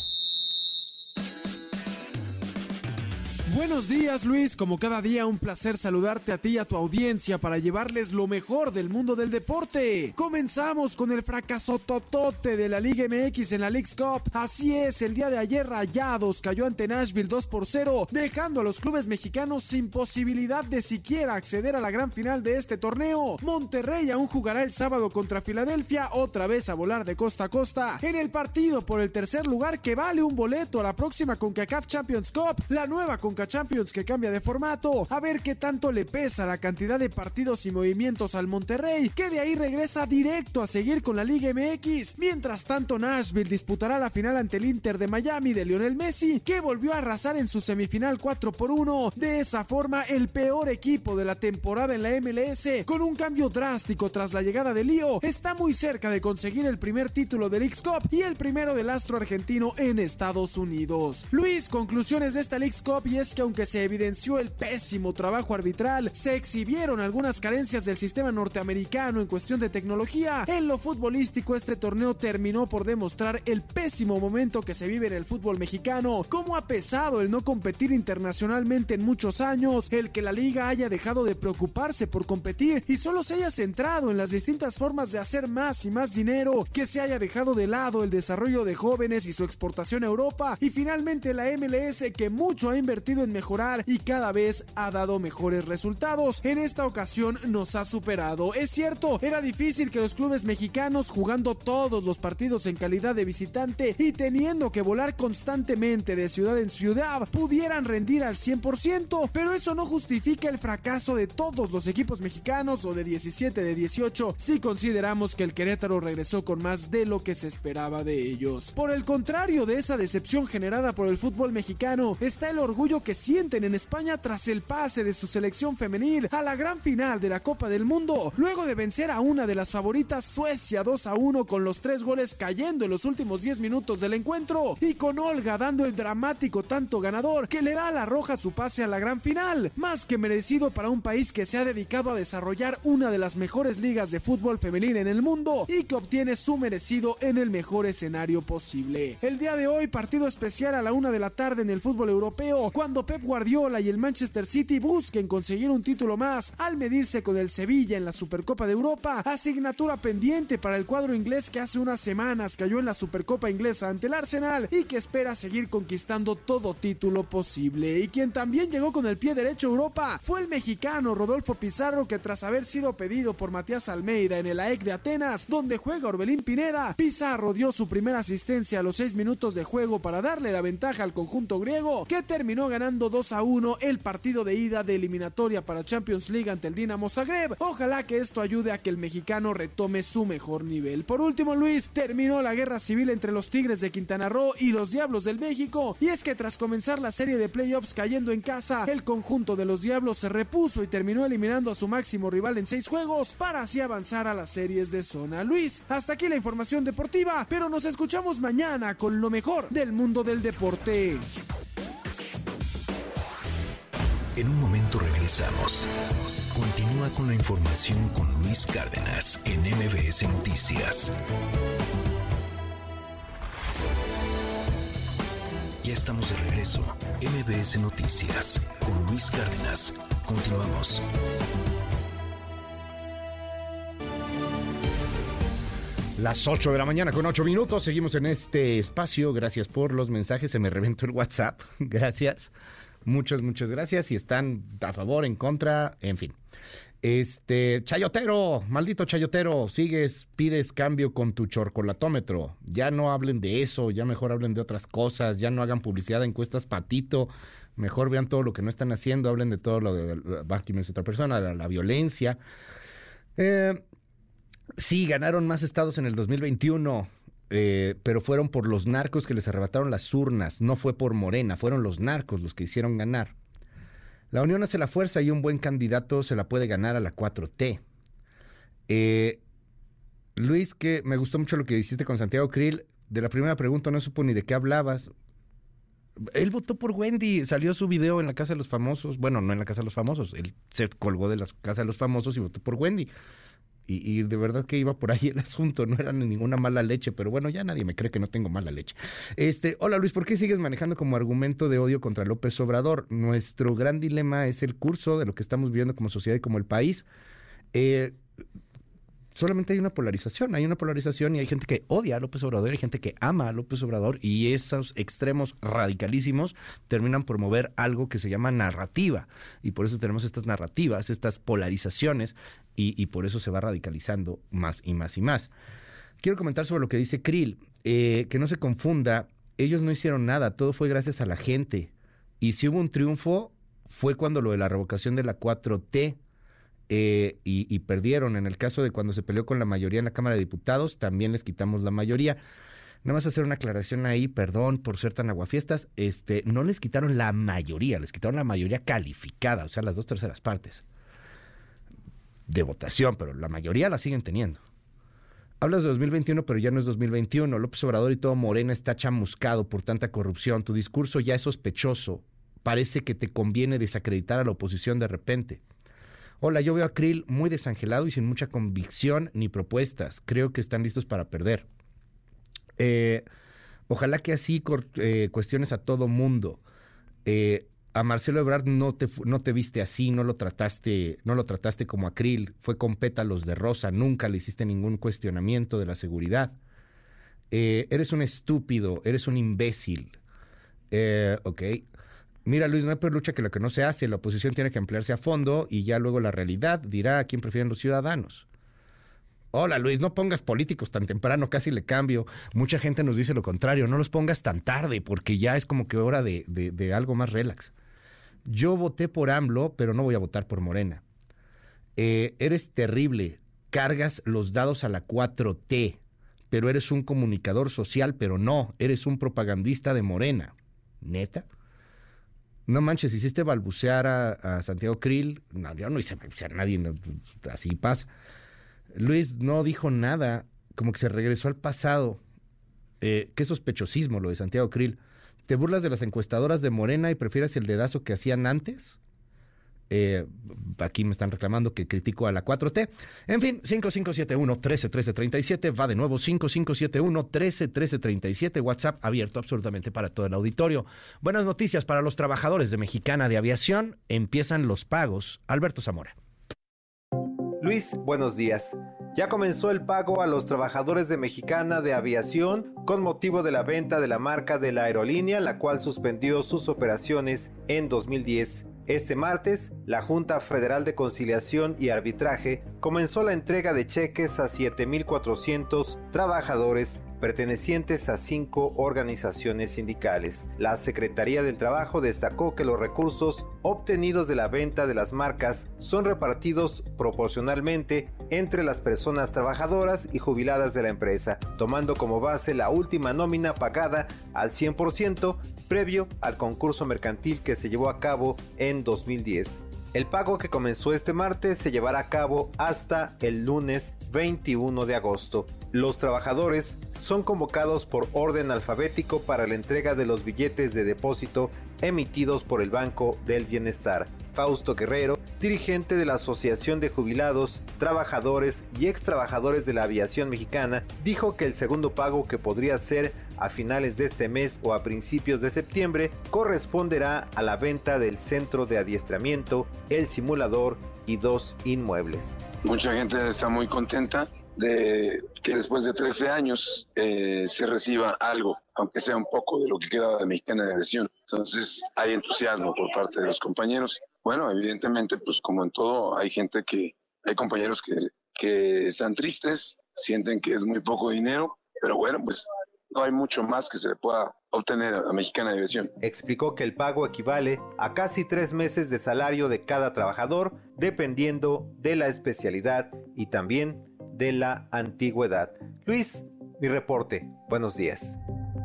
Speaker 9: Buenos días, Luis. Como cada día, un placer saludarte a ti y a tu audiencia para llevarles lo mejor del mundo del deporte. Comenzamos con el fracaso totote de la Liga M X en la Leagues Cup. Así es, el día de ayer Rayados cayó ante Nashville dos por cero, dejando a los clubes mexicanos sin posibilidad de siquiera acceder a la gran final de este torneo. Monterrey aún jugará el sábado contra Filadelfia, otra vez a volar de costa a costa, en el partido por el tercer lugar que vale un boleto a la próxima CONCACAF Champions Cup, la nueva CONCACAF Champions que cambia de formato. A ver qué tanto le pesa la cantidad de partidos y movimientos al Monterrey, que de ahí regresa directo a seguir con la Liga M X. Mientras tanto, Nashville disputará la final ante el Inter de Miami de Lionel Messi, que volvió a arrasar en su semifinal cuatro por uno. De esa forma, el peor equipo de la temporada en la M L S, con un cambio drástico tras la llegada de Lío, está muy cerca de conseguir el primer título de Leagues Cup y el primero del astro argentino en Estados Unidos. Luis, conclusiones de esta Leagues Cup, y es que aunque se evidenció el pésimo trabajo arbitral, se exhibieron algunas carencias del sistema norteamericano en cuestión de tecnología. En lo futbolístico, este torneo terminó por demostrar el pésimo momento que se vive en el fútbol mexicano, cómo ha pesado el no competir internacionalmente en muchos años, el que la liga haya dejado de preocuparse por competir y solo se haya centrado en las distintas formas de hacer más y más dinero, que se haya dejado de lado el desarrollo de jóvenes y su exportación a Europa, y finalmente la M L S, que mucho ha invertido en mejorar y cada vez ha dado mejores resultados. En esta ocasión nos ha superado. Es cierto, era difícil que los clubes mexicanos, jugando todos los partidos en calidad de visitante y teniendo que volar constantemente de ciudad en ciudad, pudieran rendir al cien por ciento, pero eso no justifica el fracaso de todos los equipos mexicanos, o de diecisiete de dieciocho, si consideramos que el Querétaro regresó con más de lo que se esperaba de ellos. Por el contrario de esa decepción generada por el fútbol mexicano, está el orgullo que sienten en España tras el pase de su selección femenil a la gran final de la Copa del Mundo, luego de vencer a una de las favoritas Suecia dos a uno con los tres goles cayendo en los últimos diez minutos del encuentro y con Olga dando el dramático tanto ganador que le da a la roja su pase a la gran final, más que merecido para un país que se ha dedicado a desarrollar una de las mejores ligas de fútbol femenil en el mundo y que obtiene su merecido en el mejor escenario posible. El día de hoy, partido especial a la una de la tarde en el fútbol europeo, cuando Pep Guardiola y el Manchester City busquen conseguir un título más al medirse con el Sevilla en la Supercopa de Europa, asignatura pendiente para el cuadro inglés que hace unas semanas cayó en la Supercopa inglesa ante el Arsenal y que espera seguir conquistando todo título posible. Y quien también llegó con el pie derecho a Europa fue el mexicano Rodolfo Pizarro, que tras haber sido pedido por Matías Almeida en el A E C de Atenas, donde juega Orbelín Pineda, Pizarro dio su primera asistencia a los seis minutos de juego para darle la ventaja al conjunto griego, que terminó ganando dos a uno el partido de ida de eliminatoria para Champions League ante el Dinamo Zagreb. Ojalá que esto ayude a que el mexicano retome su mejor nivel. Por último, Luis, terminó la guerra civil entre los Tigres de Quintana Roo y los Diablos del México, y es que tras comenzar la serie de playoffs cayendo en casa, el conjunto de los Diablos se repuso y terminó eliminando a su máximo rival en seis juegos para así avanzar a las series de zona. Luis, hasta aquí la información deportiva, pero nos escuchamos mañana con lo mejor del mundo del deporte.
Speaker 8: En un momento regresamos. Continúa con la información con Luis Cárdenas en M B S Noticias. Ya estamos de regreso. M B S Noticias con Luis Cárdenas. Continuamos.
Speaker 2: Las ocho de la mañana con ocho minutos. Seguimos en este espacio. Gracias por los mensajes. Se me reventó el WhatsApp. Gracias. Muchas, muchas gracias. Si están a favor, en contra, en fin. Este, chayotero, maldito chayotero, sigues, pides cambio con tu chocolatómetro. Ya no hablen de eso, ya mejor hablen de otras cosas, ya no hagan publicidad de encuestas patito. Mejor vean todo lo que no están haciendo, hablen de todo lo de, va, aquí me dice otra persona, la, la violencia. Eh, sí, ganaron más estados en el dos mil veintiuno. Eh, pero fueron por los narcos que les arrebataron las urnas, no fue por Morena, fueron los narcos los que hicieron ganar. La unión hace la fuerza y un buen candidato se la puede ganar a la cuatro T. Eh, Luis, que me gustó mucho lo que hiciste con Santiago Krill. De la primera pregunta no supo ni de qué hablabas. Él votó por Wendy, salió su video en la Casa de los Famosos. Bueno, no en la Casa de los Famosos, él se colgó de la Casa de los Famosos y votó por Wendy. Y, y de verdad que iba por ahí el asunto, no era ninguna mala leche, pero bueno, ya nadie me cree que no tengo mala leche. Este, hola Luis, ¿por qué sigues manejando como argumento de odio contra López Obrador? Nuestro gran dilema es el curso de lo que estamos viviendo como sociedad y como el país. Eh, solamente hay una polarización, hay una polarización y hay gente que odia a López Obrador, hay gente que ama a López Obrador y esos extremos radicalísimos terminan por mover algo que se llama narrativa y por eso tenemos estas narrativas, estas polarizaciones y, y por eso se va radicalizando más y más y más. Quiero comentar sobre lo que dice Krill, eh, que no se confunda, ellos no hicieron nada, todo fue gracias a la gente y si hubo un triunfo fue cuando lo de la revocación de la cuatro T. Eh, y, y perdieron. En el caso de cuando se peleó con la mayoría en la Cámara de Diputados, también les quitamos la mayoría. Nada más hacer una aclaración ahí, perdón por ser tan aguafiestas, este, no les quitaron la mayoría, les quitaron la mayoría calificada, o sea, las dos terceras partes de votación, pero la mayoría la siguen teniendo. Hablas de dos mil veintiuno, pero ya no es dos mil veintiuno. López Obrador y todo Morena está chamuscado por tanta corrupción. Tu discurso ya es sospechoso. Parece que te conviene desacreditar a la oposición de repente. Hola, yo veo a Krill muy desangelado y sin mucha convicción ni propuestas. Creo que están listos para perder. Eh, ojalá que así eh, cuestiones a todo mundo. Eh, a Marcelo Ebrard no te, no te viste así, no lo trataste, no lo trataste como a Krill. Fue con pétalos de rosa, nunca le hiciste ningún cuestionamiento de la seguridad. Eh, eres un estúpido, eres un imbécil. Eh, ok. Mira, Luis, no hay peor lucha que lo que no se hace. La oposición tiene que emplearse a fondo y ya luego la realidad dirá a quién prefieren los ciudadanos. Hola, Luis, no pongas políticos tan temprano, casi le cambio. Mucha gente nos dice lo contrario, no los pongas tan tarde porque ya es como que hora de, de, de algo más relax. Yo voté por AMLO, pero no voy a votar por Morena. Eh, eres terrible, cargas los dados a la cuatro T, pero eres un comunicador social, pero no, eres un propagandista de Morena. ¿Neta? No manches, hiciste balbucear a, a Santiago Krill. No, yo no hice balbucear a nadie, no, así pasa. Luis no dijo nada, como que se regresó al pasado. Eh, qué sospechosismo lo de Santiago Krill. ¿Te burlas de las encuestadoras de Morena y prefieres el dedazo que hacían antes? Eh, aquí me están reclamando que critico a la cuatro T. En fin, cinco cinco siete uno, uno tres uno tres tres siete. Va de nuevo, cinco cinco siete uno, uno tres uno tres tres siete. WhatsApp abierto absolutamente para todo el auditorio. Buenas noticias para los trabajadores de Mexicana de Aviación. Empiezan los pagos. Alberto Zamora.
Speaker 6: Luis, buenos días. Ya comenzó el pago a los trabajadores de Mexicana de Aviación con motivo de la venta de la marca de la aerolínea, la cual suspendió sus operaciones en dos mil diez. Este martes, la Junta Federal de Conciliación y Arbitraje comenzó la entrega de cheques a siete mil cuatrocientos trabajadores pertenecientes a cinco organizaciones sindicales. La Secretaría del Trabajo destacó que los recursos obtenidos de la venta de las marcas son repartidos proporcionalmente entre las personas trabajadoras y jubiladas de la empresa, tomando como base la última nómina pagada al cien por ciento previo al concurso mercantil que se llevó a cabo en dos mil diez. El pago, que comenzó este martes, se llevará a cabo hasta el lunes veintiuno de agosto. Los trabajadores son convocados por orden alfabético para la entrega de los billetes de depósito emitidos por el Banco del Bienestar. Fausto Guerrero, dirigente de la Asociación de Jubilados, Trabajadores y Extrabajadores de la Aviación Mexicana, dijo que el segundo pago, que podría ser a finales de este mes o a principios de septiembre, corresponderá a la venta del centro de adiestramiento, el simulador y dos inmuebles.
Speaker 10: Mucha gente está muy contenta de que después de trece años eh, se reciba algo, aunque sea un poco de lo que queda de Mexicana de Aviación. Entonces hay entusiasmo por parte de los compañeros. Bueno, evidentemente, pues como en todo, hay gente que, hay compañeros que, que están tristes, sienten que es muy poco dinero, pero bueno, pues no hay mucho más que se le pueda obtener a Mexicana de Aviación.
Speaker 6: Explicó que el pago equivale a casi tres meses de salario de cada trabajador, dependiendo de la especialidad y también de la antigüedad. Luis, mi reporte. Buenos días.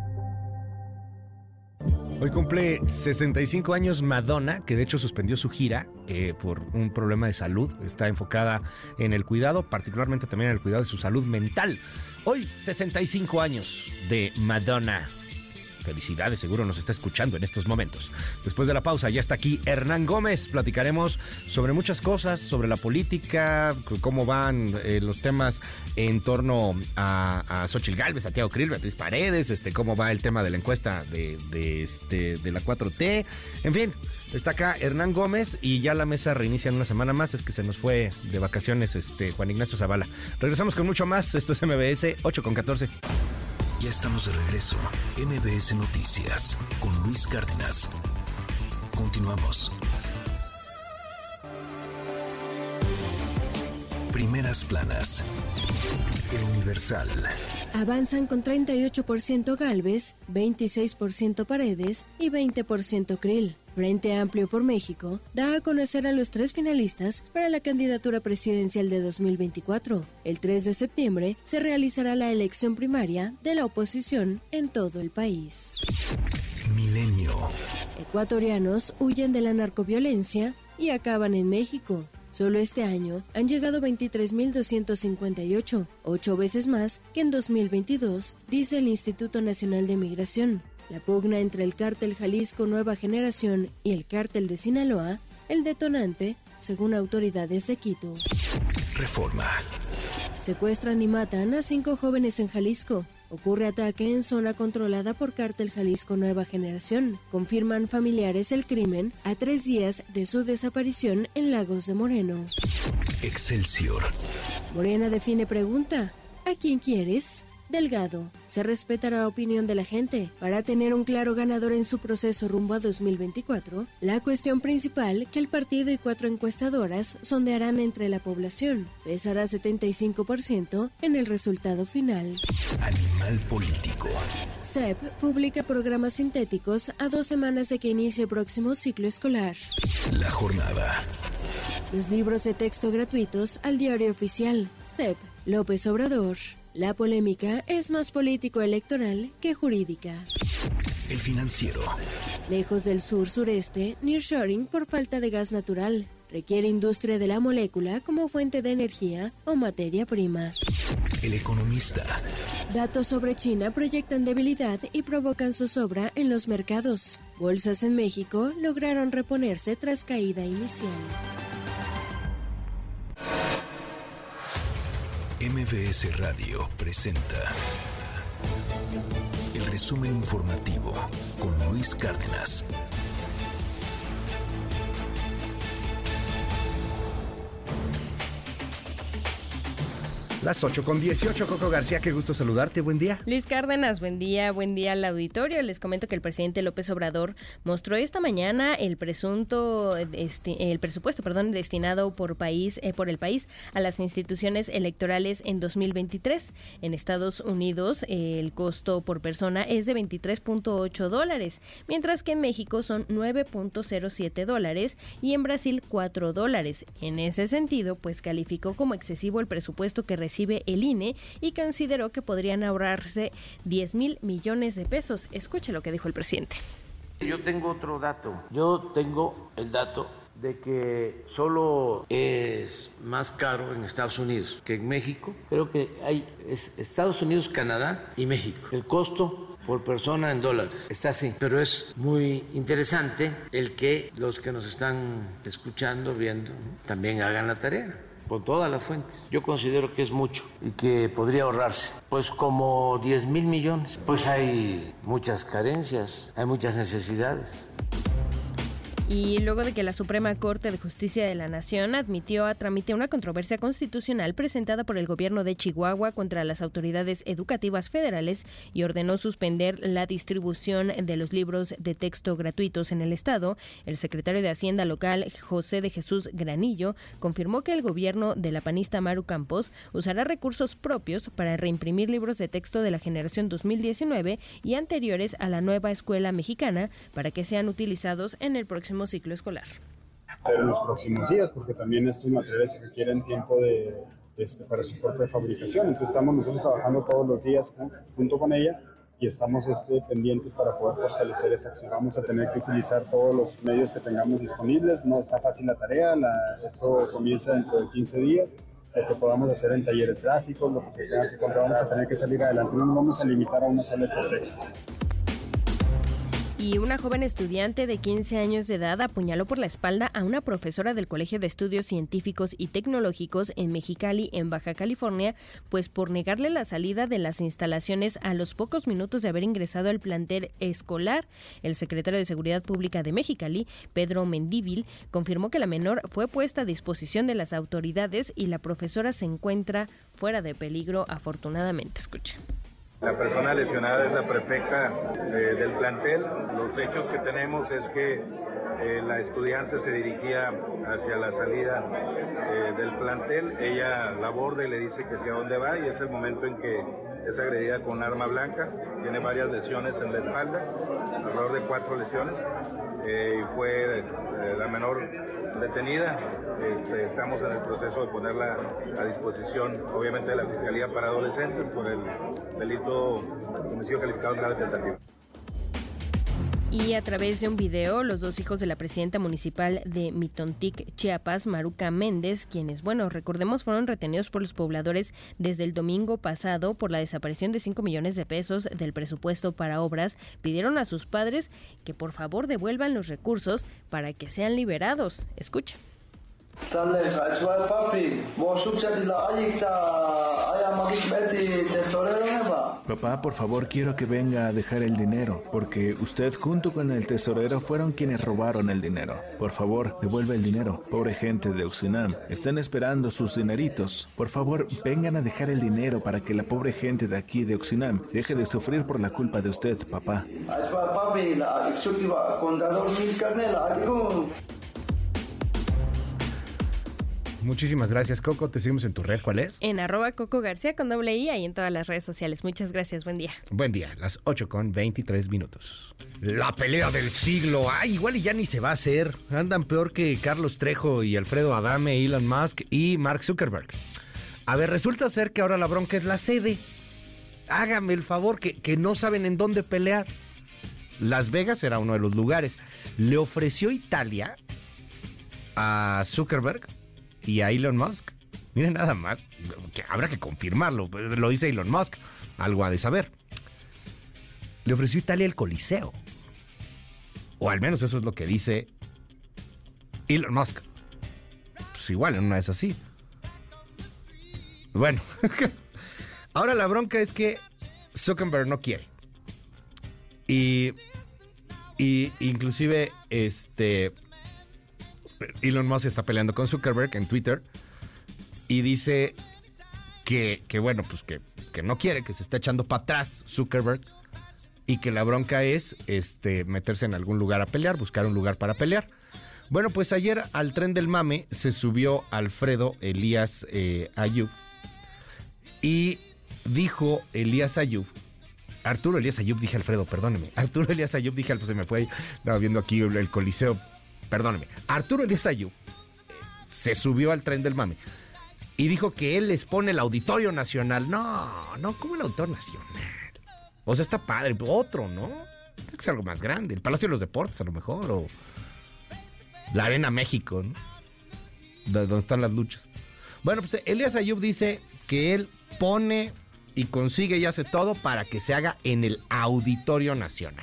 Speaker 2: Hoy cumple sesenta y cinco años Madonna, que de hecho suspendió su gira eh, por un problema de salud. Está enfocada en el cuidado, particularmente también en el cuidado de su salud mental. Hoy, sesenta y cinco años de Madonna. Felicidades, seguro nos está escuchando en estos momentos. Después de la pausa, ya está aquí Hernán Gómez. Platicaremos sobre muchas cosas, sobre la política, cómo van eh, los temas en torno a, a Xóchitl Gálvez, Santiago Krill, Beatriz Paredes, este, cómo va el tema de la encuesta de, de, este, de la cuatro T. En fin, está acá Hernán Gómez y ya la mesa reinicia en una semana más. Es que se nos fue de vacaciones este, Juan Ignacio Zavala. Regresamos con mucho más. Esto es M B S ocho con catorce.
Speaker 8: Ya estamos de regreso. M B S Noticias con Luis Cárdenas. Continuamos. Primeras planas. El Universal.
Speaker 19: Avanzan con treinta y ocho por ciento Gálvez, veintiséis por ciento Paredes y veinte por ciento Krill. Frente Amplio por México da a conocer a los tres finalistas para la candidatura presidencial de dos mil veinticuatro. El tres de septiembre se realizará la elección primaria de la oposición en todo el país.
Speaker 8: Milenio.
Speaker 19: Ecuatorianos huyen de la narcoviolencia y acaban en México. Solo este año han llegado veintitrés mil doscientos cincuenta y ocho, ocho veces más que en dos mil veintidós, dice el Instituto Nacional de Migración. La pugna entre el cártel Jalisco Nueva Generación y el cártel de Sinaloa, el detonante, según autoridades de Quito.
Speaker 8: Reforma.
Speaker 19: Secuestran y matan a cinco jóvenes en Jalisco. Ocurre ataque en zona controlada por cártel Jalisco Nueva Generación. Confirman familiares el crimen a tres días de su desaparición en Lagos de Moreno.
Speaker 8: Excelsior.
Speaker 19: Morena define pregunta: ¿a quién quieres? Delgado. Se respetará la opinión de la gente. Para tener un claro ganador en su proceso rumbo a dos mil veinticuatro, la cuestión principal que el partido y cuatro encuestadoras sondearán entre la población pesará setenta y cinco por ciento en el resultado final.
Speaker 8: Animal político.
Speaker 19: C E P publica programas sintéticos a dos semanas de que inicie el próximo ciclo escolar.
Speaker 8: La jornada.
Speaker 19: Los libros de texto gratuitos al diario oficial. C E P. López Obrador. La polémica es más político-electoral que jurídica.
Speaker 8: El Financiero.
Speaker 19: Lejos del sur-sureste, nearshoring por falta de gas natural. Requiere industria de la molécula como fuente de energía o materia prima.
Speaker 8: El Economista.
Speaker 19: Datos sobre China proyectan debilidad y provocan zozobra en los mercados. Bolsas en México lograron reponerse tras caída inicial.
Speaker 8: M V S Radio presenta el resumen informativo con Luis Cárdenas.
Speaker 2: Las ocho con dieciocho, Coco García, qué gusto saludarte, buen día.
Speaker 11: Luis Cárdenas, buen día, buen día al auditorio. Les comento que el presidente López Obrador mostró esta mañana el presunto, el presupuesto, perdón, destinado por país, eh, por el país a las instituciones electorales en dos mil veintitrés. En Estados Unidos, eh, el costo por persona es de veintitrés punto ocho dólares, mientras que en México son nueve punto cero siete dólares y en Brasil cuatro dólares. En ese sentido, pues calificó como excesivo el presupuesto que recibe recibe el I N E y consideró que podrían ahorrarse diez mil millones de pesos. Escuche lo que dijo el presidente.
Speaker 16: Yo tengo otro dato. Yo tengo el dato de que solo es más caro en Estados Unidos que en México. Creo que hay es Estados Unidos, Canadá y México. El costo por persona en dólares está así, pero es muy interesante el que los que nos están escuchando, viendo, también hagan la tarea con todas las fuentes. Yo considero que es mucho y que podría ahorrarse. Pues como diez mil millones. Pues hay muchas carencias, hay muchas necesidades.
Speaker 11: Y luego de que la Suprema Corte de Justicia de la Nación admitió a trámite una controversia constitucional presentada por el gobierno de Chihuahua contra las autoridades educativas federales y ordenó suspender la distribución de los libros de texto gratuitos en el estado, el secretario de Hacienda local, José de Jesús Granillo, confirmó que el gobierno de la panista Maru Campos usará recursos propios para reimprimir libros de texto de la generación dos mil diecinueve y anteriores a la nueva escuela mexicana para que sean utilizados en el próximo ciclo escolar.
Speaker 12: En los próximos días, porque también estos materiales se requieren tiempo de, este, para su propia fabricación. Entonces estamos nosotros trabajando todos los días junto con ella y estamos este, pendientes para poder fortalecer esa acción. Vamos a tener que utilizar todos los medios que tengamos disponibles. No está fácil la tarea, la, esto comienza dentro de quince días. Lo que podamos hacer en talleres gráficos, lo que se tenga que comprar, vamos a tener que salir adelante. No nos vamos a limitar a una sola estrategia.
Speaker 11: Y una joven estudiante de quince años de edad apuñaló por la espalda a una profesora del Colegio de Estudios Científicos y Tecnológicos en Mexicali, en Baja California, pues por negarle la salida de las instalaciones a los pocos minutos de haber ingresado al plantel escolar. El secretario de Seguridad Pública de Mexicali, Pedro Mendívil, confirmó que la menor fue puesta a disposición de las autoridades y la profesora se encuentra fuera de peligro, afortunadamente. Escuchen.
Speaker 22: La persona lesionada es la prefecta eh, del plantel. Los hechos que tenemos es que eh, la estudiante se dirigía hacia la salida eh, del plantel. Ella la aborda y le dice que hacia dónde va y es el momento en que es agredida con arma blanca. Tiene varias lesiones en la espalda, alrededor de cuatro lesiones. Eh, y fue eh, la menor detenida. Este, estamos en el proceso de ponerla a disposición, obviamente, de la Fiscalía para Adolescentes por el delito homicidio calificado grave tentativo.
Speaker 11: Y a través de un video, los dos hijos de la presidenta municipal de Mitontic, Chiapas, Maruca Méndez, quienes, bueno, recordemos, fueron retenidos por los pobladores desde el domingo pasado por la desaparición de cinco millones de pesos del presupuesto para obras, pidieron a sus padres que por favor devuelvan los recursos para que sean liberados. Escucha.
Speaker 23: Papá, por favor, quiero que venga a dejar el dinero, porque usted junto con el tesorero fueron quienes robaron el dinero. Por favor, devuelva el dinero. Pobre gente de Oxinam, están esperando sus dineritos. Por favor, vengan a dejar el dinero para que la pobre gente de aquí de Oxinam deje de sufrir por la culpa de usted, papá.
Speaker 2: Muchísimas gracias, Coco. Te seguimos en tu red. ¿Cuál es?
Speaker 11: En arroba Coco García con doble I y en todas las redes sociales. Muchas gracias. Buen día.
Speaker 2: Buen día. Las ocho con veintitrés minutos. La pelea del siglo. Ay, igual y ya ni se va a hacer. Andan peor que Carlos Trejo y Alfredo Adame, Elon Musk y Mark Zuckerberg. A ver, resulta ser que ahora la bronca es la sede. Hágame el favor, que, que no saben en dónde pelear. Las Vegas era uno de los lugares. Le ofreció Italia a Zuckerberg y a Elon Musk. Miren nada más, que habrá que confirmarlo, lo dice Elon Musk, algo ha de saber. Le ofreció Italia el Coliseo. O al menos eso es lo que dice Elon Musk. Pues igual, en una es así. Bueno, ahora la bronca es que Zuckerberg no quiere. Y, y inclusive este Elon Musk está peleando con Zuckerberg en Twitter y dice que, que bueno, pues que, que no quiere, que se está echando para atrás Zuckerberg y que la bronca es este meterse en algún lugar a pelear, buscar un lugar para pelear. Bueno, pues ayer al tren del mame se subió Alfredo Elías eh, Ayub y dijo Elías Ayub, Arturo Elías Ayub, dije Alfredo, perdóneme, Arturo Elías Ayub, dije Alfredo, se me fue, estaba viendo aquí el, el Coliseo, perdóneme, Arturo Elías Ayub se subió al tren del mame y dijo que él les pone el Auditorio Nacional. No, no, ¿cómo el Auditorio Nacional? O sea, está padre, otro, ¿no? Es algo más grande, el Palacio de los Deportes a lo mejor, o la Arena México, ¿no? Donde están las luchas. Bueno, pues Elías Ayub dice que él pone y consigue y hace todo para que se haga en el Auditorio Nacional.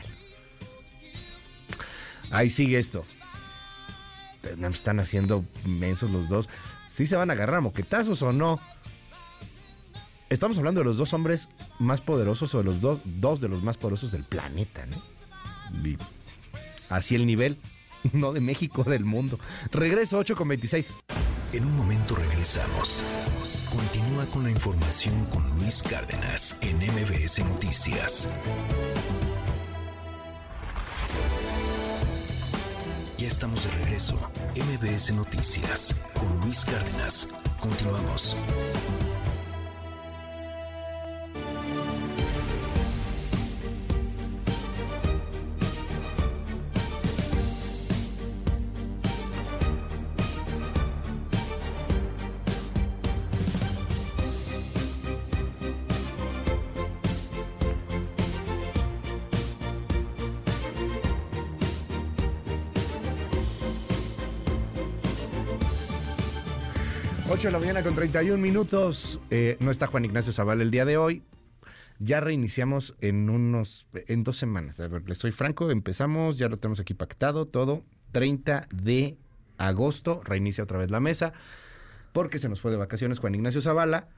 Speaker 2: Ahí sigue esto. Están haciendo mensos los dos. ¿Sí se van a agarrar moquetazos o no? Estamos hablando de los dos hombres más poderosos o de los dos, dos de los más poderosos del planeta, ¿no? Y así el nivel, no de México, del mundo. Regreso ocho con veintiséis.
Speaker 8: En un momento regresamos. Continúa con la información con Luis Cárdenas en M B S Noticias. Ya estamos de regreso. M B S Noticias con Luis Cárdenas. Continuamos.
Speaker 2: ocho de la mañana con treinta y un minutos. Eh, no está Juan Ignacio Zavala el día de hoy. Ya reiniciamos en unos, en dos semanas. A ver, les estoy franco, empezamos, ya lo tenemos aquí pactado todo. treinta de agosto, reinicia otra vez la mesa, porque se nos fue de vacaciones Juan Ignacio Zavala.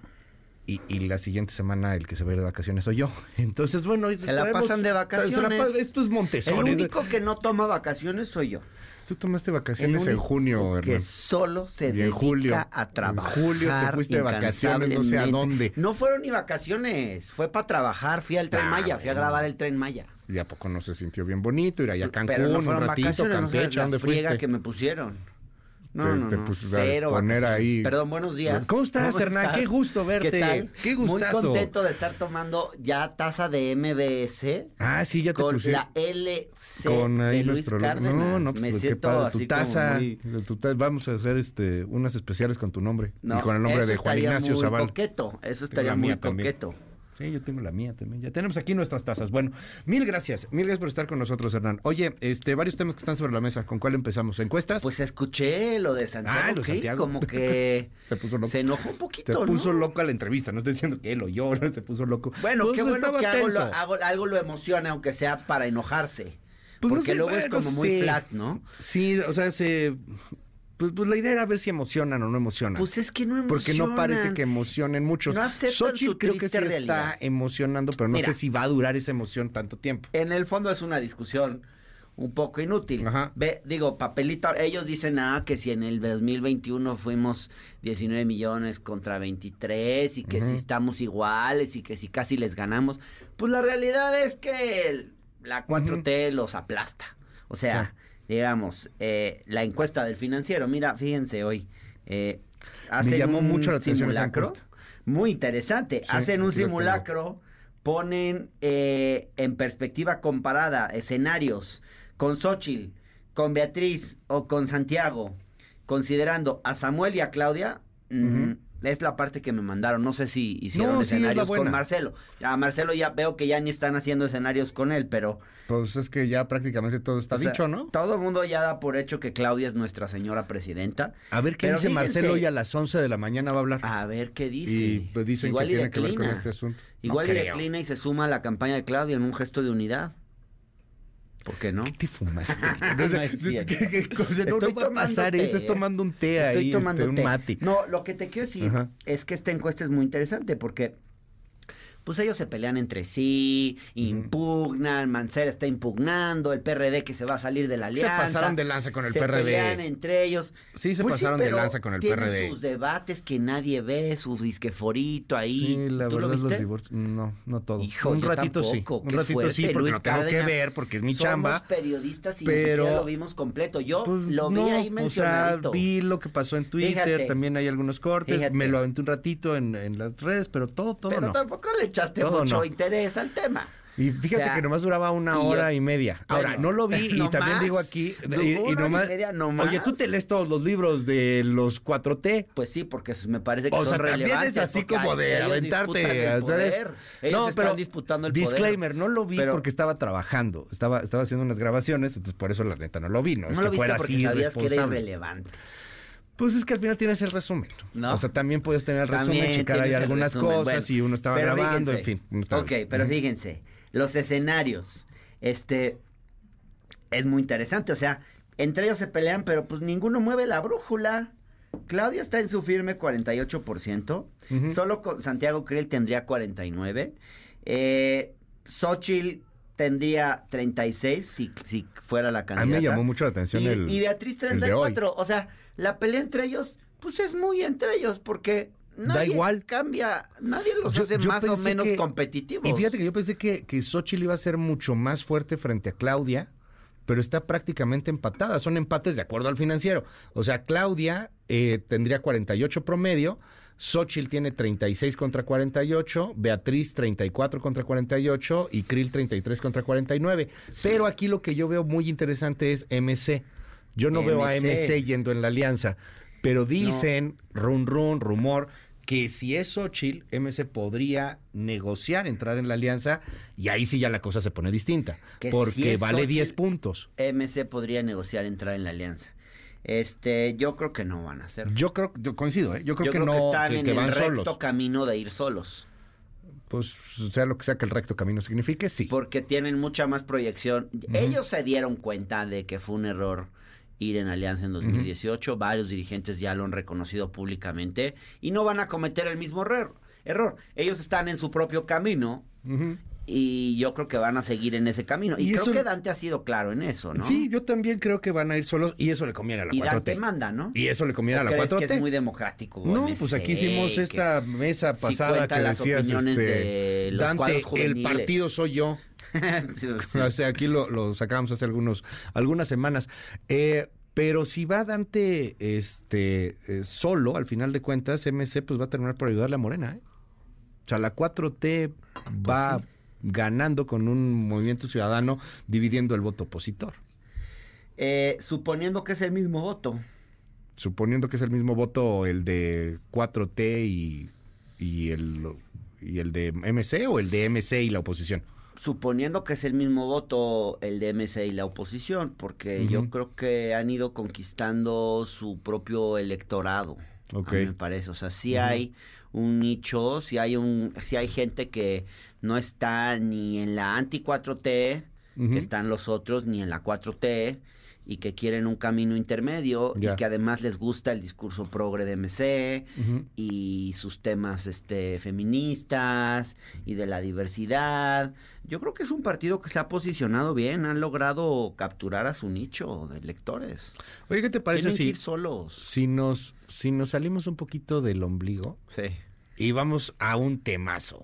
Speaker 2: Y, y la siguiente semana el que se va a ir de vacaciones soy yo. Entonces, bueno...
Speaker 7: Se traemos, la pasan de vacaciones.
Speaker 2: La, esto es Montessori.
Speaker 7: El único que no toma vacaciones soy yo.
Speaker 2: Tú tomaste vacaciones en junio, Hernán.
Speaker 7: Que solo se
Speaker 2: y
Speaker 7: dedica
Speaker 2: en julio,
Speaker 7: a trabajar.
Speaker 2: En julio te fuiste de vacaciones, no sé a dónde.
Speaker 7: No fueron ni vacaciones, fue para trabajar. Fui al Tren ah, Maya, fui a grabar el Tren Maya.
Speaker 2: ¿Y a poco no se sintió bien bonito ir allá a Cancún,
Speaker 7: Pero no fueron
Speaker 2: un ratito, Campeche,
Speaker 7: no
Speaker 2: ¿dónde
Speaker 7: fuiste? Que me pusieron. No,
Speaker 2: te,
Speaker 7: no,
Speaker 2: te
Speaker 7: no,
Speaker 2: puse
Speaker 7: cero
Speaker 2: a poner ahí.
Speaker 7: Perdón, buenos días.
Speaker 2: ¿Cómo estás, ¿Cómo Hernán? Estás? Qué gusto verte.
Speaker 7: ¿Qué tal?
Speaker 2: Qué gustazo.
Speaker 7: Muy contento de estar tomando ya taza de M B S.
Speaker 2: Ah, sí, ya te
Speaker 7: con
Speaker 2: puse.
Speaker 7: Con la L C
Speaker 2: con ahí
Speaker 7: de Luis
Speaker 2: nuestro...
Speaker 7: Cárdenas.
Speaker 2: No, no,
Speaker 7: me
Speaker 2: pues,
Speaker 7: siento
Speaker 2: padre,
Speaker 7: así
Speaker 2: tu taza,
Speaker 7: como muy...
Speaker 2: tu taza, vamos a hacer este unas especiales con tu nombre.
Speaker 7: No,
Speaker 2: y con el nombre de Juan Ignacio
Speaker 7: muy
Speaker 2: Zavala.
Speaker 7: Coqueto, eso estaría muy coqueto.
Speaker 2: También. Sí, yo tengo la mía también. Ya tenemos aquí nuestras tazas. Bueno, mil gracias. Mil gracias por estar con nosotros, Hernán. Oye, este, varios temas que están sobre la mesa. ¿Con cuál empezamos? ¿Encuestas?
Speaker 7: Pues escuché lo de Santiago.
Speaker 2: Ah, lo de Santiago.
Speaker 7: Como que
Speaker 2: se puso loco.
Speaker 7: Se enojó un poquito,
Speaker 2: Se
Speaker 7: ¿no?
Speaker 2: puso loco a la entrevista. No estoy diciendo que él o yo, ¿no? Se puso loco.
Speaker 7: Bueno,
Speaker 2: pues
Speaker 7: qué bueno que algo lo,
Speaker 2: tenso.
Speaker 7: algo, algo lo emocione, aunque sea para enojarse.
Speaker 2: Pues
Speaker 7: Porque
Speaker 2: no sé,
Speaker 7: luego
Speaker 2: bueno,
Speaker 7: es como muy
Speaker 2: sí.
Speaker 7: flat, ¿no?
Speaker 2: Sí, o sea, se... Pues, pues la idea era ver si emocionan o no emocionan.
Speaker 7: Pues es que no emocionan.
Speaker 2: Porque no parece que emocionen muchos.
Speaker 7: No aceptan
Speaker 2: Xochitl
Speaker 7: su
Speaker 2: creo que sí
Speaker 7: realidad.
Speaker 2: está emocionando, pero no
Speaker 7: Mira,
Speaker 2: sé si va a durar esa emoción tanto tiempo.
Speaker 7: En el fondo es una discusión un poco inútil.
Speaker 2: Ajá.
Speaker 7: Ve, digo, papelito, ellos dicen, ah, que si en el dos mil veintiuno fuimos diecinueve millones contra veintitrés y que uh-huh. si estamos iguales y que si casi les ganamos. Pues la realidad es que el, la cuatro T uh-huh. los aplasta. O sea... Sí. Digamos, eh, la encuesta del Financiero, mira, fíjense hoy, eh, hacen
Speaker 2: Me llamó
Speaker 7: un
Speaker 2: mucho la atención
Speaker 7: simulacro,
Speaker 2: esa encuesta.
Speaker 7: Muy interesante, sí, hacen un simulacro, ponen eh, en perspectiva comparada escenarios con Xochitl, con Beatriz o con Santiago, considerando a Samuel y a Claudia, uh-huh. mmm, es la parte que me mandaron. No sé si hicieron
Speaker 2: No, sí, es la
Speaker 7: escenarios con
Speaker 2: buena.
Speaker 7: Marcelo. Ya Marcelo ya veo que ya ni están haciendo escenarios con él, pero...
Speaker 2: Pues es que ya prácticamente todo está
Speaker 7: o sea,
Speaker 2: dicho, ¿no?
Speaker 7: Todo el mundo ya da por hecho que Claudia es nuestra señora presidenta.
Speaker 2: A ver qué
Speaker 7: Pero
Speaker 2: dice
Speaker 7: fíjense,
Speaker 2: Marcelo hoy a las once de la mañana va a hablar.
Speaker 7: A ver qué dice.
Speaker 2: Y pues dicen
Speaker 7: Igual
Speaker 2: que
Speaker 7: y
Speaker 2: tiene que ver con
Speaker 7: declina.
Speaker 2: este asunto.
Speaker 7: Igual
Speaker 2: No
Speaker 7: y
Speaker 2: creo.
Speaker 7: declina y se suma a la campaña de Claudia en un gesto de unidad. ¿Por qué no?
Speaker 2: ¿Qué te fumaste?
Speaker 7: No es cierto.
Speaker 2: ¿Qué- qué cosa? No,
Speaker 7: Estoy
Speaker 2: no va a
Speaker 7: tomando
Speaker 2: pasar,
Speaker 7: té,
Speaker 2: estás
Speaker 7: ¿eh?
Speaker 2: tomando un té
Speaker 7: Estoy
Speaker 2: ahí,
Speaker 7: tomando
Speaker 2: este, un
Speaker 7: té.
Speaker 2: mate.
Speaker 7: No, lo que te quiero decir
Speaker 2: Ajá.
Speaker 7: es que esta encuesta es muy interesante porque pues ellos se pelean entre sí, impugnan, Mancera está impugnando, el P R D que se va a salir de la
Speaker 2: Se
Speaker 7: alianza.
Speaker 2: pasaron de lanza con el
Speaker 7: se
Speaker 2: P R D.
Speaker 7: pelean entre ellos.
Speaker 2: Sí, se
Speaker 7: Pues
Speaker 2: pasaron de
Speaker 7: pero
Speaker 2: lanza con el P
Speaker 7: tiene
Speaker 2: R D.
Speaker 7: sus debates que nadie ve, su disqueforito ahí.
Speaker 2: Sí, la
Speaker 7: ¿Tú lo
Speaker 2: verdad, los
Speaker 7: viste?
Speaker 2: divorcios, no, no todo.
Speaker 7: Hijo,
Speaker 2: un
Speaker 7: yo
Speaker 2: ratito
Speaker 7: tampoco,
Speaker 2: sí, un
Speaker 7: qué
Speaker 2: ratito
Speaker 7: fuerte,
Speaker 2: sí, porque
Speaker 7: Luis
Speaker 2: lo tengo
Speaker 7: Cárdenas.
Speaker 2: que ver, porque es mi
Speaker 7: Somos
Speaker 2: chamba.
Speaker 7: periodistas y
Speaker 2: pero,
Speaker 7: ni siquiera lo vimos completo. Yo
Speaker 2: pues,
Speaker 7: lo vi
Speaker 2: no,
Speaker 7: ahí mencionadito.
Speaker 2: O sea, vi lo que pasó en Twitter,
Speaker 7: Fíjate.
Speaker 2: también hay algunos cortes,
Speaker 7: Fíjate.
Speaker 2: me lo aventé un ratito en, en las redes, pero todo, todo
Speaker 7: Pero
Speaker 2: no.
Speaker 7: tampoco le echaste
Speaker 2: Todo
Speaker 7: mucho
Speaker 2: no.
Speaker 7: interés al tema.
Speaker 2: Y fíjate
Speaker 7: O sea,
Speaker 2: que nomás duraba una
Speaker 7: y yo-
Speaker 2: hora y media. Ahora,
Speaker 7: Bueno,
Speaker 2: no lo vi y
Speaker 7: no
Speaker 2: también
Speaker 7: más.
Speaker 2: digo aquí...
Speaker 7: Duró
Speaker 2: y, y
Speaker 7: una hora y
Speaker 2: nomás-
Speaker 7: media, no más.
Speaker 2: Oye, tú te lees todos los libros de los cuatro T.
Speaker 7: Pues sí, porque me parece que
Speaker 2: O
Speaker 7: son
Speaker 2: sea, también
Speaker 7: relevantes.
Speaker 2: es así
Speaker 7: porque
Speaker 2: como
Speaker 7: ahí
Speaker 2: de
Speaker 7: ellos
Speaker 2: aventarte
Speaker 7: disputan el
Speaker 2: a hacer
Speaker 7: poder.
Speaker 2: eso.
Speaker 7: Ellos
Speaker 2: No,
Speaker 7: están
Speaker 2: pero
Speaker 7: disputando el
Speaker 2: disclaimer,
Speaker 7: poder.
Speaker 2: no lo vi
Speaker 7: Pero-
Speaker 2: porque estaba trabajando. Estaba, estaba haciendo unas grabaciones, entonces por eso la neta no lo vi. No, es
Speaker 7: No
Speaker 2: que
Speaker 7: lo viste
Speaker 2: fuera
Speaker 7: porque
Speaker 2: así
Speaker 7: sabías que era
Speaker 2: irresponsable.
Speaker 7: irrelevante.
Speaker 2: Pues es que al final tienes el resumen.
Speaker 7: ¿No?
Speaker 2: O sea, también puedes tener el resumen,
Speaker 7: También
Speaker 2: checar ahí
Speaker 7: tienes el
Speaker 2: algunas
Speaker 7: resumen.
Speaker 2: cosas
Speaker 7: Bueno,
Speaker 2: y uno estaba
Speaker 7: pero
Speaker 2: grabando,
Speaker 7: fíjense.
Speaker 2: en fin. uno estaba-
Speaker 7: Ok, pero
Speaker 2: Ujú.
Speaker 7: fíjense, los escenarios, este, es muy interesante, o sea, entre ellos se pelean, pero pues ninguno mueve la brújula. Claudia está en su firme cuarenta y ocho por ciento,
Speaker 2: Ujú.
Speaker 7: solo con Santiago Krill tendría cuarenta y nueve por ciento, eh, Xóchitl tendría treinta y seis por ciento si, si fuera la
Speaker 2: A
Speaker 7: candidata.
Speaker 2: mí me llamó mucho la atención
Speaker 7: y,
Speaker 2: el
Speaker 7: y Beatriz
Speaker 2: el de
Speaker 7: treinta y
Speaker 2: hoy.
Speaker 7: cuatro, o sea, la pelea entre ellos, pues es muy entre ellos, porque nadie
Speaker 2: igual.
Speaker 7: cambia, nadie los
Speaker 2: Yo-
Speaker 7: hace
Speaker 2: yo
Speaker 7: más o
Speaker 2: pensé
Speaker 7: menos
Speaker 2: que-
Speaker 7: competitivos.
Speaker 2: Y fíjate que yo pensé que, que Xóchitl iba a ser mucho más fuerte frente a Claudia, pero está prácticamente empatada. Son empates de acuerdo al Financiero. O sea, Claudia eh, tendría cuarenta y ocho promedio, Xóchitl tiene treinta y seis contra cuarenta y ocho, Beatriz treinta y cuatro contra cuarenta y ocho y Krill treinta y tres contra cuarenta y nueve. Pero aquí lo que yo veo muy interesante es M C. Yo no veo a
Speaker 7: M C.
Speaker 2: M C yendo en la alianza, pero dicen, run run, rumor, que si es Xóchitl, M C podría negociar entrar en la alianza y ahí sí ya la cosa se pone distinta,
Speaker 7: Que
Speaker 2: porque
Speaker 7: si es
Speaker 2: vale
Speaker 7: Xóchitl,
Speaker 2: diez puntos.
Speaker 7: M C podría negociar entrar en la alianza. Este, yo creo que no van a hacer.
Speaker 2: Yo creo, yo coincido, ¿eh? yo creo
Speaker 7: Yo
Speaker 2: que
Speaker 7: creo
Speaker 2: no,
Speaker 7: que están
Speaker 2: que,
Speaker 7: en
Speaker 2: que
Speaker 7: el
Speaker 2: van
Speaker 7: recto
Speaker 2: solos.
Speaker 7: camino de ir solos.
Speaker 2: Pues sea lo que sea que el recto camino signifique, sí.
Speaker 7: Porque tienen mucha más proyección. Ellos se dieron cuenta de que fue un error ir en alianza en dos mil dieciocho. Varios dirigentes ya lo han reconocido públicamente y no van a cometer el mismo error. error. Ellos están en su propio camino
Speaker 2: Ujú.
Speaker 7: y yo creo que van a seguir en ese camino. Y,
Speaker 2: Y
Speaker 7: creo
Speaker 2: eso-
Speaker 7: que Dante ha sido claro en eso, ¿no?
Speaker 2: Sí, yo también creo que van a ir solos y eso le conviene a la
Speaker 7: y
Speaker 2: cuatro
Speaker 7: Dante
Speaker 2: T.
Speaker 7: manda, ¿no?
Speaker 2: Y eso le conviene
Speaker 7: ¿O
Speaker 2: a la
Speaker 7: crees
Speaker 2: cuatro T.
Speaker 7: que es muy democrático?
Speaker 2: No,
Speaker 7: M C,
Speaker 2: pues aquí hicimos
Speaker 7: que
Speaker 2: esta mesa
Speaker 7: sí
Speaker 2: pasada
Speaker 7: cuenta
Speaker 2: que
Speaker 7: las
Speaker 2: decías,
Speaker 7: opiniones
Speaker 2: este,
Speaker 7: de los
Speaker 2: Dante,
Speaker 7: cuadros
Speaker 2: el
Speaker 7: juveniles.
Speaker 2: partido soy yo.
Speaker 7: Sí, sí.
Speaker 2: O sea, aquí lo, lo sacábamos hace algunos, algunas semanas. Eh, pero si va Dante este, eh, solo, al final de cuentas, M C pues va a terminar por ayudarle a Morena. ¿eh? O sea, la cuatro T va ganando con un movimiento ciudadano dividiendo el voto opositor.
Speaker 7: Eh, suponiendo que es el mismo voto.
Speaker 2: Suponiendo que es el mismo voto el de cuatro T y, y, el, y el de M C o el de M C y la oposición.
Speaker 7: Suponiendo que es el mismo voto el de M C y la oposición, porque
Speaker 2: Ujú.
Speaker 7: yo creo que han ido conquistando su propio electorado.
Speaker 2: Ok.
Speaker 7: A mí me parece, o sea, sí
Speaker 2: Ujú.
Speaker 7: hay un nicho, sí hay un, sí hay gente que no está ni en la anti cuatro T,
Speaker 2: Ujú.
Speaker 7: que están los otros, ni en la cuatro T, y que quieren un camino intermedio,
Speaker 2: Ya.
Speaker 7: y que además les gusta el discurso progre de M C,
Speaker 2: Ujú.
Speaker 7: y sus temas este feministas y de la diversidad. Yo creo que es un partido que se ha posicionado bien, han logrado capturar a su nicho de electores.
Speaker 2: Oye, ¿qué te parece
Speaker 7: Tienen que
Speaker 2: si,
Speaker 7: ir solos.
Speaker 2: si nos si nos salimos un poquito del ombligo
Speaker 7: Sí.
Speaker 2: y vamos a un temazo?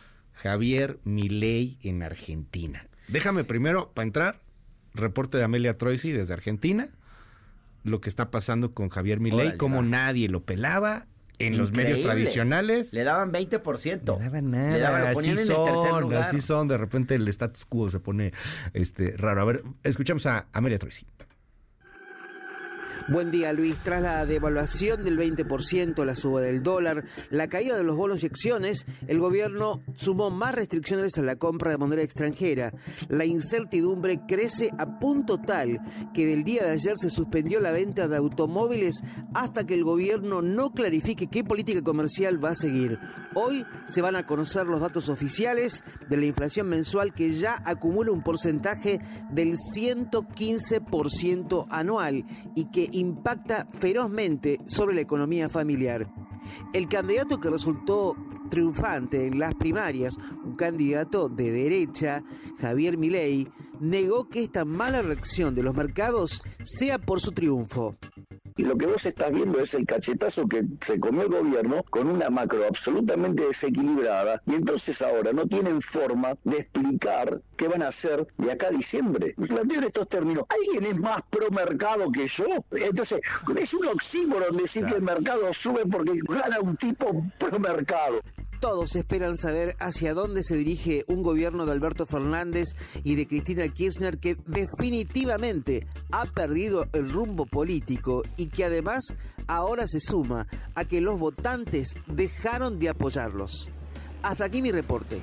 Speaker 2: Javier Milei en Argentina. Déjame primero, para entrar, reporte de Amelia Troisi desde Argentina, lo que está pasando con Javier Milei,
Speaker 7: Órale,
Speaker 2: cómo
Speaker 7: va.
Speaker 2: nadie lo pelaba en los
Speaker 7: Increíble.
Speaker 2: medios tradicionales.
Speaker 7: Le daban veinte por ciento.
Speaker 2: No daban nada,
Speaker 7: Le daban, lo ponían
Speaker 2: así
Speaker 7: en el tercer
Speaker 2: son,
Speaker 7: lugar.
Speaker 2: así son, de repente el status quo se pone este raro. A ver, escuchamos a Amelia Troisi.
Speaker 13: Buen día, Luis. Tras la devaluación del veinte por ciento, la suba del dólar, la caída de los bonos y acciones, el gobierno sumó más restricciones a la compra de moneda extranjera. La incertidumbre crece a punto tal que del día de ayer se suspendió la venta de automóviles hasta que el gobierno no clarifique qué política comercial va a seguir. Hoy se van a conocer los datos oficiales de la inflación mensual, que ya acumula un porcentaje del ciento quince por ciento anual y que impacta ferozmente sobre la economía familiar. El candidato que resultó triunfante en las primarias, un candidato de derecha, Javier Milei, negó que esta mala reacción de los mercados sea por su triunfo.
Speaker 14: Y lo que vos estás viendo es el cachetazo que se comió el gobierno con una macro absolutamente desequilibrada, y entonces ahora no tienen forma de explicar qué van a hacer de acá a diciembre. Planteo en estos términos: ¿alguien es más pro mercado que yo? Entonces es un oxímoron decir claro. que el mercado sube porque gana un tipo pro mercado.
Speaker 13: Todos esperan saber hacia dónde se dirige un gobierno de Alberto Fernández y de Cristina Kirchner, que definitivamente ha perdido el rumbo político y que además ahora se suma a que los votantes dejaron de apoyarlos. Hasta aquí mi reporte.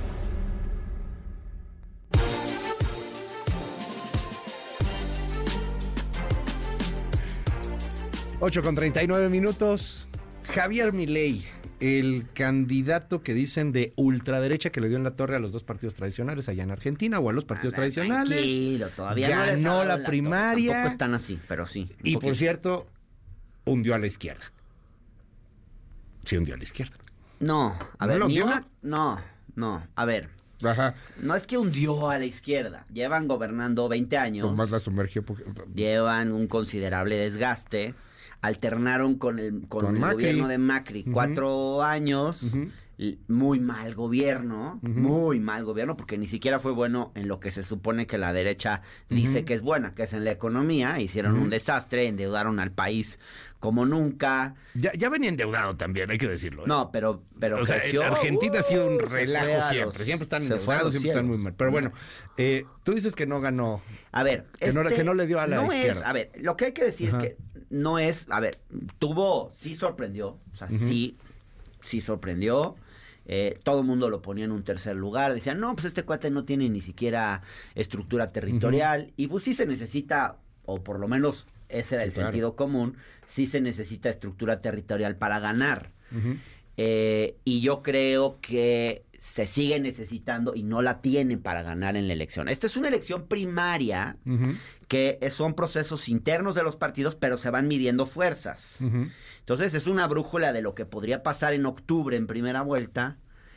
Speaker 2: ocho con treinta y nueve minutos. Javier Milei, el candidato que dicen de ultraderecha que le dio en la torre a los dos partidos tradicionales allá en Argentina, o a los partidos ah, tradicionales.
Speaker 7: Tranquilo, todavía
Speaker 2: ganó
Speaker 7: no les
Speaker 2: la,
Speaker 7: la
Speaker 2: primaria.
Speaker 7: Tampoco están así, pero sí.
Speaker 2: Y
Speaker 7: poquito.
Speaker 2: por cierto, hundió a la izquierda. Sí, hundió a la izquierda.
Speaker 7: No, a
Speaker 2: ¿No
Speaker 7: ver,
Speaker 2: lo
Speaker 7: ni
Speaker 2: hundió?
Speaker 7: una, no, no, a ver.
Speaker 2: Ajá.
Speaker 7: No es que hundió a la izquierda. Llevan gobernando veinte años.
Speaker 2: Tomás la sumergió. Porque...
Speaker 7: Llevan un considerable desgaste. Alternaron con el, con
Speaker 2: Con
Speaker 7: el
Speaker 2: Macri.
Speaker 7: gobierno de Macri
Speaker 2: Ujú.
Speaker 7: cuatro años.
Speaker 2: Ujú.
Speaker 7: l- Muy mal gobierno.
Speaker 2: Ujú.
Speaker 7: Muy mal gobierno, porque ni siquiera fue bueno en lo que se supone que la derecha dice
Speaker 2: Ujú.
Speaker 7: que es buena, que es en la economía. Hicieron
Speaker 2: Ujú.
Speaker 7: un desastre, endeudaron al país como nunca.
Speaker 2: Ya, ya venía endeudado también, hay que decirlo. ¿eh?
Speaker 7: No, pero, pero
Speaker 2: o sea,
Speaker 7: creció.
Speaker 2: en Argentina ha sido un
Speaker 7: Uh, se fue
Speaker 2: relajo
Speaker 7: a
Speaker 2: siempre.
Speaker 7: los-
Speaker 2: siempre están
Speaker 7: se fue a
Speaker 2: endeudados,
Speaker 7: los
Speaker 2: siempre están
Speaker 7: cielos.
Speaker 2: muy mal. Pero bueno, eh, tú dices que no ganó.
Speaker 7: A ver,
Speaker 2: Que no- que no le dio a la
Speaker 7: no
Speaker 2: izquierda.
Speaker 7: Es, a ver, lo que hay que decir
Speaker 2: Ajá.
Speaker 7: es que no es, a ver, tuvo, sí sorprendió, o sea,
Speaker 2: Ujú.
Speaker 7: sí, sí sorprendió. Eh, todo el mundo lo ponía en un tercer lugar. Decían, no, pues este cuate no tiene ni siquiera estructura territorial. Y pues sí se necesita, o por lo menos ese era
Speaker 2: Sí,
Speaker 7: el
Speaker 2: claro.
Speaker 7: sentido común, sí se necesita estructura territorial para ganar.
Speaker 2: Ujú.
Speaker 7: Eh, y yo creo que se sigue necesitando y no la tienen para ganar en la elección. Esta es una elección primaria
Speaker 2: Ujú.
Speaker 7: que es- son procesos internos de los partidos, pero se van midiendo fuerzas.
Speaker 2: Ujú.
Speaker 7: Entonces es una brújula de lo que podría pasar en octubre en primera vuelta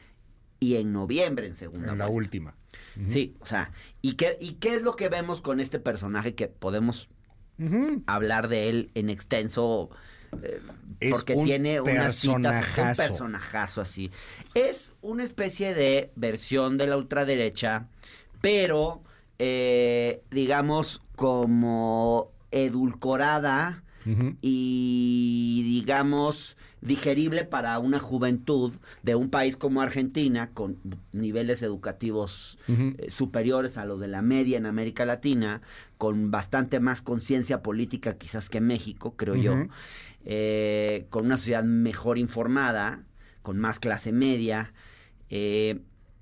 Speaker 7: y en noviembre en segunda
Speaker 2: En la
Speaker 7: vuelta.
Speaker 2: última. Ujú.
Speaker 7: Sí, o sea, ¿y qué, ¿y qué es lo que vemos con este personaje que podemos
Speaker 2: Ujú.
Speaker 7: hablar de él en extenso? eh,
Speaker 2: Es
Speaker 7: porque
Speaker 2: un
Speaker 7: tiene unas citas, un
Speaker 2: personajazo.
Speaker 7: personajazo así. Es una especie de versión de la ultraderecha, pero eh, digamos como edulcorada
Speaker 2: Ujú.
Speaker 7: y digamos digerible para una juventud de un país como Argentina, con niveles educativos
Speaker 2: Ujú.
Speaker 7: eh, superiores a los de la media en América Latina, con bastante más conciencia política quizás que México, creo yo,
Speaker 2: Ujú.
Speaker 7: eh, con una sociedad mejor informada, con más clase media, eh,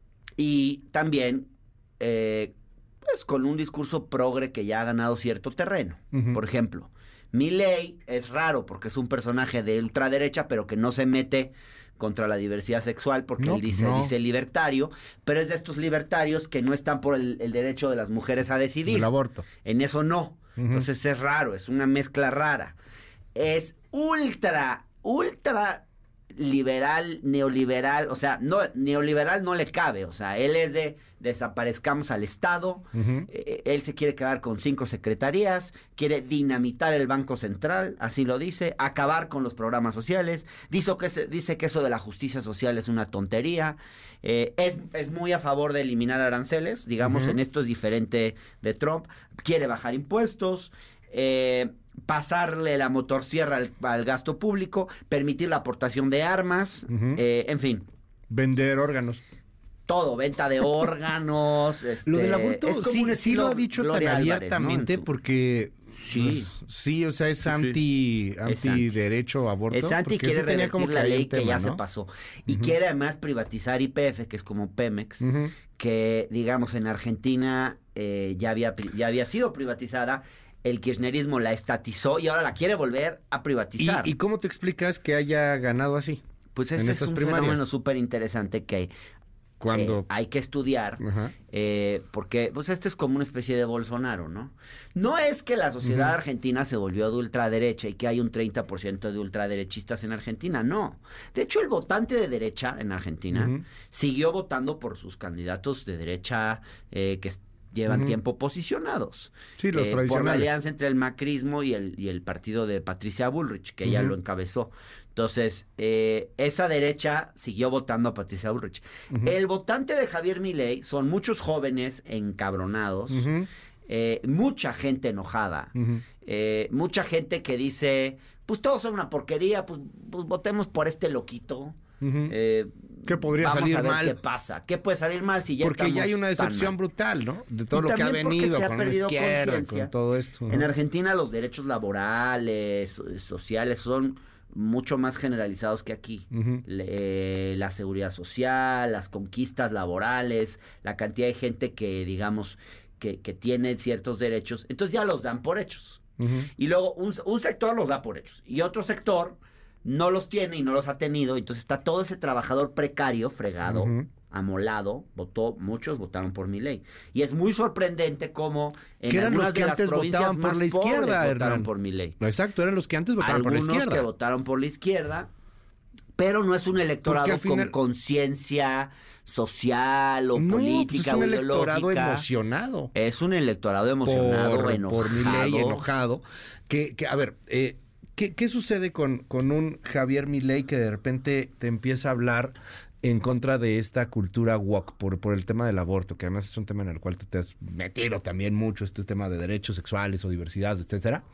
Speaker 7: y también eh, pues con un discurso progre que ya ha ganado cierto terreno.
Speaker 2: Ujú.
Speaker 7: Por ejemplo, Milei es raro porque es un personaje de ultraderecha, pero que no se mete contra la diversidad sexual porque
Speaker 2: No,
Speaker 7: él dice,
Speaker 2: no.
Speaker 7: dice libertario, pero es de estos libertarios que no están por el, el derecho de las mujeres a decidir.
Speaker 2: El aborto.
Speaker 7: En eso no.
Speaker 2: Ujú.
Speaker 7: Entonces es raro, es una mezcla rara. Es ultra, ultra liberal, neoliberal, o sea, no, neoliberal no le cabe, o sea, él es de desaparezcamos al Estado,
Speaker 2: Ujú.
Speaker 7: eh, él se quiere quedar con cinco secretarías, quiere dinamitar el Banco Central, así lo dice, acabar con los programas sociales, dice que, se- dice que eso de la justicia social es una tontería, eh, es, es muy a favor de eliminar aranceles, digamos,
Speaker 2: Ujú.
Speaker 7: en esto es diferente de Trump, quiere bajar impuestos, eh, pasarle la motosierra al, al gasto público, permitir la aportación de armas,
Speaker 2: Ujú.
Speaker 7: eh, en fin,
Speaker 2: Vender órganos.
Speaker 7: todo, venta de órganos. Este,
Speaker 2: Lo del aborto
Speaker 7: es como
Speaker 2: sí,
Speaker 7: un
Speaker 2: sí
Speaker 7: estilo
Speaker 2: lo ha dicho
Speaker 7: Gloria
Speaker 2: tan
Speaker 7: Álvarez, ¿no?
Speaker 2: abiertamente
Speaker 7: En su-
Speaker 2: porque
Speaker 7: Sí.
Speaker 2: Sí, o sea, es
Speaker 7: Sí, sí.
Speaker 2: anti,
Speaker 7: Es
Speaker 2: anti derecho a aborto.
Speaker 7: Es anti y
Speaker 2: porque
Speaker 7: quiere
Speaker 2: sí tenía
Speaker 7: revertir
Speaker 2: como que
Speaker 7: la
Speaker 2: ahí
Speaker 7: ley
Speaker 2: un
Speaker 7: que
Speaker 2: tema,
Speaker 7: ya se
Speaker 2: ¿no?
Speaker 7: pasó. Y
Speaker 2: Ujú.
Speaker 7: quiere además privatizar Y P F, que es como Pemex,
Speaker 2: Ujú.
Speaker 7: que digamos en Argentina eh, ya, había, pri- ya había sido privatizada. El kirchnerismo la estatizó y ahora la quiere volver a
Speaker 2: ¿Y,
Speaker 7: privatizar.
Speaker 2: ¿Y cómo te explicas que haya ganado así?
Speaker 7: Pues
Speaker 2: en
Speaker 7: ese es
Speaker 2: estas
Speaker 7: un
Speaker 2: primarias?
Speaker 7: fenómeno súper interesante que
Speaker 2: Cuando
Speaker 7: eh, hay que estudiar,
Speaker 2: Ajá.
Speaker 7: eh, porque pues este es como una especie de Bolsonaro, ¿no? No es que la sociedad
Speaker 2: Ujú.
Speaker 7: argentina se volvió de ultraderecha y que hay un treinta por ciento de ultraderechistas en Argentina, no. De hecho, el votante de derecha en Argentina
Speaker 2: Ujú.
Speaker 7: siguió votando por sus candidatos de derecha eh, que llevan
Speaker 2: Ujú.
Speaker 7: tiempo posicionados.
Speaker 2: Sí, los
Speaker 7: Eh, por la
Speaker 2: tradicionales.
Speaker 7: alianza entre el macrismo y el, y el partido de Patricia Bullrich, que ella
Speaker 2: Ujú.
Speaker 7: lo encabezó. Entonces, eh, esa derecha siguió votando a Patricia Bullrich.
Speaker 2: Ujú.
Speaker 7: El votante de Javier Milei son muchos jóvenes encabronados,
Speaker 2: Ujú.
Speaker 7: eh, mucha gente enojada,
Speaker 2: Ujú.
Speaker 7: eh, mucha gente que dice, pues todos son una porquería, pues, pues votemos por este loquito.
Speaker 2: Ujú.
Speaker 7: Eh,
Speaker 2: ¿Qué podría
Speaker 7: vamos
Speaker 2: salir
Speaker 7: a ver
Speaker 2: mal?
Speaker 7: ¿Qué pasa? ¿Qué puede salir mal si ya
Speaker 2: Porque ya hay
Speaker 7: estamos
Speaker 2: una
Speaker 7: tan
Speaker 2: decepción
Speaker 7: mal?
Speaker 2: brutal, ¿no? De todo
Speaker 7: Y
Speaker 2: lo que ha
Speaker 7: también porque
Speaker 2: venido
Speaker 7: se ha
Speaker 2: con la
Speaker 7: perdido
Speaker 2: izquierda,
Speaker 7: conciencia.
Speaker 2: con todo esto.
Speaker 7: En Argentina los derechos laborales, so- sociales son mucho más generalizados que aquí.
Speaker 2: Ujú.
Speaker 7: Le- la seguridad social, las conquistas laborales, la cantidad de gente que, digamos, que, que tiene ciertos derechos, entonces ya los dan por hechos.
Speaker 2: Ujú.
Speaker 7: Y luego un, un sector los da por hechos y otro sector no los tiene y no los ha tenido. Entonces está todo ese trabajador precario, fregado,
Speaker 2: Ujú.
Speaker 7: amolado, votó, muchos votaron por Milei. Y es muy sorprendente cómo en
Speaker 2: Que eran
Speaker 7: algunas
Speaker 2: los que
Speaker 7: de las
Speaker 2: antes
Speaker 7: provincias
Speaker 2: votaban por
Speaker 7: más
Speaker 2: la izquierda,
Speaker 7: pobres votaron
Speaker 2: Hernán.
Speaker 7: por Milei.
Speaker 2: Exacto, eran los que antes votaban por la
Speaker 7: Algunos
Speaker 2: izquierda.
Speaker 7: que votaron por la izquierda, pero no es un electorado
Speaker 2: Porque al final-
Speaker 7: con conciencia social o
Speaker 2: No, pues
Speaker 7: política
Speaker 2: es un
Speaker 7: o
Speaker 2: electorado
Speaker 7: ideológica.
Speaker 2: emocionado.
Speaker 7: Es un electorado emocionado,
Speaker 2: por,
Speaker 7: enojado.
Speaker 2: por Milei, enojado. Que, que, a ver, eh, ¿qué, qué sucede con, con un Javier Milei que de repente te empieza a hablar en contra de esta cultura woke por, por el tema del aborto, que además es un tema en el cual tú te has metido también mucho, este tema de derechos sexuales o diversidad, etcétera,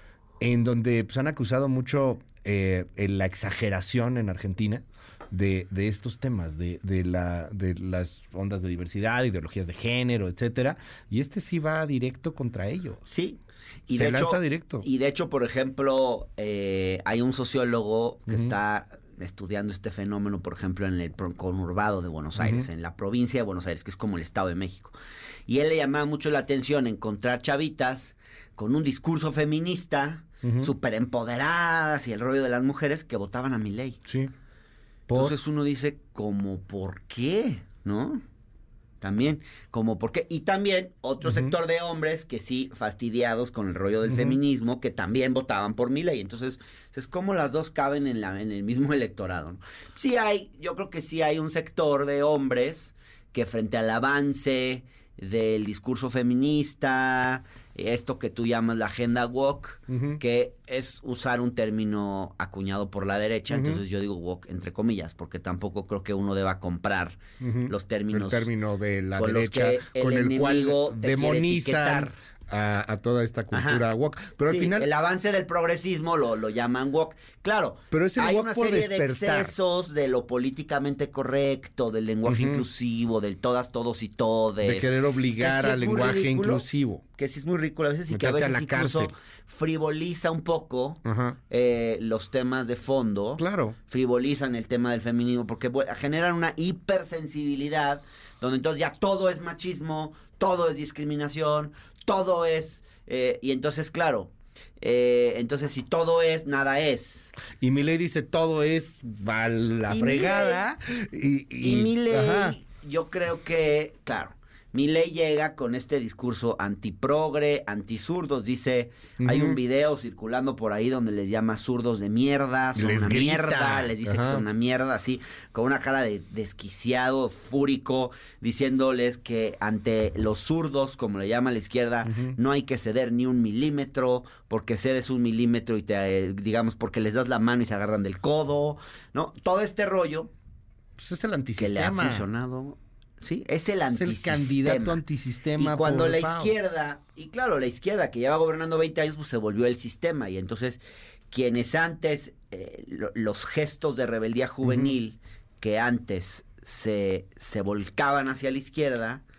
Speaker 2: en donde pues, han acusado mucho eh, en la exageración en Argentina de, de estos temas, de, de, la, de las ondas de diversidad, ideologías de género, etcétera, y este sí va directo contra ello.
Speaker 7: Sí. Y
Speaker 2: Se
Speaker 7: de
Speaker 2: lanza
Speaker 7: hecho,
Speaker 2: directo.
Speaker 7: Y de hecho, por ejemplo, eh, hay un sociólogo que
Speaker 2: Ujú.
Speaker 7: está estudiando este fenómeno, por ejemplo, en el pro- conurbado de Buenos Aires,
Speaker 2: Ujú.
Speaker 7: en la provincia de Buenos Aires, que es como el Estado de México. Y él le llamaba mucho la atención encontrar chavitas con un discurso feminista,
Speaker 2: Ujú.
Speaker 7: súper empoderadas y el rollo de las mujeres que votaban a Milei.
Speaker 2: Sí. Por-
Speaker 7: Entonces uno dice, ¿cómo por qué? ¿No? También, como por qué. Y también otro
Speaker 2: Ujú.
Speaker 7: sector de hombres que sí, fastidiados con el rollo del
Speaker 2: Ujú.
Speaker 7: feminismo, que también votaban por Milei. Entonces, es como las dos caben en, la, en el mismo electorado, ¿no? Sí hay, yo creo que sí hay un sector de hombres que frente al avance del discurso feminista, esto que tú llamas la agenda woke,
Speaker 2: Ujú.
Speaker 7: que es usar un término acuñado por la derecha,
Speaker 2: Ujú.
Speaker 7: entonces yo digo woke entre comillas, porque tampoco creo que uno deba comprar
Speaker 2: Ujú.
Speaker 7: los términos
Speaker 2: El término de la
Speaker 7: con los
Speaker 2: derecha
Speaker 7: que el
Speaker 2: con el cual
Speaker 7: enemigo te quiere
Speaker 2: demonizan
Speaker 7: etiquetar.
Speaker 2: a, a toda esta cultura
Speaker 7: Ajá.
Speaker 2: woke. Pero
Speaker 7: Sí,
Speaker 2: al final,
Speaker 7: el avance del progresismo lo, lo llaman woke. Claro,
Speaker 2: Pero es el
Speaker 7: hay
Speaker 2: woke
Speaker 7: una
Speaker 2: por
Speaker 7: serie de
Speaker 2: despertar.
Speaker 7: excesos de lo políticamente correcto, del lenguaje
Speaker 2: Ujú.
Speaker 7: inclusivo, del todas, todos y todes.
Speaker 2: de querer obligar
Speaker 7: que sí
Speaker 2: al
Speaker 7: es muy
Speaker 2: lenguaje
Speaker 7: ridículo,
Speaker 2: inclusivo.
Speaker 7: Que sí es muy ridículo a veces y que a
Speaker 2: Meterte a
Speaker 7: veces
Speaker 2: la
Speaker 7: incluso
Speaker 2: cárcel.
Speaker 7: frivoliza un poco
Speaker 2: Ajá.
Speaker 7: eh, los temas de fondo.
Speaker 2: Claro.
Speaker 7: Frivolizan el tema del feminismo porque bu- generan una hipersensibilidad donde entonces ya todo es machismo, todo es discriminación, todo es... eh, y entonces, claro, eh, entonces si todo es, nada es.
Speaker 2: Y Milei dice todo es va a la
Speaker 7: Y
Speaker 2: fregada. y,
Speaker 7: Y,
Speaker 2: y-
Speaker 7: Milei,
Speaker 2: ajá.
Speaker 7: yo creo que, claro, Milei llega con este discurso antiprogre, antisurdos, dice, hay
Speaker 2: Ujú.
Speaker 7: un video circulando por ahí donde les llama zurdos de mierda, son
Speaker 2: Les
Speaker 7: una
Speaker 2: grita.
Speaker 7: mierda, les dice que
Speaker 2: Ajá.
Speaker 7: son una mierda, así, con una cara de desquiciado, fúrico, diciéndoles que ante los zurdos, como le llama la izquierda,
Speaker 2: Ujú.
Speaker 7: no hay que ceder ni un milímetro, porque cedes un milímetro y te, eh, digamos, porque les das la mano y se agarran del codo, ¿no? Todo este rollo
Speaker 2: Pues es el
Speaker 7: que le ha
Speaker 2: antisistema.
Speaker 7: funcionado. Sí, es el
Speaker 2: Es
Speaker 7: antisistema.
Speaker 2: el candidato antisistema.
Speaker 7: Y cuando
Speaker 2: por
Speaker 7: la
Speaker 2: F A O.
Speaker 7: izquierda, y claro, la izquierda que lleva gobernando veinte años, pues se volvió el sistema. Y entonces, quienes antes, eh, lo- los gestos de rebeldía juvenil, que antes se, se volcaban hacia la izquierda,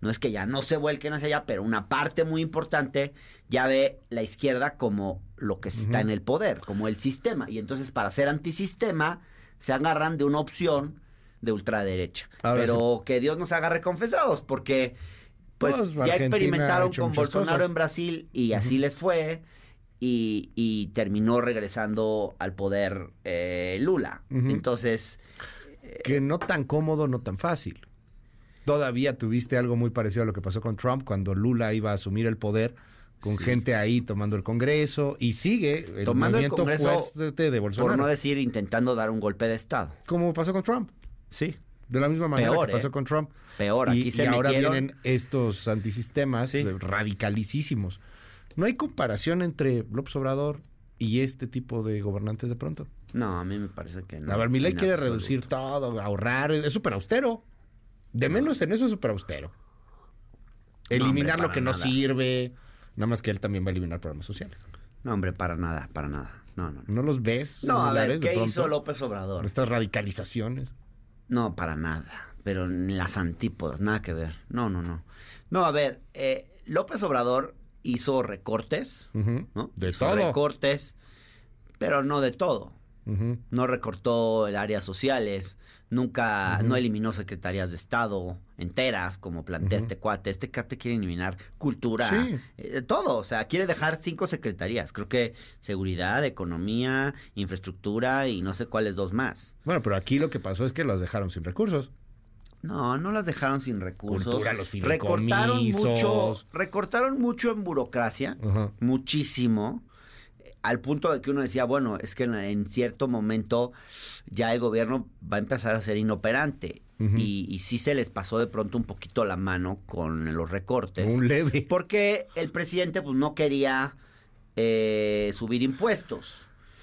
Speaker 7: no es que ya no se vuelquen hacia allá, pero una parte muy importante ya ve la izquierda como lo que está uh-huh. en el poder, como el sistema. Y entonces para ser antisistema se agarran de una opción de ultraderecha. Ahora pero sí. que Dios nos agarre confesados, porque pues, pues ya Argentina experimentaron con Bolsonaro cosas. en Brasil y uh-huh. así les fue. Y, y terminó regresando al poder eh, Lula. Uh-huh. Entonces...
Speaker 2: Eh, que no tan cómodo, no tan fácil. Todavía tuviste algo muy parecido a lo que pasó con Trump cuando Lula iba a asumir el poder, con sí. gente ahí tomando el Congreso, y sigue el
Speaker 7: tomando movimiento el Congreso,
Speaker 2: fuerte de Bolsonaro.
Speaker 7: Por no decir intentando dar un golpe de Estado.
Speaker 2: Como pasó con Trump.
Speaker 7: Sí.
Speaker 2: De la misma manera
Speaker 7: Peor,
Speaker 2: que pasó
Speaker 7: eh.
Speaker 2: con Trump.
Speaker 7: Peor, aquí
Speaker 2: y,
Speaker 7: se
Speaker 2: y ahora
Speaker 7: metieron...
Speaker 2: vienen estos antisistemas sí. radicalicísimos. ¿No hay comparación entre López Obrador y este tipo de gobernantes de pronto?
Speaker 7: No, a mí me parece que no.
Speaker 2: A ver, Milei quiere absoluto. reducir todo, ahorrar, es súper austero. De menos en eso es súper austero. Eliminar no, hombre, lo que nada. no sirve, nada más que él también va a eliminar programas sociales.
Speaker 7: No, hombre, para nada, para nada. No, no.
Speaker 2: ¿No los ves?
Speaker 7: No, a ver, ¿qué hizo López Obrador?
Speaker 2: Estas radicalizaciones.
Speaker 7: No, para nada. Pero en las antípodas, nada que ver. No, no, no. No, a ver, eh, López Obrador hizo recortes, uh-huh. ¿no?
Speaker 2: De
Speaker 7: hizo
Speaker 2: todo.
Speaker 7: recortes, pero no de todo. Uh-huh. No recortó el áreas sociales, nunca, uh-huh. no eliminó secretarías de Estado enteras, como plantea uh-huh. este cuate. Este cuate quiere eliminar cultura,
Speaker 2: sí.
Speaker 7: eh, todo. O sea, quiere dejar cinco secretarías. Creo que seguridad, economía, infraestructura y no sé cuáles dos más.
Speaker 2: Bueno, pero aquí lo que pasó es que las dejaron sin recursos.
Speaker 7: No, no las dejaron sin recursos.
Speaker 2: Cultura, los
Speaker 7: recortaron mucho, recortaron mucho en burocracia, uh-huh. muchísimo, al punto de que uno decía, bueno, es que en, en cierto momento ya el gobierno va a empezar a ser inoperante. Uh-huh. Y, y sí se les pasó de pronto un poquito la mano con los recortes.
Speaker 2: Un leve.
Speaker 7: Porque el presidente pues no quería eh, subir impuestos.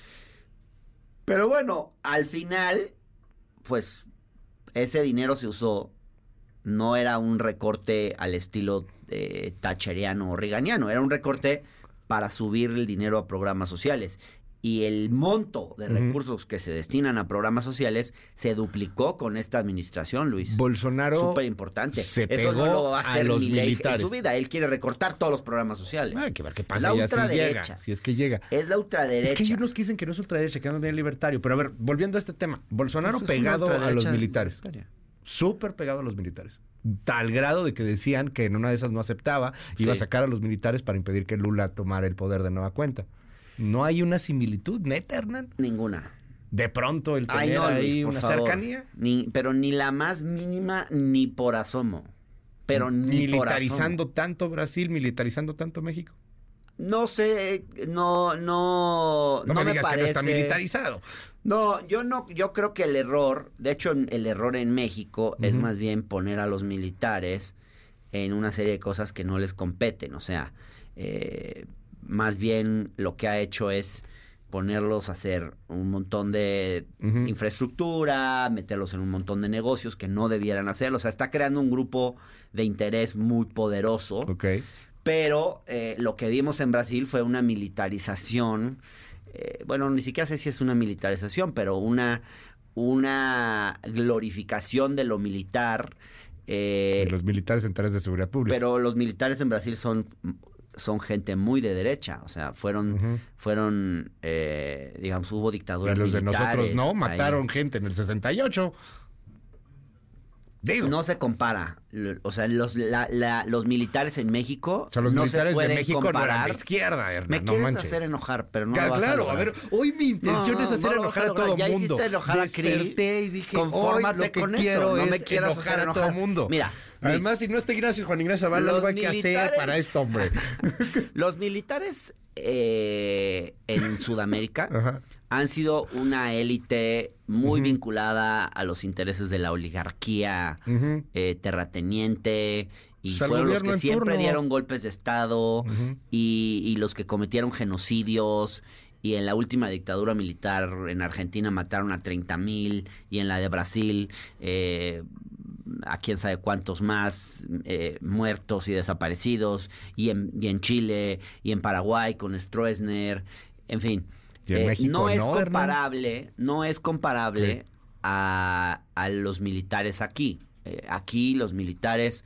Speaker 7: Pero bueno, al final, pues... ese dinero se usó, no era un recorte al estilo eh, thatcheriano o reaganiano, era un recorte para subir el dinero a programas sociales. Y el monto de uh-huh. recursos que se destinan a programas sociales se duplicó con esta administración, Luis.
Speaker 2: Bolsonaro
Speaker 7: súper importante.
Speaker 2: Se
Speaker 7: Eso
Speaker 2: pegó
Speaker 7: no lo va a hacer
Speaker 2: a los
Speaker 7: Milei
Speaker 2: militares
Speaker 7: en su vida. Él quiere recortar todos los programas sociales.
Speaker 2: Hay que ver qué pasa ya si llega, si es que llega.
Speaker 7: Es la ultraderecha.
Speaker 2: Es que hay unos que dicen que no es ultraderecha, que andan bien libertario. Pero a ver, volviendo a este tema. Bolsonaro pues pegado a los militares. Súper pegado a los militares. Tal grado de que decían que en una de esas no aceptaba, sí. iba a sacar a los militares para impedir que Lula tomara el poder de nueva cuenta. ¿No hay una similitud, neta, Hernán?
Speaker 7: Ninguna.
Speaker 2: De pronto el tener
Speaker 7: Ay, no,
Speaker 2: ahí
Speaker 7: Luis,
Speaker 2: una
Speaker 7: favor.
Speaker 2: cercanía.
Speaker 7: Ni, pero ni la más mínima, ni por asomo. Pero ni
Speaker 2: militarizando
Speaker 7: por asomo.
Speaker 2: tanto Brasil, militarizando tanto México.
Speaker 7: No sé, no, no,
Speaker 2: no,
Speaker 7: no
Speaker 2: me,
Speaker 7: me parece.
Speaker 2: Que no está militarizado.
Speaker 7: No, yo no, yo creo que el error, de hecho, el error en México uh-huh. es más bien poner a los militares en una serie de cosas que no les competen. O sea, eh, más bien lo que ha hecho es ponerlos a hacer un montón de uh-huh. infraestructura, meterlos en un montón de negocios que no debieran hacerlo. O sea, está creando un grupo de interés muy poderoso.
Speaker 2: Okay.
Speaker 7: Pero eh, lo que vimos en Brasil fue una militarización, eh, bueno, ni siquiera sé si es una militarización, pero una, una glorificación de lo militar. Eh,
Speaker 2: los militares en tareas de seguridad pública.
Speaker 7: Pero los militares en Brasil son, son gente muy de derecha, o sea, fueron, uh-huh. fueron eh, digamos, hubo dictaduras
Speaker 2: militares. Y los
Speaker 7: militares
Speaker 2: de nosotros no, mataron
Speaker 7: ahí.
Speaker 2: gente en el sesenta y ocho. Digo.
Speaker 7: No se compara. O sea, los, la, la, los militares en México.
Speaker 2: O sea, los
Speaker 7: no
Speaker 2: militares
Speaker 7: se pueden
Speaker 2: de México
Speaker 7: comparar.
Speaker 2: no eran de izquierda, Hernán,
Speaker 7: Me
Speaker 2: no
Speaker 7: quieres
Speaker 2: manches.
Speaker 7: hacer enojar, pero no
Speaker 2: claro,
Speaker 7: lo vas
Speaker 2: claro,
Speaker 7: a,
Speaker 2: a ver, hoy mi intención
Speaker 7: no,
Speaker 2: es hacer
Speaker 7: no
Speaker 2: enojar a, a todo el
Speaker 7: ya
Speaker 2: mundo.
Speaker 7: Ya hiciste enojar a Krill.
Speaker 2: Y dije,
Speaker 7: confórmate
Speaker 2: hoy lo que
Speaker 7: con
Speaker 2: quiero
Speaker 7: eso. No me
Speaker 2: es
Speaker 7: quieras
Speaker 2: enojar
Speaker 7: hacer
Speaker 2: a todo el mundo.
Speaker 7: Mira,
Speaker 2: además, si no está Ignacio Juan Ignacio Zavala, algo hay que hacer para esto, hombre.
Speaker 7: Los militares eh, en Sudamérica
Speaker 2: Ajá.
Speaker 7: han sido una élite muy
Speaker 2: uh-huh.
Speaker 7: vinculada a los intereses de la oligarquía
Speaker 2: uh-huh.
Speaker 7: eh, terrateniente. Y
Speaker 2: o sea,
Speaker 7: fueron los que siempre
Speaker 2: turno.
Speaker 7: dieron golpes de Estado
Speaker 2: uh-huh.
Speaker 7: y, y los que cometieron genocidios. Y en la última dictadura militar en Argentina mataron a treinta mil. Y en la de Brasil, eh, a quién sabe cuántos más eh, muertos y desaparecidos. Y en, y en Chile, y en Paraguay con Stroessner. En fin,
Speaker 2: en
Speaker 7: eh,
Speaker 2: México,
Speaker 7: no es
Speaker 2: ¿no,
Speaker 7: comparable,
Speaker 2: Hernán?
Speaker 7: no es comparable
Speaker 2: sí.
Speaker 7: a, a los militares aquí. Eh, aquí los militares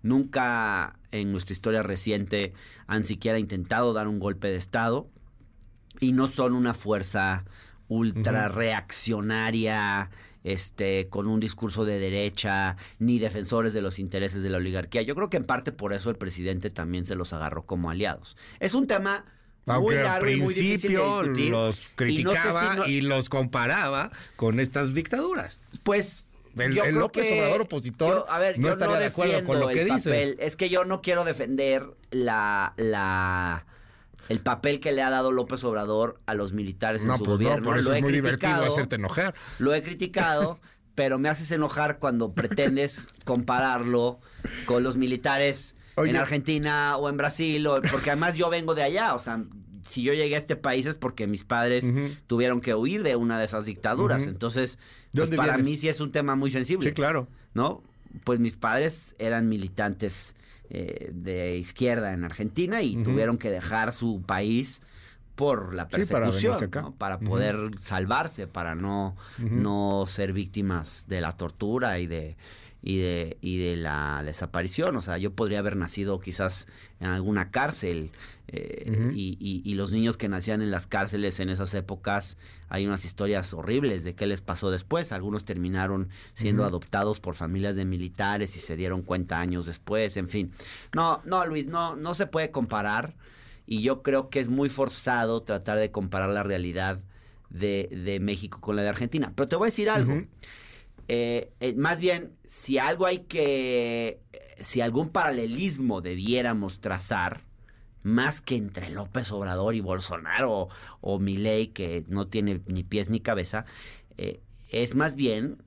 Speaker 7: nunca en nuestra historia reciente han siquiera intentado dar un golpe de Estado y no son una fuerza ultra reaccionaria, este, con un discurso de derecha, ni defensores de los intereses de la oligarquía. Yo creo que en parte por eso el presidente también se los agarró como aliados. Es un tema
Speaker 2: Aunque
Speaker 7: muy
Speaker 2: al
Speaker 7: largo y muy difícil de
Speaker 2: principio
Speaker 7: discutir.
Speaker 2: los criticaba
Speaker 7: y, no sé si no...
Speaker 2: y los comparaba con estas dictaduras.
Speaker 7: Pues
Speaker 2: el,
Speaker 7: yo
Speaker 2: el
Speaker 7: creo
Speaker 2: López
Speaker 7: que
Speaker 2: Obrador opositor
Speaker 7: yo, a ver,
Speaker 2: no
Speaker 7: yo
Speaker 2: estaría
Speaker 7: no
Speaker 2: de acuerdo con lo que
Speaker 7: el
Speaker 2: dices.
Speaker 7: papel. Es que yo no quiero defender la la el papel que le ha dado López Obrador a los militares
Speaker 2: no,
Speaker 7: en su
Speaker 2: pues
Speaker 7: gobierno.
Speaker 2: No, por eso
Speaker 7: lo
Speaker 2: es
Speaker 7: he
Speaker 2: muy
Speaker 7: criticado,
Speaker 2: divertido hacerte enojar.
Speaker 7: Lo he criticado, pero me haces enojar cuando pretendes compararlo con los militares Oye. en Argentina o en Brasil, o, porque además yo vengo de allá, o sea, si yo llegué a este país es porque mis padres uh-huh. tuvieron que huir de una de esas dictaduras. Uh-huh. Entonces, pues para vienes? mí sí es un tema muy sensible.
Speaker 2: Sí, claro.
Speaker 7: ¿No? Pues mis padres eran militantes eh, de izquierda en Argentina y uh-huh. tuvieron que dejar su país por la persecución, sí, para, ¿no? para poder uh-huh. salvarse, para no, uh-huh. no ser víctimas de la tortura y de... y de y de la desaparición. O sea, yo podría haber nacido quizás en alguna cárcel eh, uh-huh. y, y, y los niños que nacían en las cárceles en esas épocas, hay unas historias horribles de qué les pasó después. Algunos terminaron siendo uh-huh. adoptados por familias de militares y se dieron cuenta años después, en fin. No, no, Luis, no, no se puede comparar y yo creo que es muy forzado tratar de comparar la realidad de, de México con la de Argentina. Pero te voy a decir algo. Uh-huh. Eh, eh, más bien, si algo hay que, si algún paralelismo debiéramos trazar, más que entre López Obrador y Bolsonaro o, o Milei, que no tiene ni pies ni cabeza, eh, es más bien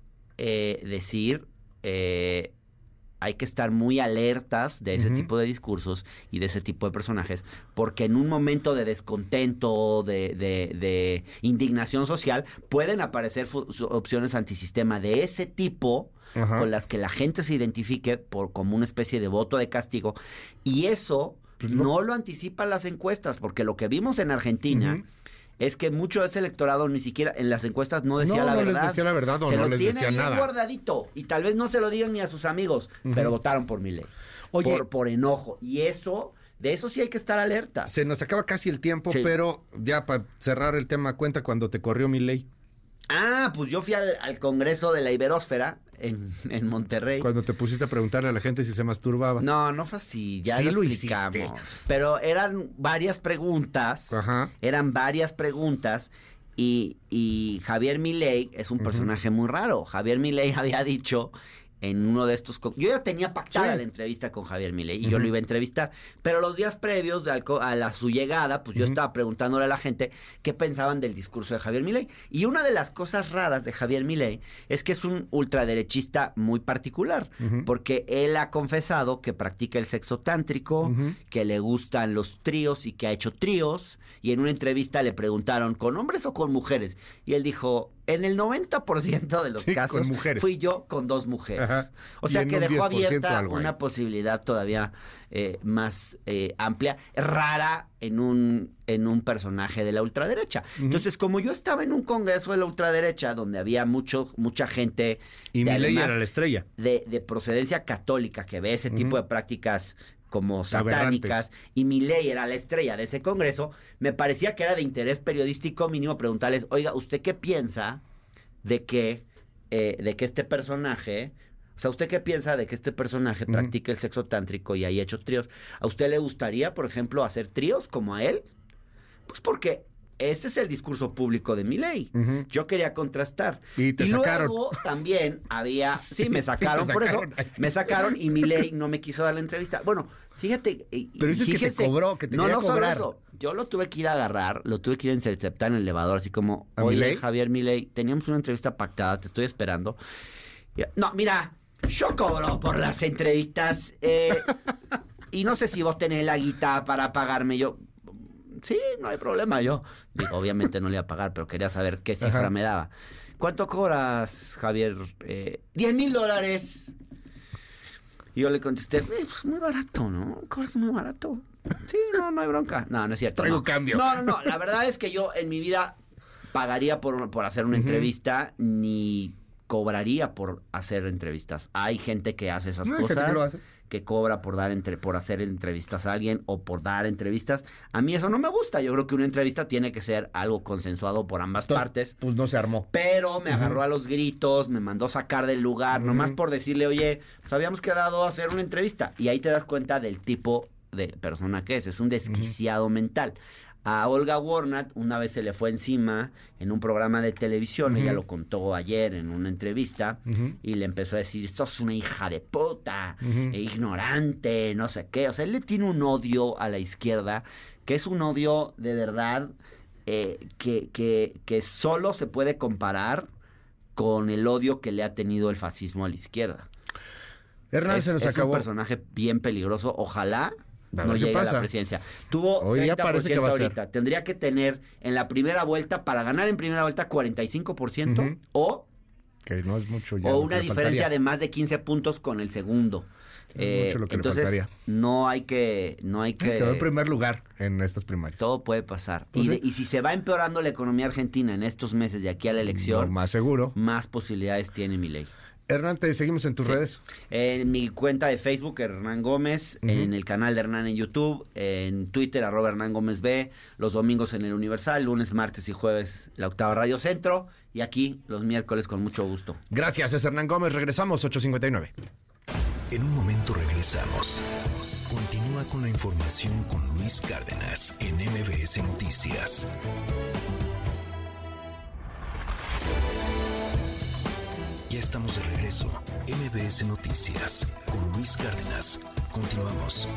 Speaker 7: eh, decir, eh, hay que estar muy alertas de ese uh-huh. tipo de discursos y de ese tipo de personajes, porque en un momento de descontento, de, de, de indignación social, pueden aparecer fu- opciones antisistema de ese tipo, uh-huh. con las que la gente se identifique por como una especie de voto de castigo, y eso pues no. no lo anticipan las encuestas, porque lo que vimos en Argentina... Uh-huh. es que mucho de ese electorado ni siquiera en las encuestas no decía
Speaker 2: no,
Speaker 7: la
Speaker 2: no
Speaker 7: verdad.
Speaker 2: No les decía la verdad o
Speaker 7: se
Speaker 2: no
Speaker 7: lo
Speaker 2: les
Speaker 7: tiene
Speaker 2: decía
Speaker 7: bien
Speaker 2: nada.
Speaker 7: guardadito y tal vez no se lo digan ni a sus amigos, uh-huh. pero votaron por Milei. Oye, por, por enojo. Y eso, de eso sí hay que estar alertas.
Speaker 2: Se nos acaba casi el tiempo,
Speaker 7: sí.
Speaker 2: pero ya para cerrar el tema, cuenta cuando te corrió Milei.
Speaker 7: Ah, pues yo fui al, al Congreso de la Iberósfera en, en Monterrey.
Speaker 2: Cuando te pusiste a preguntarle a la gente si se masturbaba.
Speaker 7: No, no fue así, ya
Speaker 2: sí
Speaker 7: lo,
Speaker 2: lo
Speaker 7: explicamos.
Speaker 2: Hiciste.
Speaker 7: Pero eran varias preguntas,
Speaker 2: Ajá.
Speaker 7: eran varias preguntas y, y Javier Milei es un personaje uh-huh. muy raro. Javier Milei había dicho en uno de estos... Yo ya tenía pactada sí. la entrevista con Javier Milei y uh-huh. yo lo iba a entrevistar, pero los días previos de al, a la, su llegada, pues uh-huh. yo estaba preguntándole a la gente qué pensaban del discurso de Javier Milei. Y una de las cosas raras de Javier Milei es que es un ultraderechista muy particular, uh-huh. porque él ha confesado que practica el sexo tántrico, uh-huh. que le gustan los tríos y que ha hecho tríos, y en una entrevista le preguntaron, ¿con hombres o con mujeres? Y él dijo... En el noventa por ciento de los
Speaker 2: sí,
Speaker 7: casos fui yo con dos mujeres. Ajá. O sea que dejó abierta una posibilidad todavía eh, más eh, amplia, rara en un, en un personaje de la ultraderecha. Uh-huh. Entonces, como yo estaba en un congreso de la ultraderecha donde había mucho, mucha gente...
Speaker 2: Y Milei era la estrella.
Speaker 7: De, de procedencia católica que ve ese uh-huh. tipo de prácticas... como satánicas, y Milei era la estrella de ese congreso, me parecía que era de interés periodístico mínimo preguntarles, oiga, ¿usted qué piensa de que, eh, de que este personaje, o sea, ¿usted qué piensa de que este personaje uh-huh. practique el sexo tántrico y haya hecho tríos? ¿A usted le gustaría, por ejemplo, hacer tríos como a él? Pues porque... ese es el discurso público de Milei. Uh-huh. Yo quería contrastar.
Speaker 2: Y te
Speaker 7: y
Speaker 2: sacaron.
Speaker 7: Luego también había... Sí, sí me sacaron, sí por sacaron. eso. Me sacaron y Milei no me quiso dar la entrevista. Bueno, fíjate...
Speaker 2: Pero dices que te cobró, que te
Speaker 7: No,
Speaker 2: quería
Speaker 7: no solo
Speaker 2: cobrar.
Speaker 7: eso. Yo lo tuve que ir a agarrar, lo tuve que ir a interceptar en el elevador, así como... Oye, Milei? Javier Milei, teníamos una entrevista pactada, te estoy esperando. No, mira, yo cobro por las entrevistas. Eh, y no sé si vos tenés la guita para pagarme. Yo... Sí, no hay problema, yo digo, obviamente no le iba a pagar, pero quería saber qué cifra Ajá. me daba. ¿Cuánto cobras, Javier? Eh, diez mil dólares. Y yo le contesté, eh, pues muy barato, ¿no? Cobras muy barato. Sí, no, no hay bronca. No, no es cierto.
Speaker 2: Traigo
Speaker 7: no.
Speaker 2: cambio.
Speaker 7: No, no, no, la verdad es que yo en mi vida pagaría por, por hacer una uh-huh. entrevista, ni cobraría por hacer entrevistas. Hay gente que hace esas
Speaker 2: No, hay gente
Speaker 7: cosas,
Speaker 2: que lo hace.
Speaker 7: que cobra por dar entre, por hacer entrevistas a alguien o por dar entrevistas. A mí eso no me gusta. Yo creo que una entrevista tiene que ser algo consensuado por ambas
Speaker 2: Entonces,
Speaker 7: partes.
Speaker 2: Pues no se armó.
Speaker 7: Pero me
Speaker 2: Ujú.
Speaker 7: agarró a los gritos, me mandó sacar del lugar,
Speaker 2: Ujú.
Speaker 7: nomás por decirle, oye, pues habíamos quedado a hacer una entrevista. Y ahí te das cuenta del tipo de persona que es. Es un desquiciado mental. A Olga Warnat una vez se le fue encima en un programa de televisión,
Speaker 2: Ujú.
Speaker 7: ella lo contó ayer en una entrevista,
Speaker 2: Ujú.
Speaker 7: y le empezó a decir, sos una hija de puta,
Speaker 2: Ujú.
Speaker 7: e ignorante, no sé qué. O sea, él le tiene un odio a la izquierda, que es un odio de verdad eh, que, que, que solo se puede comparar con el odio que le ha tenido el fascismo a la izquierda.
Speaker 2: Hernán,
Speaker 7: es,
Speaker 2: se nos
Speaker 7: es
Speaker 2: acabó.
Speaker 7: un personaje bien peligroso, ojalá
Speaker 2: A
Speaker 7: no
Speaker 2: ver qué
Speaker 7: llegue a
Speaker 2: pasa.
Speaker 7: la presidencia. Tuvo
Speaker 2: Hoy día
Speaker 7: treinta por ciento
Speaker 2: parece que va a ser.
Speaker 7: ahorita. Tendría que tener en la primera vuelta, para ganar en primera vuelta, cuarenta y cinco por ciento
Speaker 2: Ujú.
Speaker 7: o,
Speaker 2: Que no es mucho ya.
Speaker 7: o
Speaker 2: lo
Speaker 7: una
Speaker 2: que le
Speaker 7: diferencia
Speaker 2: faltaría.
Speaker 7: de más de quince puntos con el segundo.
Speaker 2: Es mucho lo que le
Speaker 7: entonces,
Speaker 2: faltaría.
Speaker 7: no hay que... No hay que
Speaker 2: Quedó en primer lugar en estas primarias.
Speaker 7: todo puede pasar.
Speaker 2: Pues
Speaker 7: y, de-
Speaker 2: sí.
Speaker 7: y si se va empeorando la economía argentina en estos meses de aquí a la elección,
Speaker 2: Lo más seguro.
Speaker 7: más posibilidades tiene Milei.
Speaker 2: Hernán, te seguimos en tus
Speaker 7: Sí.
Speaker 2: redes.
Speaker 7: En mi cuenta de Facebook, Hernán Gómez,
Speaker 2: Ujú.
Speaker 7: en el canal de Hernán en YouTube, en Twitter, arroba Hernán Gómez B, los domingos en el Universal, lunes, martes y jueves, la Octava Radio Centro, y aquí los miércoles con mucho gusto.
Speaker 2: Gracias, es Hernán Gómez. Regresamos, ocho cincuenta y nueve.
Speaker 8: En un momento regresamos. Continúa con la información con Luis Cárdenas en M B S Noticias. Ya estamos de regreso. M B S Noticias con Luis Cárdenas. Continuamos.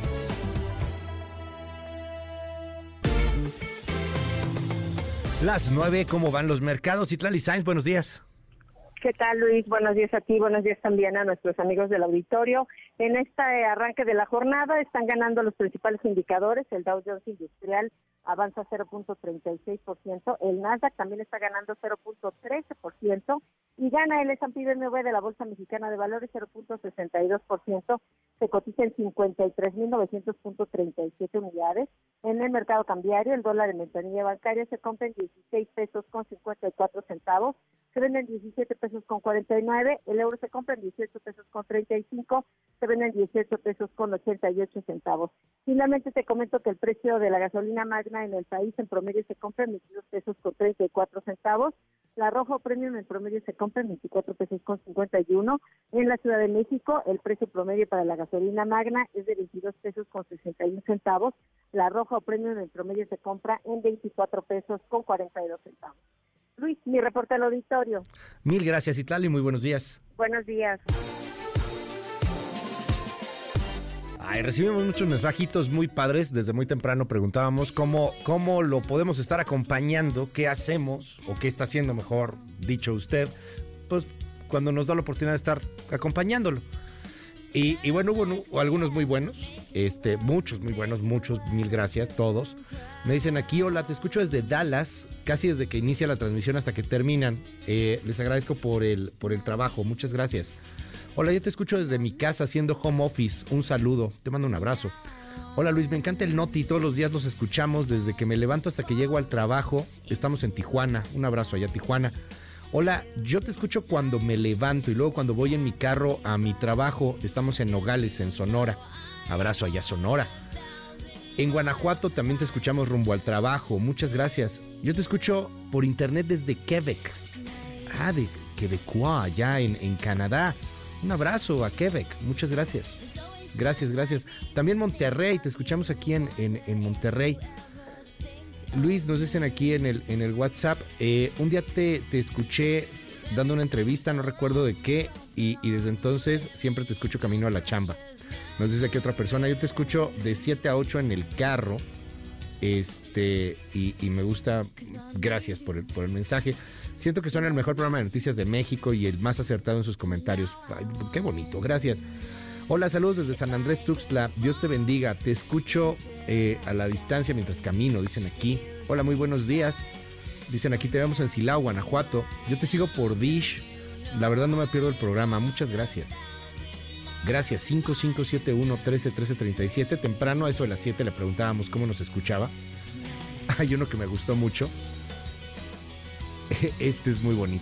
Speaker 2: Las nueve, ¿cómo van los mercados? Itlali Sainz, buenos días.
Speaker 3: ¿Qué tal, Luis? Buenos días a ti, buenos días también a nuestros amigos del auditorio. En este arranque de la jornada están ganando los principales indicadores. El Dow Jones Industrial avanza cero punto treinta y seis por ciento, el Nasdaq también está ganando cero punto trece por ciento y gana el S and P B M W de la Bolsa Mexicana de Valores cero punto sesenta y dos por ciento, se cotiza en cincuenta y tres mil novecientos punto treinta y siete unidades. En el mercado cambiario, el dólar en ventanilla bancaria se compra en dieciséis pesos con cincuenta y cuatro centavos, se vende en diecisiete pesos con cuarenta y nueve, el euro se compra en dieciocho pesos con treinta y cinco, se vende en dieciocho pesos con ochenta y ocho centavos. Finalmente te comento que el precio de la gasolina magna en el país en promedio se compra en veintidós pesos con treinta y cuatro centavos, la Rojo Premium en promedio se compra en veinticuatro pesos con cincuenta y uno, en la Ciudad de México el precio promedio para la gasolina magna es de veintidós pesos con sesenta y uno centavos, la Rojo Premium en promedio se compra en veinticuatro pesos con cuarenta y dos centavos. Luis, mi reporte al auditorio.
Speaker 2: Mil gracias, Itlali, muy buenos días.
Speaker 3: Buenos días.
Speaker 2: Ay, recibimos muchos mensajitos muy padres. Desde muy temprano preguntábamos cómo, cómo lo podemos estar acompañando, qué hacemos o qué está haciendo, mejor dicho usted, pues cuando nos da la oportunidad de estar acompañándolo. Y, y bueno, hubo nu- algunos muy buenos, este, muchos muy buenos, muchos, mil gracias, todos. Me dicen aquí, hola, te escucho desde Dallas, casi desde que inicia la transmisión hasta que terminan. Eh, les agradezco por el, por el trabajo, muchas gracias. Hola, yo te escucho desde mi casa haciendo home office. Un saludo, te mando un abrazo. Hola Luis, me encanta el Noti, todos los días los escuchamos desde que me levanto hasta que llego al trabajo. Estamos en Tijuana, un abrazo allá Tijuana. Hola, yo te escucho cuando me levanto y luego cuando voy en mi carro a mi trabajo. Estamos en Nogales, en Sonora. Abrazo allá Sonora. En Guanajuato también te escuchamos rumbo al trabajo. Muchas gracias. Yo te escucho por internet desde Quebec. Ah, de Quebecois, allá en, en Canadá. Un abrazo a Quebec. Muchas gracias. Gracias, gracias. También Monterrey, te escuchamos aquí en, en, en Monterrey. Luis, nos dicen aquí en el, en el WhatsApp, eh, un día te, te escuché dando una entrevista, no recuerdo de qué, y, y desde entonces siempre te escucho camino a la chamba. Nos dice aquí otra persona, yo te escucho de siete a ocho en el carro, este y, y me gusta, gracias por el, por el mensaje. Siento que son el mejor programa de noticias de México y el más acertado en sus comentarios. Ay, qué bonito, gracias. Hola, saludos desde San Andrés Tuxtla. Dios te bendiga. Te escucho eh, a la distancia mientras camino, dicen aquí. Hola, muy buenos días. Dicen aquí, te vemos en Silao, Guanajuato. Yo te sigo por Dish. La verdad no me pierdo el programa. Muchas gracias. Gracias. cinco cinco siete uno, uno tres, uno tres tres siete. Temprano, a eso de las siete, le preguntábamos cómo nos escuchaba. Hay uno que me gustó mucho. Este es muy bonito.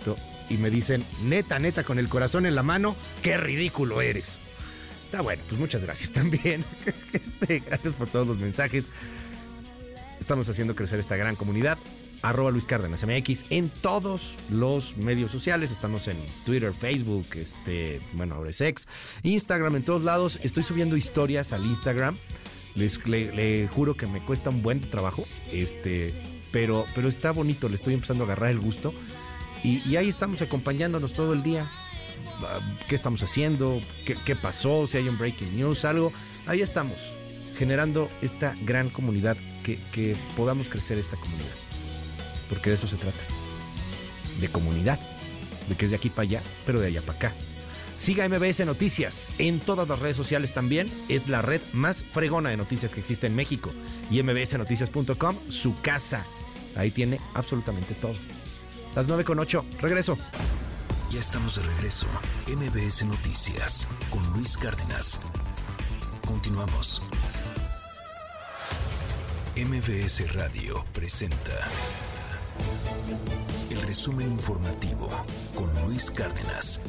Speaker 2: y me dicen, neta, neta, con el corazón en la mano, qué ridículo eres. Está bueno, pues muchas gracias también. Este, gracias por todos los mensajes. Estamos haciendo crecer esta gran comunidad. Arroba Luis Cárdenas M X en todos los medios sociales. Estamos en Twitter, Facebook, este, bueno, ahora es X, Instagram, en todos lados. Estoy subiendo historias al Instagram. Les, le, le juro que me cuesta un buen trabajo, este, pero, pero está bonito. Le estoy empezando a agarrar el gusto. Y, y ahí estamos acompañándonos todo el día. ¿Qué estamos haciendo? ¿Qué, qué pasó? Si hay un breaking news, algo. Ahí estamos, generando esta gran comunidad, que, que podamos crecer esta comunidad. Porque de eso se trata. De comunidad. De que es de aquí para allá, pero de allá para acá. Siga M B S Noticias en todas las redes sociales también. Es la red más fregona de noticias que existe en México. Y m b s noticias punto com, su casa. Ahí tiene absolutamente todo. Las nueve con ocho. Regreso.
Speaker 8: Ya estamos de regreso. M B S Noticias con Luis Cárdenas. Continuamos. M B S Radio presenta el resumen informativo con Luis Cárdenas.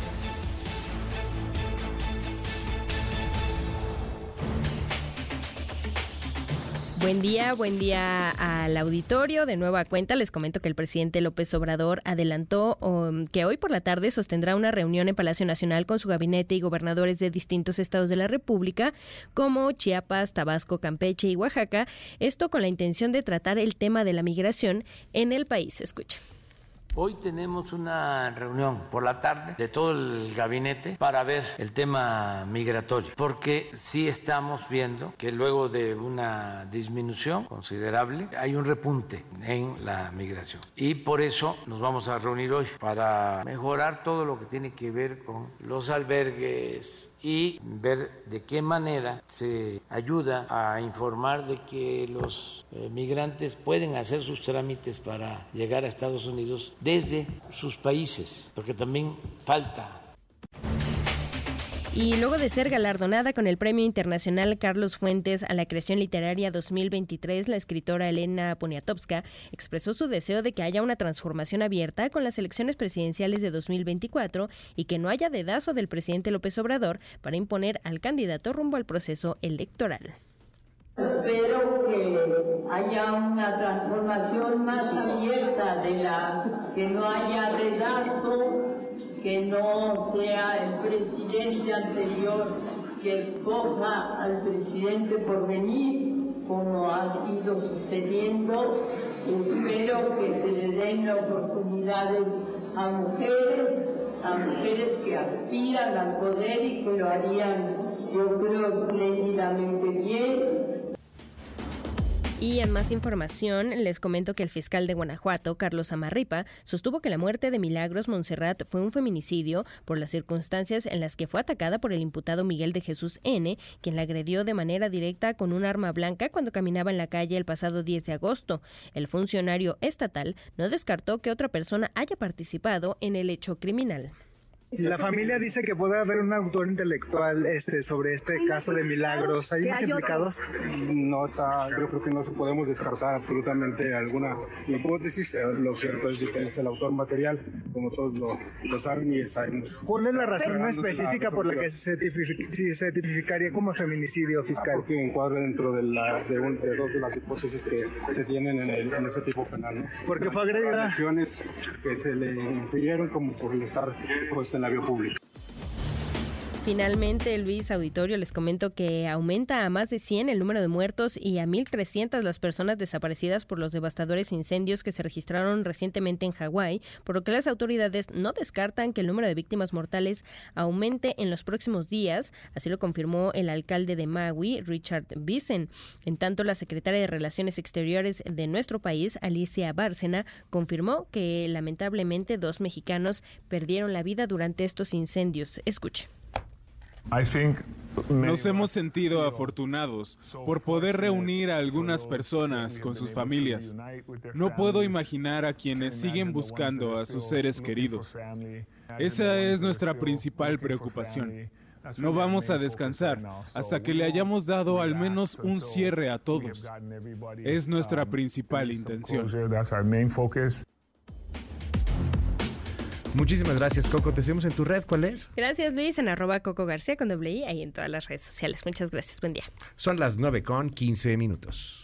Speaker 11: Buen día, buen día al auditorio. De nueva cuenta les comento que el presidente López Obrador adelantó um, que hoy por la tarde sostendrá una reunión en Palacio Nacional con su gabinete y gobernadores de distintos estados de la República, como Chiapas, Tabasco, Campeche y Oaxaca. Esto con la intención de tratar el tema de la migración en el país. Escucha.
Speaker 16: Hoy tenemos una reunión por la tarde de todo el gabinete para ver el tema migratorio, porque sí estamos viendo que luego de una disminución considerable hay un repunte en la migración. Y por eso nos vamos a reunir hoy para mejorar todo lo que tiene que ver con los albergues y ver de qué manera se ayuda a informar de que los eh, migrantes pueden hacer sus trámites para llegar a Estados Unidos desde sus países, porque también falta.
Speaker 11: Y luego de ser galardonada con el Premio Internacional Carlos Fuentes a la Creación Literaria dos mil veintitrés, la escritora Elena Poniatowska expresó su deseo de que haya una transformación abierta con las elecciones presidenciales de dos mil veinticuatro y que no haya dedazo del presidente López Obrador para imponer al candidato rumbo al proceso electoral.
Speaker 18: Espero que haya una transformación más abierta de la, que no haya dedazo, que no sea el presidente anterior que escoja al presidente por venir, como ha ido sucediendo. Espero que se le den oportunidades a mujeres, a mujeres que aspiran al poder y que lo harían, yo creo, espléndidamente bien.
Speaker 11: Y en más información, les comento que el fiscal de Guanajuato, Carlos Amarripa, sostuvo que la muerte de Milagros Montserrat fue un feminicidio por las circunstancias en las que fue atacada por el imputado Miguel de Jesús N., quien la agredió de manera directa con un arma blanca cuando caminaba en la calle el pasado diez de agosto. El funcionario estatal no descartó que otra persona haya participado en el hecho criminal.
Speaker 20: La familia dice que puede haber un autor intelectual este, sobre este caso de Milagros. ¿Hay más implicados?
Speaker 12: No está, yo creo que no se podemos descartar absolutamente alguna hipótesis. Lo cierto es que es el autor material, como todos lo, lo saben y sabemos.
Speaker 20: ¿Cuál es la razón específica por la que se, tipific, se tipificaría como feminicidio, fiscal?
Speaker 12: Ah, porque encuadra dentro de, la, de, un, de dos de las hipótesis que se tienen en, el, en ese tipo penal, ¿no?
Speaker 20: Porque fue agredida.
Speaker 12: Lesiones que se le infirieron como por estar pues, en la vía pública.
Speaker 11: Finalmente, Luis Auditorio, les comento que aumenta a más de cien el número de muertos y a mil trescientas las personas desaparecidas por los devastadores incendios que se registraron recientemente en Hawái, por lo que las autoridades no descartan que el número de víctimas mortales aumente en los próximos días. Así lo confirmó el alcalde de Maui, Richard Bisen. En tanto, la secretaria de Relaciones Exteriores de nuestro país, Alicia Bárcena, confirmó que lamentablemente dos mexicanos perdieron la vida durante estos incendios. Escuche.
Speaker 21: Nos hemos sentido afortunados por poder reunir a algunas personas con sus familias. No puedo imaginar a quienes siguen buscando a sus seres queridos. Esa es nuestra principal preocupación. No vamos a descansar hasta que le hayamos dado al menos un cierre a todos. Es nuestra principal intención.
Speaker 2: Muchísimas gracias, Coco. Te seguimos en tu red. ¿Cuál es?
Speaker 11: Gracias, Luis, en arroba Coco García con doble I, ahí en todas las redes sociales. Muchas gracias. Buen día.
Speaker 2: Son las nueve con quince minutos.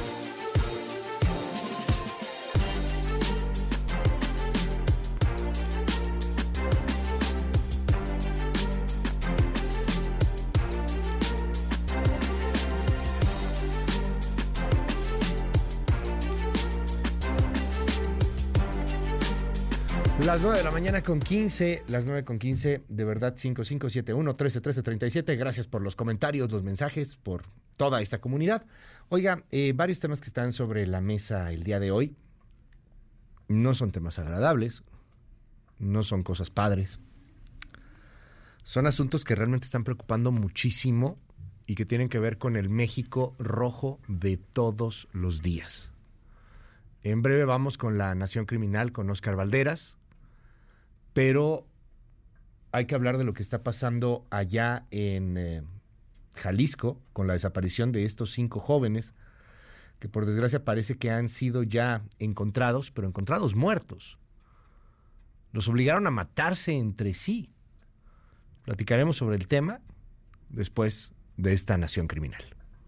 Speaker 2: Las nueve de la mañana con quince, las nueve con quince, de verdad, cinco cinco siete uno, trece trece treinta y siete. Gracias por los comentarios, los mensajes, por toda esta comunidad. Oiga, eh, varios temas que están sobre la mesa el día de hoy no son temas agradables, no son cosas padres. Son asuntos que realmente están preocupando muchísimo y que tienen que ver con el México rojo de todos los días. En breve vamos con la Nación Criminal, con Óscar Valderas. Pero hay que hablar de lo que está pasando allá en eh, Jalisco, con la desaparición de estos cinco jóvenes, que por desgracia parece que han sido ya encontrados, pero encontrados muertos. Los obligaron a matarse entre sí. Platicaremos sobre el tema después de esta Nación Criminal.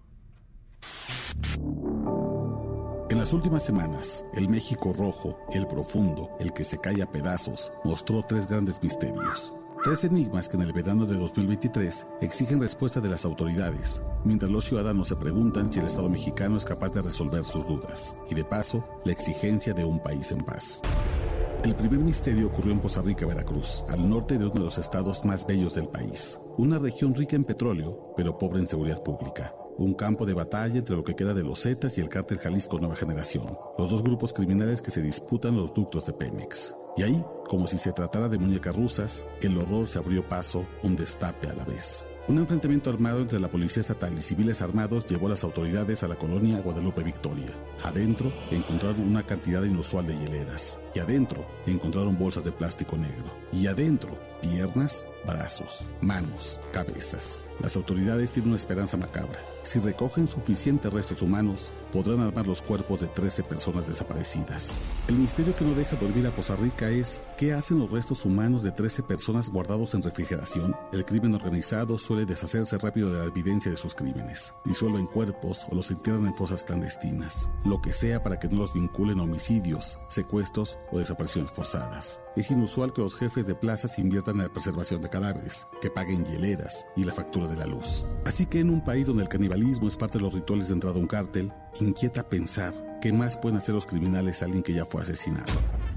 Speaker 4: En las últimas semanas, el México rojo, el profundo, el que se cae a pedazos, mostró tres grandes misterios. Tres enigmas que en el verano de dos mil veintitrés exigen respuesta de las autoridades, mientras los ciudadanos se preguntan si el Estado mexicano es capaz de resolver sus dudas. Y de paso, la exigencia de un país en paz. El primer misterio ocurrió en Poza Rica, Veracruz, al norte de uno de los estados más bellos del país. Una región rica en petróleo, pero pobre en seguridad pública. Un campo de batalla entre lo que queda de los Zetas y el cártel Jalisco Nueva Generación, los dos grupos criminales que se disputan los ductos de Pemex. Y ahí, como si se tratara de muñecas rusas, el horror se abrió paso, un destape a la vez. Un enfrentamiento armado entre la policía estatal y civiles armados llevó a las autoridades a la colonia Guadalupe Victoria. Adentro encontraron una cantidad inusual de hieleras. Y adentro encontraron bolsas de plástico negro. Y adentro, piernas, brazos, manos, cabezas. Las autoridades tienen una esperanza macabra. Si recogen suficientes restos humanos, podrán armar los cuerpos de trece personas desaparecidas. El misterio que no deja dormir a Poza Rica es ¿qué hacen los restos humanos de trece personas guardados en refrigeración? El crimen organizado suele deshacerse rápido de la evidencia de sus crímenes. Disuelven cuerpos o los entierran en fosas clandestinas. Lo que sea para que no los vinculen a homicidios, secuestros o desapariciones forzadas. Es inusual que los jefes de plazas inviertan en la preservación de cadáveres, que paguen hieleras y la factura de la luz. Así que en un país donde el canibalismo es parte de los rituales de entrada a un cártel, inquieta pensar qué más pueden hacer los criminales a alguien que ya fue asesinado.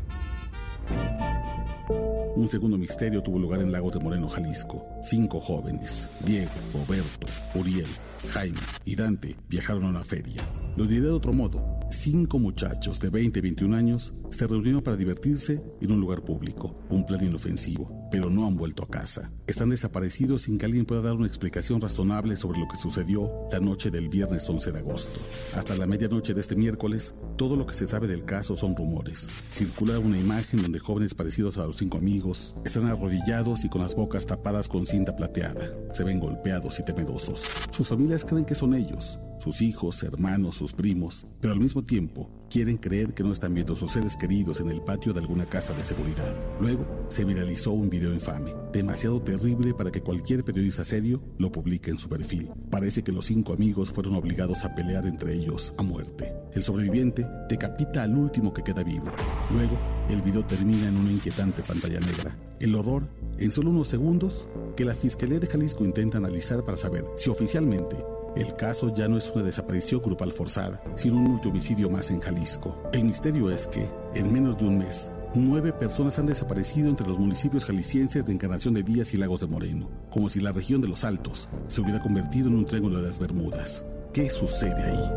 Speaker 4: Un segundo misterio tuvo lugar en Lagos de Moreno, Jalisco. Cinco jóvenes, Diego, Roberto, Uriel, Jaime y Dante, viajaron a una feria. Lo diré de otro modo. Cinco muchachos de veinte y veintiún años se reunieron para divertirse en un lugar público, un plan inofensivo, pero no han vuelto a casa. Están desaparecidos sin que alguien pueda dar una explicación razonable sobre lo que sucedió la noche del viernes once de agosto. Hasta la medianoche de este miércoles, todo lo que se sabe del caso son rumores. Circula una imagen donde jóvenes parecidos a los cinco amigos están arrodillados y con las bocas tapadas con cinta plateada. Se ven golpeados y temerosos. Sus familias creen que son ellos, sus hijos, hermanos, sus primos, pero al mismo tiempo quieren creer que no están viendo a sus seres queridos en el patio de alguna casa de seguridad. Luego se viralizó un video infame, demasiado terrible para que cualquier periodista serio lo publique en su perfil. Parece que los cinco amigos fueron obligados a pelear entre ellos a muerte. El sobreviviente decapita al último que queda vivo. Luego, el video termina en una inquietante pantalla negra. El horror, en solo unos segundos, que la Fiscalía de Jalisco intenta analizar para saber si oficialmente el caso ya no es una desaparición grupal forzada, sino un multihomicidio más en Jalisco. El misterio es que, en menos de un mes, nueve personas han desaparecido entre los municipios jaliscienses de Encarnación de Díaz y Lagos de Moreno, como si la región de los Altos se hubiera convertido en un triángulo de las Bermudas. ¿Qué sucede ahí?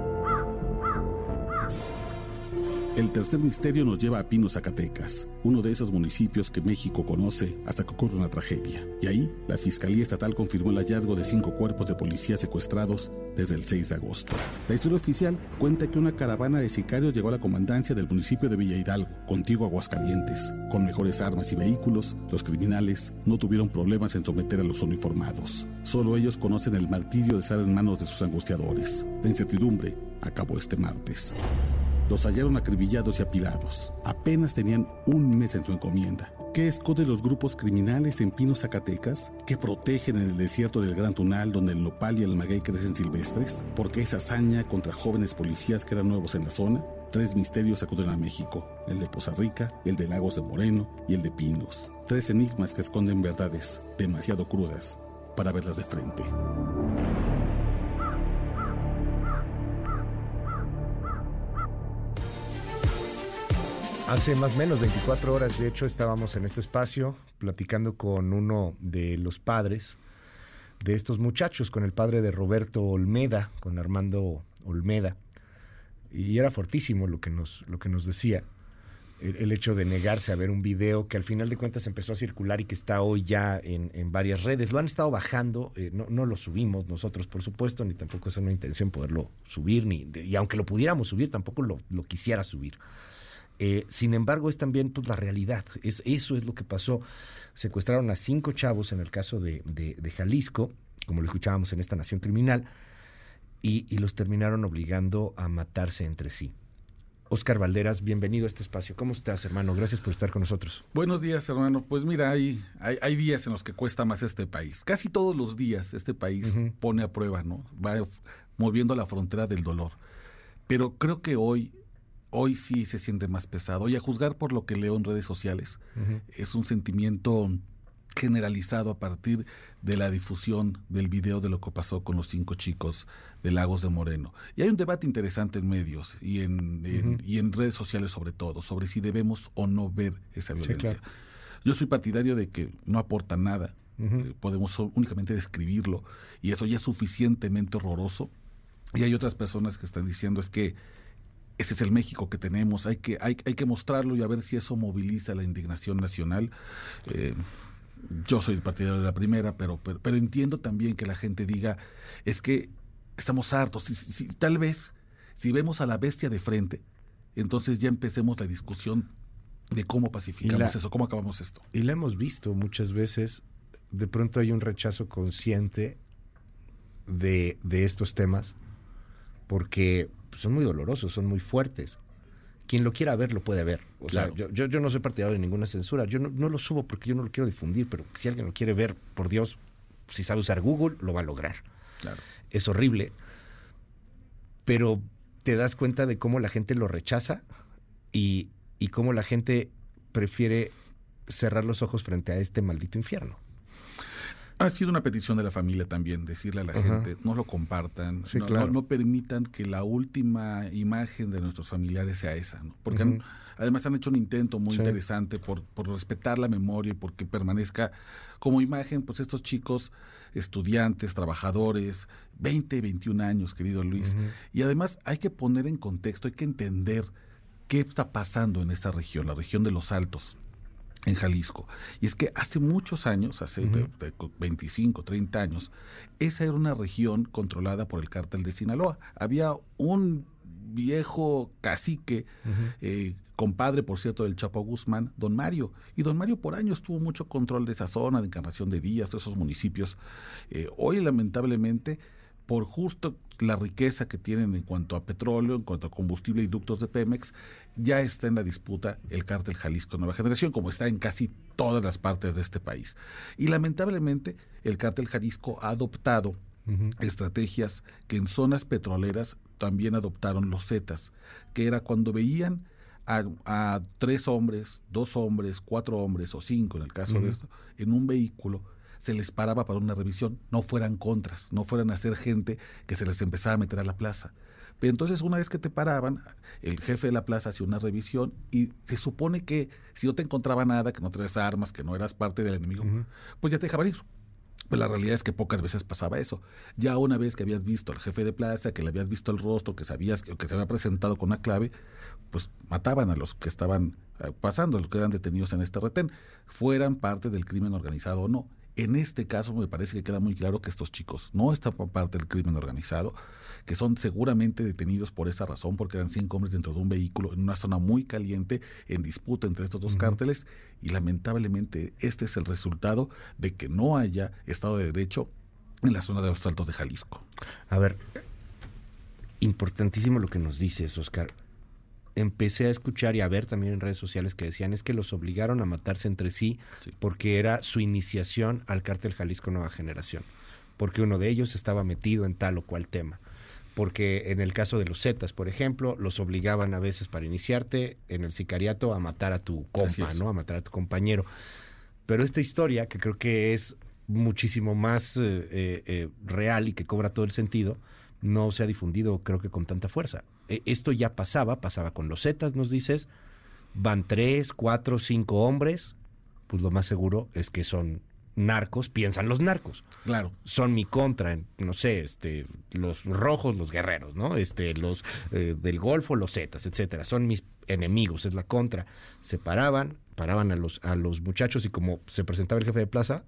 Speaker 4: El tercer misterio nos lleva a Pino, Zacatecas, uno de esos municipios que México conoce hasta que ocurre una tragedia. Y ahí, la Fiscalía Estatal confirmó el hallazgo de cinco cuerpos de policías secuestrados desde el seis de agosto. La historia oficial cuenta que una caravana de sicarios llegó a la comandancia del municipio de Villa Hidalgo, contiguo a Aguascalientes. Con mejores armas y vehículos, los criminales no tuvieron problemas en someter a los uniformados. Solo ellos conocen el martirio de estar en manos de sus angustiadores. La incertidumbre acabó este martes. Los hallaron acribillados y apilados. Apenas tenían un mes en su encomienda. ¿Qué esconden los grupos criminales en Pinos, Zacatecas? ¿Qué protegen en el desierto del Gran Tunal donde el nopal y el maguey crecen silvestres? ¿Por qué esa hazaña contra jóvenes policías que eran nuevos en la zona? Tres misterios acuden a México, el de Poza Rica, el de Lagos de Moreno y el de Pinos. Tres enigmas que esconden verdades demasiado crudas para verlas de frente.
Speaker 2: Hace más o menos veinticuatro horas, de hecho, estábamos en este espacio platicando con uno de los padres de estos muchachos, con el padre de Roberto Olmeda, con Armando Olmeda, y era fortísimo lo que nos, lo que nos decía, el, el hecho de negarse a ver un video que al final de cuentas empezó a circular y que está hoy ya en, en varias redes. Lo han estado bajando, eh, no, no lo subimos nosotros, por supuesto, ni tampoco es una intención poderlo subir, ni y aunque lo pudiéramos subir, tampoco lo, lo quisiera subir. Eh, sin embargo, es también pues, la realidad. Es, eso es lo que pasó. Secuestraron a cinco chavos en el caso de, de, de Jalisco, como lo escuchábamos en esta Nación Criminal, y, y los terminaron obligando a matarse entre sí. Óscar Valderas, bienvenido a este espacio. ¿Cómo estás, hermano? Gracias por estar con nosotros.
Speaker 5: Buenos días, hermano. Pues mira, hay, hay, hay días en los que cuesta más este país. Casi todos los días este país uh-huh. pone a prueba, ¿no? Va moviendo la frontera del dolor. Pero creo que hoy... Hoy sí se siente más pesado. Y a juzgar por lo que leo en redes sociales, uh-huh. es un sentimiento generalizado a partir de la difusión del video de lo que pasó con los cinco chicos de Lagos de Moreno. Y hay un debate interesante en medios y en, en, uh-huh. y en redes sociales sobre todo, sobre si debemos o no ver esa violencia. Sí, claro. Yo soy partidario de que no aporta nada, uh-huh. eh, podemos únicamente describirlo, y eso ya es suficientemente horroroso. Y hay otras personas que están diciendo es que ese es el México que tenemos, hay que, hay, hay que mostrarlo y a ver si eso moviliza la indignación nacional. Eh, yo soy el partidario de la primera, pero, pero, pero entiendo también que la gente diga, es que estamos hartos, si, si, tal vez, si vemos a la bestia de frente, entonces ya empecemos la discusión de cómo pacificamos la, eso, cómo acabamos esto.
Speaker 2: Y la hemos visto muchas veces, de pronto hay un rechazo consciente de, de estos temas, porque son muy dolorosos, son muy fuertes. Quien lo quiera ver, lo puede ver. O claro. sea, yo, yo, yo no soy partidario de ninguna censura. Yo no, no lo subo porque yo no lo quiero difundir, pero si alguien lo quiere ver, por Dios, si sabe usar Google, lo va a lograr.
Speaker 5: Claro.
Speaker 2: Es horrible, pero te das cuenta de cómo la gente lo rechaza y, y cómo la gente prefiere cerrar los ojos frente a este maldito infierno.
Speaker 5: Ha sido una petición de la familia también, decirle a la Ajá. gente, no lo compartan, sí, no, claro. no, no permitan que la última imagen de nuestros familiares sea esa, ¿no? Porque uh-huh. han, además han hecho un intento muy sí. interesante por, por respetar la memoria y porque permanezca como imagen, pues estos chicos, estudiantes, trabajadores, veinte, veintiún años, querido Luis, uh-huh. y además hay que poner en contexto, hay que entender qué está pasando en esta región, la región de los Altos, en Jalisco. Y es que hace muchos años, hace uh-huh. de, de veinticinco, treinta años, esa era una región controlada por el cártel de Sinaloa. Había un viejo cacique, uh-huh. eh, compadre, por cierto, del Chapo Guzmán, don Mario. Y don Mario por años tuvo mucho control de esa zona, de Encarnación de Díaz, de esos municipios. Eh, hoy, lamentablemente, por justo la riqueza que tienen en cuanto a petróleo, en cuanto a combustible y ductos de Pemex, ya está en la disputa el cártel Jalisco Nueva Generación, como está en casi todas las partes de este país. Y lamentablemente el cártel Jalisco ha adoptado uh-huh. estrategias que en zonas petroleras también adoptaron los Zetas, que era cuando veían a, a tres hombres, dos hombres, cuatro hombres o cinco en el caso uh-huh. de esto, en un vehículo, se les paraba para una revisión, no fueran contras, no fueran a ser gente que se les empezaba a meter a la plaza. Pero entonces una vez que te paraban, el jefe de la plaza hacía una revisión y se supone que si no te encontraba nada, que no traías armas, que no eras parte del enemigo, uh-huh. pues ya te dejaban ir. Pues la realidad es que pocas veces pasaba eso. Ya una vez que habías visto al jefe de plaza, que le habías visto el rostro, que sabías que, que se había presentado con una clave, pues mataban a los que estaban pasando, a los que eran detenidos en este retén, fueran parte del crimen organizado o no. En este caso me parece que queda muy claro que estos chicos no están por parte del crimen organizado, que son seguramente detenidos por esa razón, porque eran cinco hombres dentro de un vehículo en una zona muy caliente, en disputa entre estos dos uh-huh. cárteles, y lamentablemente este es el resultado de que no haya Estado de Derecho en la zona de los Altos de Jalisco.
Speaker 2: A ver, importantísimo lo que nos dices, Óscar. empecé a escuchar y a ver también en redes sociales que decían es que los obligaron a matarse entre sí, sí. porque era su iniciación al Cártel Jalisco Nueva Generación, porque uno de ellos estaba metido en tal o cual tema. Porque en el caso de los Zetas, por ejemplo, los obligaban a veces para iniciarte en el sicariato a matar a tu compa, ¿no? A matar a tu compañero. Pero esta historia, que creo que es muchísimo más eh, eh, real y que cobra todo el sentido, no se ha difundido, creo que con tanta fuerza. Eh, esto ya pasaba, pasaba con los Zetas, nos dices, van tres, cuatro, cinco hombres, pues lo más seguro es que son narcos, piensan los narcos.
Speaker 5: Claro.
Speaker 2: Son mi contra, no sé, este, los rojos, los guerreros, ¿no? Este, los eh, del Golfo, los Zetas, etcétera. Son mis enemigos, es la contra. Se paraban, paraban a los, a los muchachos y como se presentaba el jefe de plaza,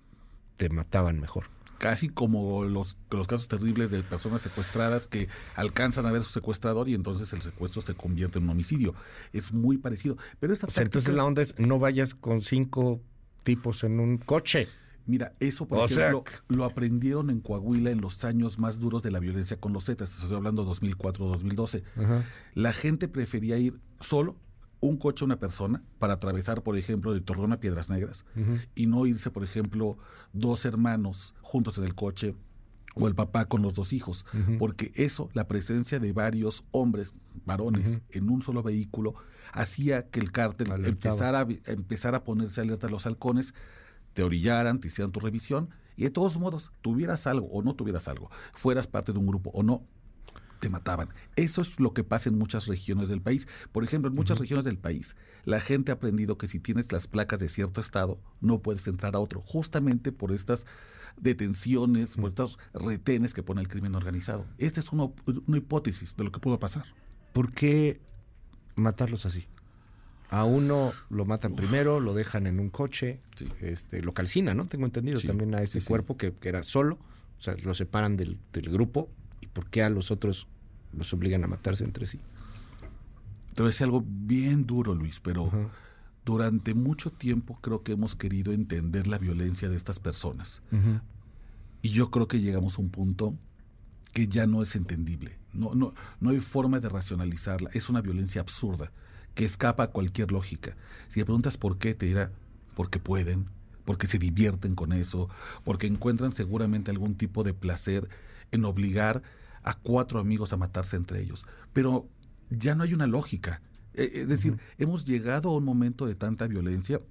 Speaker 2: te mataban mejor.
Speaker 5: Casi como los, los casos terribles de personas secuestradas que alcanzan a ver a su secuestrador y entonces el secuestro se convierte en un homicidio. Es muy parecido. Pero esta
Speaker 2: o sea, táctica... Entonces la onda es, no vayas con cinco tipos en un coche.
Speaker 5: Mira, eso por o ejemplo sea... lo aprendieron en Coahuila en los años más duros de la violencia con los Zetas. Estoy hablando de dos mil cuatro, dos mil doce. Uh-huh. La gente prefería ir solo, un coche a una persona, para atravesar, por ejemplo, de Torreón a Piedras Negras, uh-huh. y no irse, por ejemplo, dos hermanos juntos en el coche o el papá con los dos hijos, uh-huh. porque eso, la presencia de varios hombres, varones, uh-huh. en un solo vehículo, hacía que el cártel empezara, empezara a ponerse alerta a los halcones, te orillaran, te hicieran tu revisión, y de todos modos, tuvieras algo o no tuvieras algo, fueras parte de un grupo o no, te mataban. Eso es lo que pasa en muchas regiones del país. Por ejemplo, en muchas uh-huh. regiones del país, la gente ha aprendido que si tienes las placas de cierto estado, no puedes entrar a otro, justamente por estas detenciones, uh-huh. por estos retenes que pone el crimen organizado. Esta es una, una hipótesis de lo que pudo pasar.
Speaker 2: ¿Por qué matarlos así? A uno lo matan Uf. primero, lo dejan en un coche, sí. este, lo calcinan, ¿no? Tengo entendido sí. también a este sí, cuerpo sí. Que, que era solo, o sea, lo separan del, del grupo. ¿Y por qué a los otros los obligan a matarse entre sí?
Speaker 5: Te voy a decir algo bien duro, Luis, pero uh-huh. durante mucho tiempo creo que hemos querido entender la violencia de estas personas. Uh-huh. Y yo creo que llegamos a un punto que ya no es entendible. No, no, no hay forma de racionalizarla. Es una violencia absurda que escapa a cualquier lógica. Si le preguntas por qué, te dirá, porque pueden, porque se divierten con eso, porque encuentran seguramente algún tipo de placer en obligar a cuatro amigos a matarse entre ellos. Pero ya no hay una lógica. Eh, es decir, uh-huh. hemos llegado a un momento de tanta violencia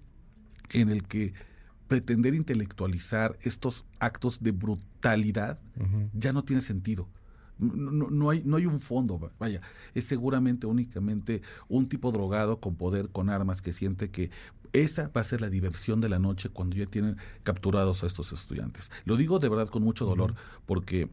Speaker 5: en el que pretender intelectualizar estos actos de brutalidad uh-huh. ya no tiene sentido. No, no, no, hay, no hay un fondo, vaya, es seguramente únicamente un tipo drogado con poder, con armas, que siente que esa va a ser la diversión de la noche cuando ya tienen capturados a estos estudiantes. Lo digo de verdad con mucho dolor, uh-huh. porque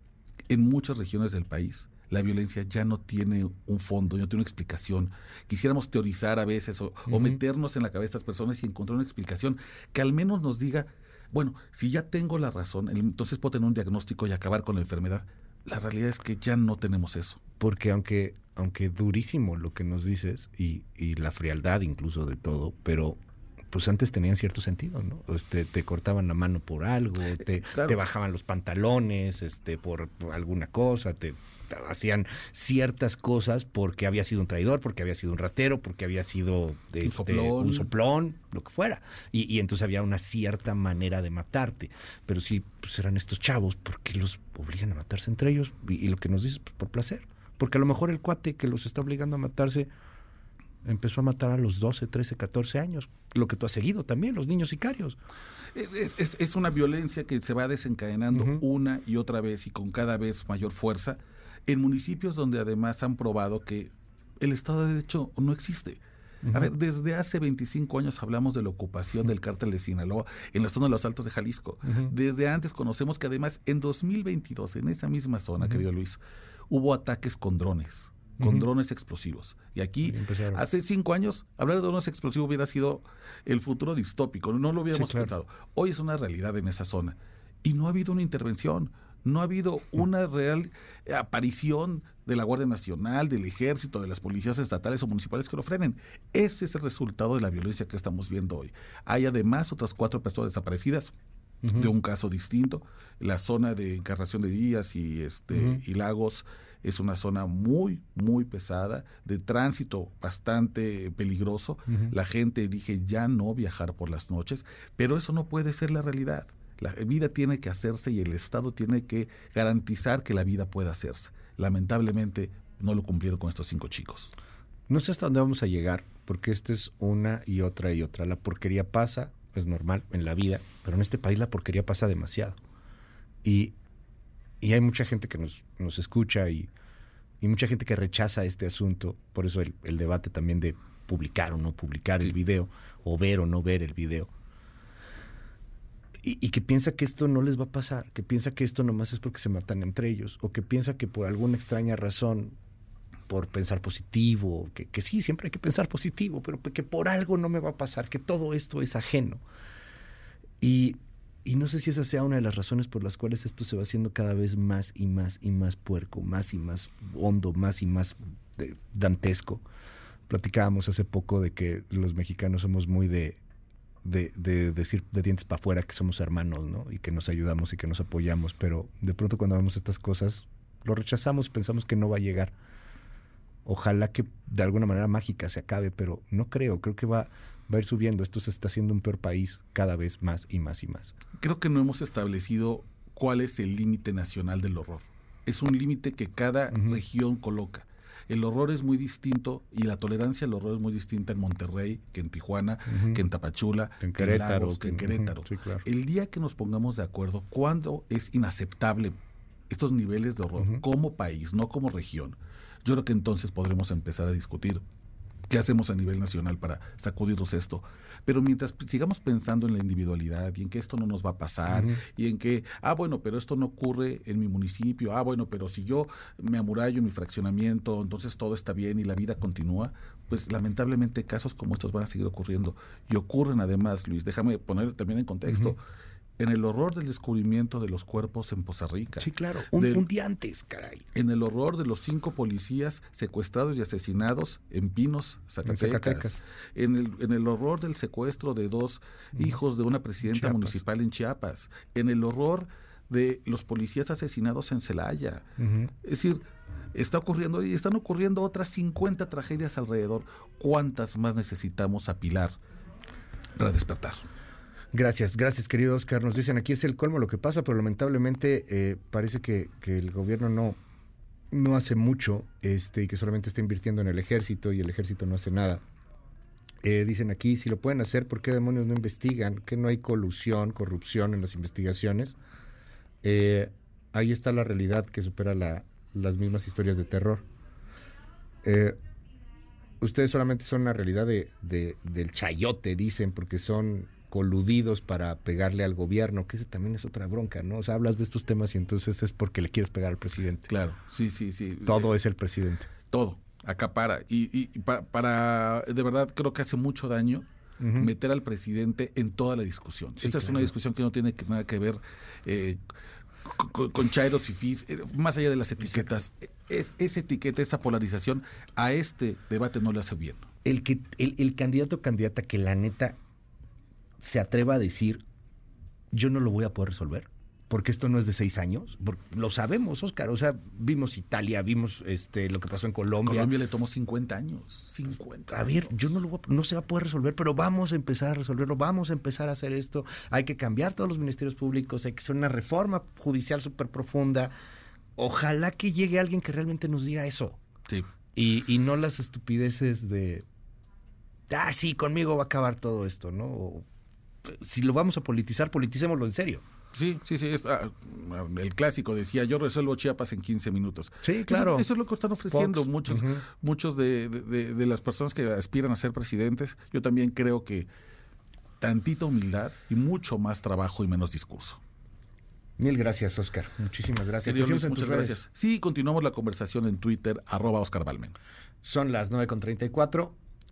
Speaker 5: en muchas regiones del país la violencia ya no tiene un fondo, no tiene una explicación. Quisiéramos teorizar a veces o, uh-huh. o meternos en la cabeza de estas personas y encontrar una explicación que al menos nos diga, bueno, si ya tengo la razón, entonces puedo tener un diagnóstico y acabar con la enfermedad. La realidad es que ya no tenemos eso.
Speaker 2: Porque aunque, aunque durísimo lo que nos dices y, y la frialdad incluso de todo, pero pues antes tenían cierto sentido, ¿no? Este, te cortaban la mano por algo, te, claro. te bajaban los pantalones, este, por, por alguna cosa, te, te hacían ciertas cosas porque había sido un traidor, porque había sido un ratero, porque había sido este, un, soplón. un soplón, lo que fuera. Y, y entonces había una cierta manera de matarte. Pero si pues eran estos chavos, ¿por qué los obligan a matarse entre ellos? Y, y lo que nos dices, pues por placer. Porque a lo mejor el cuate que los está obligando a matarse empezó a matar a los doce, trece, catorce años, lo que tú has seguido también, los niños sicarios.
Speaker 5: Es, es, es una violencia que se va desencadenando uh-huh. una y otra vez y con cada vez mayor fuerza en municipios donde además han probado que el Estado de Derecho no existe. Uh-huh. A ver, desde hace veinticinco años hablamos de la ocupación uh-huh. del cártel de Sinaloa en la zona de los Altos de Jalisco. Uh-huh. Desde antes conocemos que además en dos mil veintidós, en esa misma zona, uh-huh. querido Luis, hubo ataques con drones. con uh-huh. drones explosivos. Y aquí, hace cinco años, hablar de drones explosivos hubiera sido el futuro distópico, no lo hubiéramos sí, claro. pensado. Hoy es una realidad en esa zona. Y no ha habido una intervención, no ha habido una real aparición de la Guardia Nacional, del Ejército, de las policías estatales o municipales que lo frenen. Ese es el resultado de la violencia que estamos viendo hoy. Hay además otras cuatro personas desaparecidas, uh-huh. de un caso distinto. La zona de Encarnación de Díaz y este uh-huh. y Lagos es una zona muy, muy pesada, de tránsito bastante peligroso. Uh-huh. La gente elige ya no viajar por las noches, pero eso no puede ser la realidad. La vida tiene que hacerse y el Estado tiene que garantizar que la vida pueda hacerse. Lamentablemente no lo cumplieron con estos cinco chicos.
Speaker 2: No sé hasta dónde vamos a llegar, porque esta es una y otra y otra. La porquería pasa, es normal en la vida, pero en este país la porquería pasa demasiado. Y, y hay mucha gente que nos, nos escucha y, y mucha gente que rechaza este asunto. Por eso el, el debate también de publicar o no publicar sí. el video, o ver o no ver el video. Y, y que piensa que esto no les va a pasar, que piensa que esto nomás es porque se matan entre ellos, o que piensa que por alguna extraña razón, por pensar positivo, que, que sí, siempre hay que pensar positivo, pero que por algo no me va a pasar, que todo esto es ajeno. Y, y no sé si esa sea una de las razones por las cuales esto se va haciendo cada vez más y más y más puerco, más y más hondo, más y más de, dantesco. Platicábamos hace poco de que los mexicanos somos muy de... De, de decir de dientes para afuera que somos hermanos, ¿no? Y que nos ayudamos y que nos apoyamos, pero de pronto cuando vemos estas cosas lo rechazamos, pensamos que no va a llegar. Ojalá que de alguna manera mágica se acabe, pero no creo, creo que va, va a ir subiendo. Esto se está haciendo un peor país cada vez más y más y más.
Speaker 5: Creo que no hemos establecido cuál es el límite nacional del horror. Es un límite que cada uh-huh. región coloca. El horror es muy distinto y la tolerancia al horror es muy distinta en Monterrey, que en Tijuana, uh-huh. que en Tapachula,
Speaker 2: en
Speaker 5: que
Speaker 2: Querétaro,
Speaker 5: en Lagos, que en Querétaro. Uh-huh. Sí, claro. El día que nos pongamos de acuerdo cuándo es inaceptable estos niveles de horror uh-huh. como país, no como región, yo creo que entonces podremos empezar a discutir qué hacemos a nivel nacional para sacudirnos esto. Pero mientras sigamos pensando en la individualidad y en que esto no nos va a pasar uh-huh. y en que, ah, bueno, pero esto no ocurre en mi municipio, ah, bueno, pero si yo me amurallo en mi fraccionamiento, entonces todo está bien y la vida continúa, pues lamentablemente casos como estos van a seguir ocurriendo. Y ocurren además, Luis, déjame poner también en contexto, uh-huh. en el horror del descubrimiento de los cuerpos en Poza Rica.
Speaker 2: Sí, claro, un, del, un día antes, caray.
Speaker 5: En el horror de los cinco policías secuestrados y asesinados en Pinos, Zacatecas. En, Zacatecas. en, el, en el horror del secuestro de dos mm. hijos de una presidenta Chiapas. municipal en Chiapas. En el horror de los policías asesinados en Celaya. Uh-huh. Es decir, está ocurriendo y están ocurriendo otras cincuenta tragedias alrededor. ¿Cuántas más necesitamos apilar para despertar?
Speaker 2: Gracias, gracias querido Oscar. Nos dicen aquí es el colmo lo que pasa, pero lamentablemente eh, parece que, que el gobierno no, no hace mucho este, y que solamente está invirtiendo en el ejército y el ejército no hace nada. Eh, dicen aquí, si lo pueden hacer, ¿por qué demonios no investigan? Que no hay colusión, corrupción en las investigaciones. Eh, ahí está la realidad que supera la, las mismas historias de terror. Eh, ustedes solamente son una realidad de, de, del chayote, dicen, porque son coludidos para pegarle al gobierno, que ese también es otra bronca, ¿no? O sea, hablas de estos temas y entonces es porque le quieres pegar al presidente.
Speaker 5: Claro, sí, sí, sí.
Speaker 2: Todo eh, es el presidente.
Speaker 5: Todo, acapara. Y, y, y para, para, de verdad, creo que hace mucho daño uh-huh. meter al presidente en toda la discusión. Sí, Esta claro. es una discusión que no tiene que, nada que ver eh, con, con chairos y fis, eh, más allá de las etiquetas. Es, esa etiqueta, esa polarización, a este debate no le hace bien.
Speaker 2: El, que, el, el candidato o candidata que la neta se atreva a decir, yo no lo voy a poder resolver, porque esto no es de seis años, lo sabemos, Oscar, o sea, vimos Italia, vimos este lo que pasó en Colombia.
Speaker 5: Colombia le tomó cincuenta años, cincuenta
Speaker 2: A ver, yo no lo voy a, no se va a poder resolver, pero vamos a empezar a resolverlo, vamos a empezar a hacer esto, hay que cambiar todos los ministerios públicos, hay que hacer una reforma judicial súper profunda, ojalá que llegue alguien que realmente nos diga eso.
Speaker 5: Sí.
Speaker 2: Y, y no las estupideces de, ah, sí, conmigo va a acabar todo esto, ¿no? O, si lo vamos a politizar, politicémoslo en serio.
Speaker 5: Sí, sí, sí. Es, ah, el clásico decía, yo resuelvo Chiapas en quince minutos.
Speaker 2: Sí, claro.
Speaker 5: Eso, eso es lo que están ofreciendo Fox. muchos uh-huh. muchos de, de, de las personas que aspiran a ser presidentes. Yo también creo que tantita humildad y mucho más trabajo y menos discurso.
Speaker 2: Mil gracias, Oscar. Muchísimas gracias.
Speaker 5: Luis, en muchas gracias. Sí, continuamos la conversación en Twitter, arroba Oscar Balmen.
Speaker 2: Son las nueve con treinta y cuatro.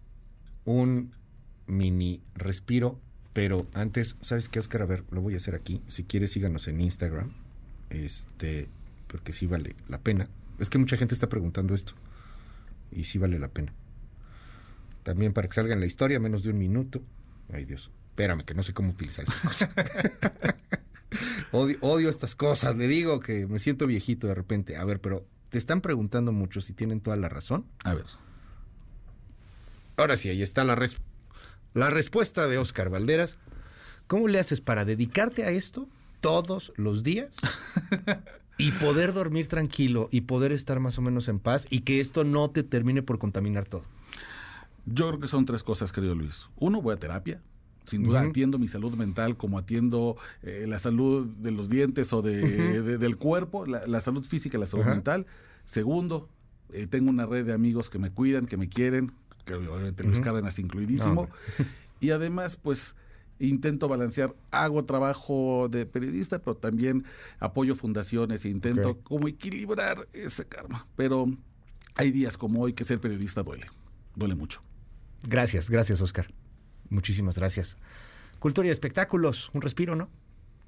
Speaker 2: Un mini respiro. Pero antes, ¿sabes qué, Oscar? A ver, lo voy a hacer aquí. Si quieres, síganos en Instagram. Este, porque sí vale la pena. Es que mucha gente está preguntando esto. Y sí vale la pena. También para que salga en la historia, menos de un minuto. Ay, Dios. Espérame, que no sé cómo utilizar esta cosa. odio, odio estas cosas. Me digo que me siento viejito de repente. A ver, pero te están preguntando mucho si tienen toda la razón.
Speaker 5: A ver.
Speaker 2: Ahora sí, ahí está la, res- la respuesta de Óscar Valderas. ¿Cómo le haces para dedicarte a esto todos los días y poder dormir tranquilo y poder estar más o menos en paz y que esto no te termine por contaminar todo?
Speaker 5: Yo creo que son tres cosas, querido Luis. Uno, voy a terapia. Sin duda uh-huh. atiendo mi salud mental como atiendo eh, la salud de los dientes o de, uh-huh. de, del cuerpo, la, la salud física y la salud uh-huh. mental. Segundo, eh, tengo una red de amigos que me cuidan, que me quieren, que obviamente uh-huh. Luis Cárdenas incluidísimo. No, y además, pues, intento balancear, hago trabajo de periodista, pero también apoyo fundaciones e intento okay. como equilibrar ese karma. Pero hay días como hoy que ser periodista duele, duele mucho.
Speaker 2: Gracias, gracias, Óscar. Muchísimas gracias. Cultura y espectáculos, un respiro, ¿no?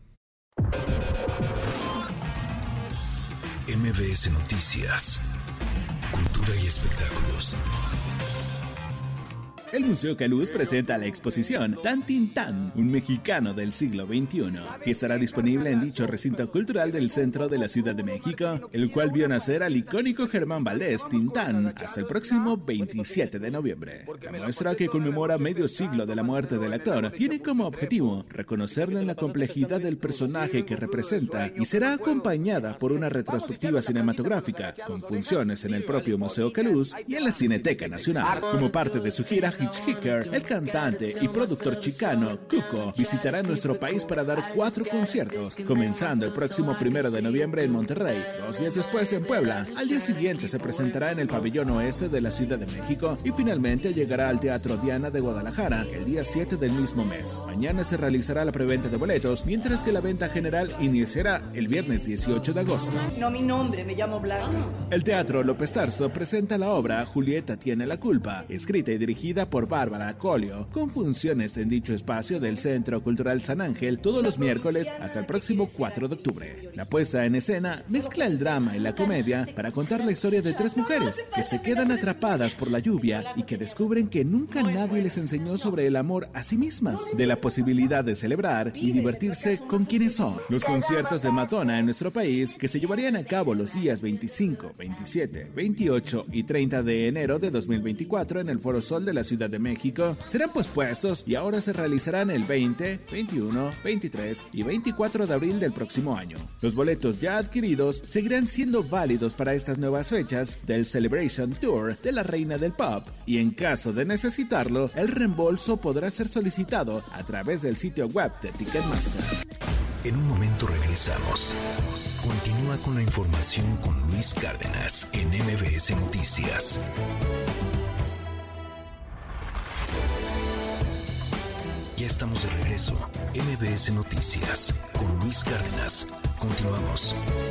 Speaker 8: M B S Noticias, cultura y espectáculos.
Speaker 1: El Museo Caluz presenta la exposición Tan Tin Tan, un mexicano del siglo veintiuno, que estará disponible en dicho recinto cultural del centro de la Ciudad de México, el cual vio nacer al icónico Germán Valdés Tintán hasta el próximo veintisiete de noviembre. La muestra, que conmemora medio siglo de la muerte del actor, tiene como objetivo reconocerle en la complejidad del personaje que representa y será acompañada por una retrospectiva cinematográfica con funciones en el propio Museo Caluz y en la Cineteca Nacional. Como parte de su gira Hitchhiker, el cantante y productor chicano Cuco visitará nuestro país para dar cuatro conciertos, comenzando el próximo primero de noviembre en Monterrey, dos días después en Puebla, al día siguiente se presentará en el pabellón oeste de la Ciudad de México y finalmente llegará al Teatro Diana de Guadalajara el día siete del mismo mes. Mañana se realizará la preventa de boletos, mientras que la venta general iniciará el viernes dieciocho de agosto.
Speaker 15: No, mi nombre, me llamo Blanca.
Speaker 1: El Teatro López Tarso presenta la obra Julieta tiene la culpa, escrita y dirigida por Bárbara Colio, con funciones en dicho espacio del Centro Cultural San Ángel todos los miércoles hasta el próximo cuatro de octubre. La puesta en escena mezcla el drama y la comedia para contar la historia de tres mujeres que se quedan atrapadas por la lluvia y que descubren que nunca nadie les enseñó sobre el amor a sí mismas, de la posibilidad de celebrar y divertirse con quienes son. Los conciertos de Madonna en nuestro país, que se llevarían a cabo los días veinticinco, veintisiete, veintiocho y treinta de enero de dos mil veinticuatro en el Foro Sol de la Ciudad de México, serán pospuestos y ahora se realizarán el veinte, veintiuno, veintitrés y veinticuatro de abril del próximo año. Los boletos ya adquiridos seguirán siendo válidos para estas nuevas fechas del Celebration Tour de la Reina del Pop, y en caso de necesitarlo, el reembolso podrá ser solicitado a través del sitio web de Ticketmaster.
Speaker 8: En un momento regresamos. Continúa con la información con Luis Cárdenas en M B S Noticias. Ya estamos de regreso. M B S Noticias con Luis Cárdenas. Continuamos.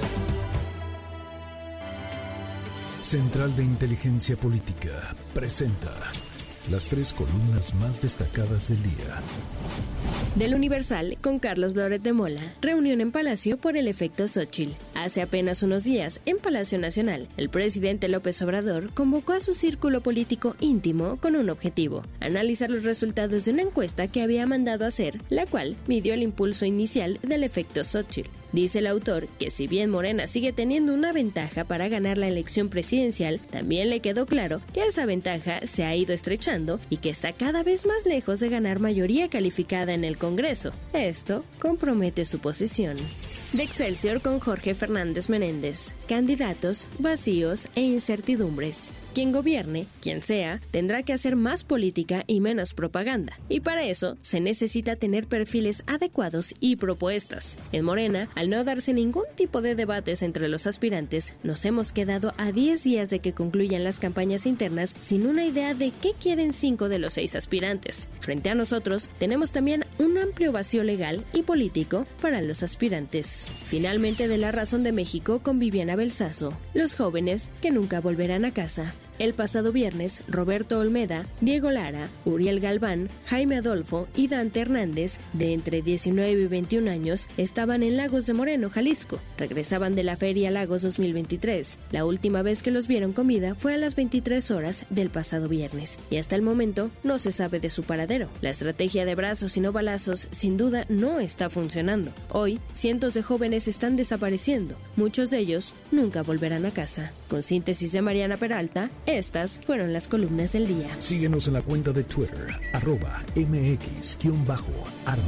Speaker 8: Central de Inteligencia Política presenta las tres columnas más destacadas del día.
Speaker 19: Del Universal, con Carlos Loret de Mola. Reunión en Palacio por el efecto Xóchitl. Hace apenas unos días, en Palacio Nacional, el presidente López Obrador convocó a su círculo político íntimo con un objetivo: analizar los resultados de una encuesta que había mandado hacer, la cual midió el impulso inicial del efecto Xóchitl. Dice el autor que si bien Morena sigue teniendo una ventaja para ganar la elección presidencial, también le quedó claro que esa ventaja se ha ido estrechando y que está cada vez más lejos de ganar mayoría calificada en el Congreso. Esto compromete su posición. De Excelsior, con Jorge Fernández Menéndez. Candidatos, vacíos e incertidumbres. Quien gobierne, quien sea, tendrá que hacer más política y menos propaganda. Y para eso se necesita tener perfiles adecuados y propuestas. En Morena, al no darse ningún tipo de debates entre los aspirantes, nos hemos quedado a diez días de que concluyan las campañas internas sin una idea de qué quieren cinco de los seis aspirantes. Frente a nosotros, tenemos también un amplio vacío legal y político para los aspirantes. Finalmente, de La Razón de México, con Viviana Belsazo. Los jóvenes que nunca volverán a casa. El pasado viernes, Roberto Olmeda, Diego Lara, Uriel Galván, Jaime Adolfo y Dante Hernández, de entre diecinueve y veintiún años, estaban en Lagos de Moreno, Jalisco. Regresaban de la Feria Lagos dos mil veintitrés. La última vez que los vieron con vida fue a las veintitrés horas del pasado viernes, y hasta el momento no se sabe de su paradero. La estrategia de brazos y no balazos sin duda no está funcionando. Hoy, cientos de jóvenes están desapareciendo. Muchos de ellos nunca volverán a casa. Con síntesis de Mariana Peralta, estas fueron las columnas del día.
Speaker 8: Síguenos en la cuenta de Twitter, arroba mx guión bajo arma.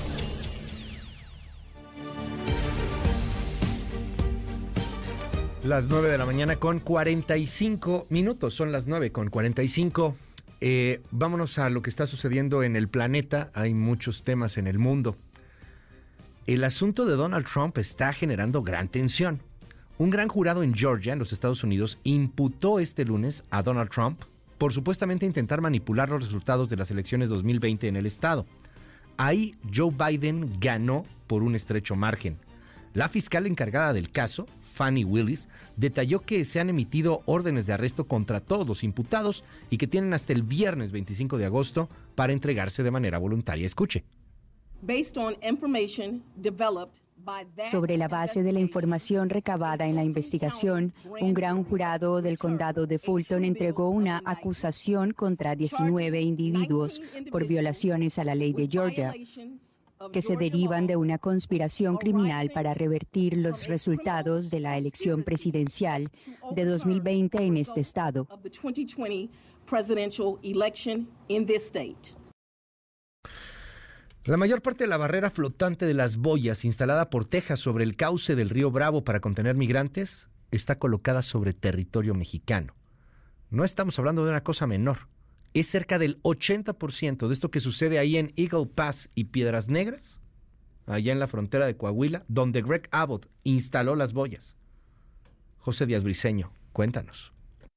Speaker 2: Las nueve de la mañana con cuarenta y cinco minutos, son las nueve con cuarenta y cinco. Eh, vámonos a lo que está sucediendo en el planeta. Hay muchos temas en el mundo. El asunto de Donald Trump está generando gran tensión. Un gran jurado en Georgia, en los Estados Unidos, imputó este lunes a Donald Trump por supuestamente intentar manipular los resultados de las elecciones dos mil veinte en el estado. Ahí Joe Biden ganó por un estrecho margen. La fiscal encargada del caso, Fannie Willis, detalló que se han emitido órdenes de arresto contra todos los imputados y que tienen hasta el viernes veinticinco de agosto para entregarse de manera voluntaria. Escuche.
Speaker 9: Sobre la base de la información recabada en la investigación, un gran jurado del condado de Fulton entregó una acusación contra diecinueve individuos por violaciones a la ley de Georgia, que se derivan de una conspiración criminal para revertir los resultados de la elección presidencial de dos mil veinte en este estado.
Speaker 2: La mayor parte de la barrera flotante de las boyas instalada por Texas sobre el cauce del río Bravo para contener migrantes está colocada sobre territorio mexicano. No estamos hablando de una cosa menor. Es cerca del ochenta por ciento de esto que sucede ahí en Eagle Pass y Piedras Negras, allá en la frontera de Coahuila, donde Greg Abbott instaló las boyas. José Díaz Briceño, cuéntanos.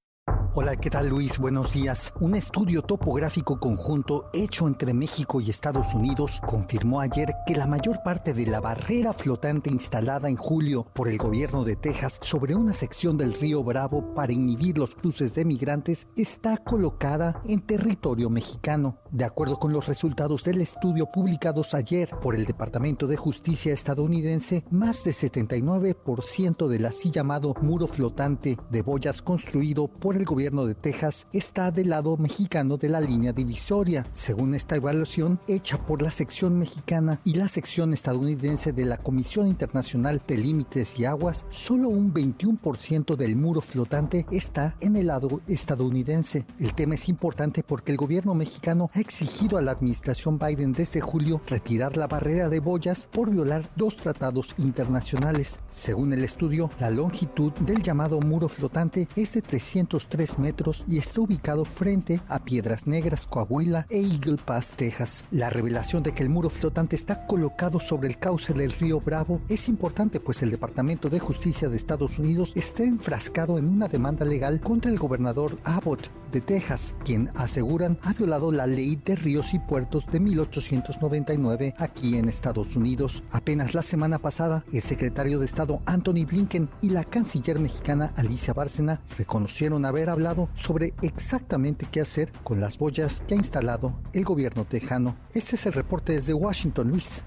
Speaker 10: Hola, ¿qué tal, Luis? Buenos días. Un estudio topográfico conjunto hecho entre México y Estados Unidos confirmó ayer que la mayor parte de la barrera flotante instalada en julio por el gobierno de Texas sobre una sección del río Bravo para inhibir los cruces de migrantes está colocada en territorio mexicano. De acuerdo con los resultados del estudio publicados ayer por el Departamento de Justicia estadounidense, más de setenta y nueve por ciento del así llamado muro flotante de boyas construido por el gobierno de Texas está del lado mexicano de la línea divisoria. Según esta evaluación hecha por la sección mexicana y la sección estadounidense de la Comisión Internacional de Límites y Aguas, solo un veintiuno por ciento del muro flotante está en el lado estadounidense. El tema es importante porque el gobierno mexicano ha exigido a la administración Biden desde julio retirar la barrera de boyas por violar dos tratados internacionales. Según el estudio, la longitud del llamado muro flotante es de trescientos tres metros y está ubicado frente a Piedras Negras, Coahuila e Eagle Pass, Texas. La revelación de que el muro flotante está colocado sobre el cauce del río Bravo es importante, pues el Departamento de Justicia de Estados Unidos está enfrascado en una demanda legal contra el gobernador Abbott de Texas, quien aseguran ha violado la ley de ríos y puertos de mil ochocientos noventa y nueve aquí en Estados Unidos. Apenas la semana pasada, el secretario de Estado Antony Blinken y la canciller mexicana Alicia Bárcena reconocieron haber hablado sobre exactamente qué hacer con las boyas que ha instalado el gobierno tejano. Este es el reporte desde Washington, Luis.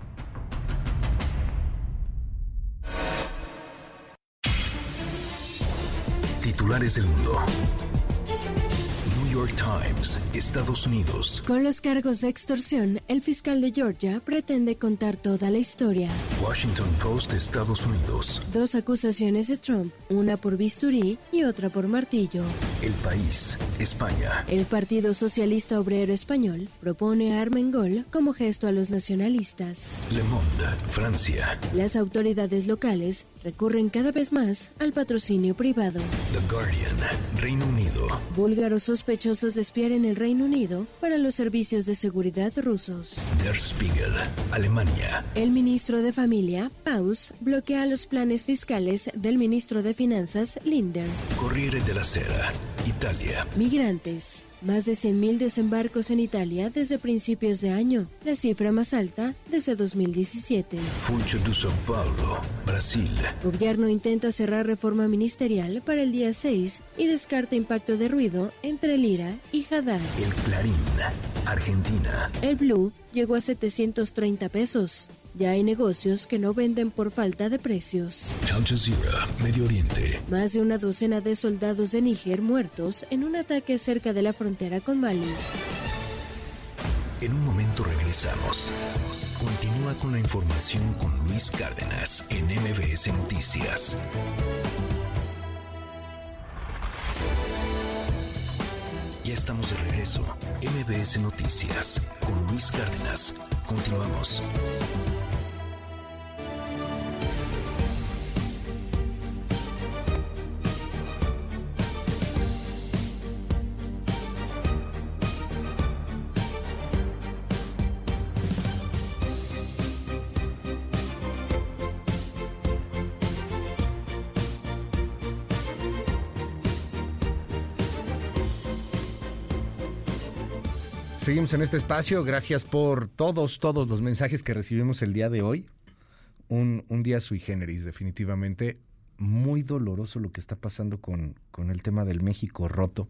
Speaker 8: Titulares del mundo. New York Times, Estados Unidos.
Speaker 19: Con los cargos de extorsión, el fiscal de Georgia pretende contar toda la historia.
Speaker 8: Washington Post, Estados Unidos.
Speaker 19: Dos acusaciones de Trump, una por bisturí y otra por martillo.
Speaker 8: El País, España.
Speaker 19: El Partido Socialista Obrero Español propone a Armengol como gesto a los nacionalistas.
Speaker 8: Le Monde, Francia.
Speaker 19: Las autoridades locales recurren cada vez más al patrocinio privado.
Speaker 8: The Guardian, Reino Unido.
Speaker 19: Búlgaros sospechosos de espiar en el Reino Unido para los servicios de seguridad rusos.
Speaker 8: Der Spiegel, Alemania.
Speaker 19: El ministro de Familia, Paus, bloquea los planes fiscales del ministro de Finanzas, Linder.
Speaker 8: Corriere della Sera, Italia.
Speaker 19: Migrantes. Más de cien mil desembarcos en Italia desde principios de año, la cifra más alta desde dos mil diecisiete.
Speaker 8: Funcho de São Paulo, Brasil.
Speaker 19: Gobierno intenta cerrar reforma ministerial para el día seis y descarta impacto de ruido entre Lira y Haddad.
Speaker 8: El Clarín, Argentina.
Speaker 19: El Blue llegó a setecientos treinta pesos. Ya hay negocios que no venden por falta de precios.
Speaker 8: Al Jazeera, Medio Oriente.
Speaker 19: Más de una docena de soldados de Níger muertos en un ataque cerca de la frontera con Mali.
Speaker 8: En un momento regresamos. Continúa con la información con Luis Cárdenas en M B S Noticias. estamos de regreso. M B S Noticias con Luis Cárdenas. Continuamos.
Speaker 2: Seguimos en este espacio. Gracias por todos, todos los mensajes que recibimos el día de hoy. Un, un día sui generis, definitivamente. Muy doloroso lo que está pasando con, con el tema del México roto.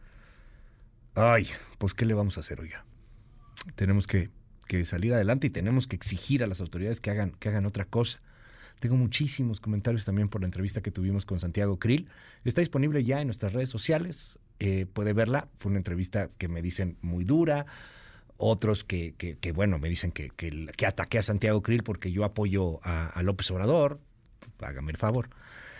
Speaker 2: Ay, pues ¿qué le vamos a hacer, oiga? Tenemos que, que salir adelante y tenemos que exigir a las autoridades que hagan, que hagan otra cosa. Tengo muchísimos comentarios también por la entrevista que tuvimos con Santiago Krill. Está disponible ya en nuestras redes sociales. Eh, puede verla. Fue una entrevista que me dicen muy dura. Otros que, que, que bueno, me dicen que, que, que ataqué a Santiago Krill porque yo apoyo a, a López Obrador. Hágame el favor.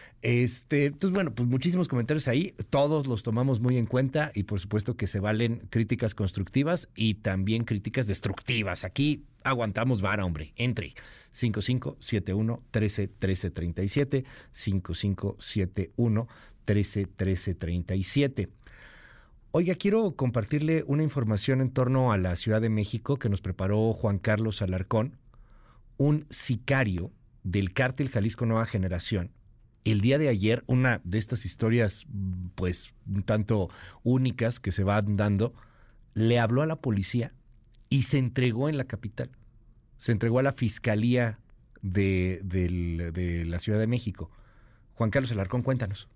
Speaker 2: Este, entonces, bueno, pues muchísimos comentarios ahí. Todos los tomamos muy en cuenta y por supuesto que se valen críticas constructivas y también críticas destructivas. Aquí aguantamos vara, hombre. Entre cinco cinco siete uno trece trece treinta y siete, cinco cinco siete uno trece trece treinta y siete. Oiga, quiero compartirle una información en torno a la Ciudad de México que nos preparó Juan Carlos Alarcón, un sicario del cártel Jalisco Nueva Generación. El día de ayer, una de estas historias, pues, un tanto únicas que se van dando, le habló a la policía y se entregó en la capital. Se entregó a la Fiscalía de, de, de la Ciudad de México. Juan Carlos Alarcón, cuéntanos.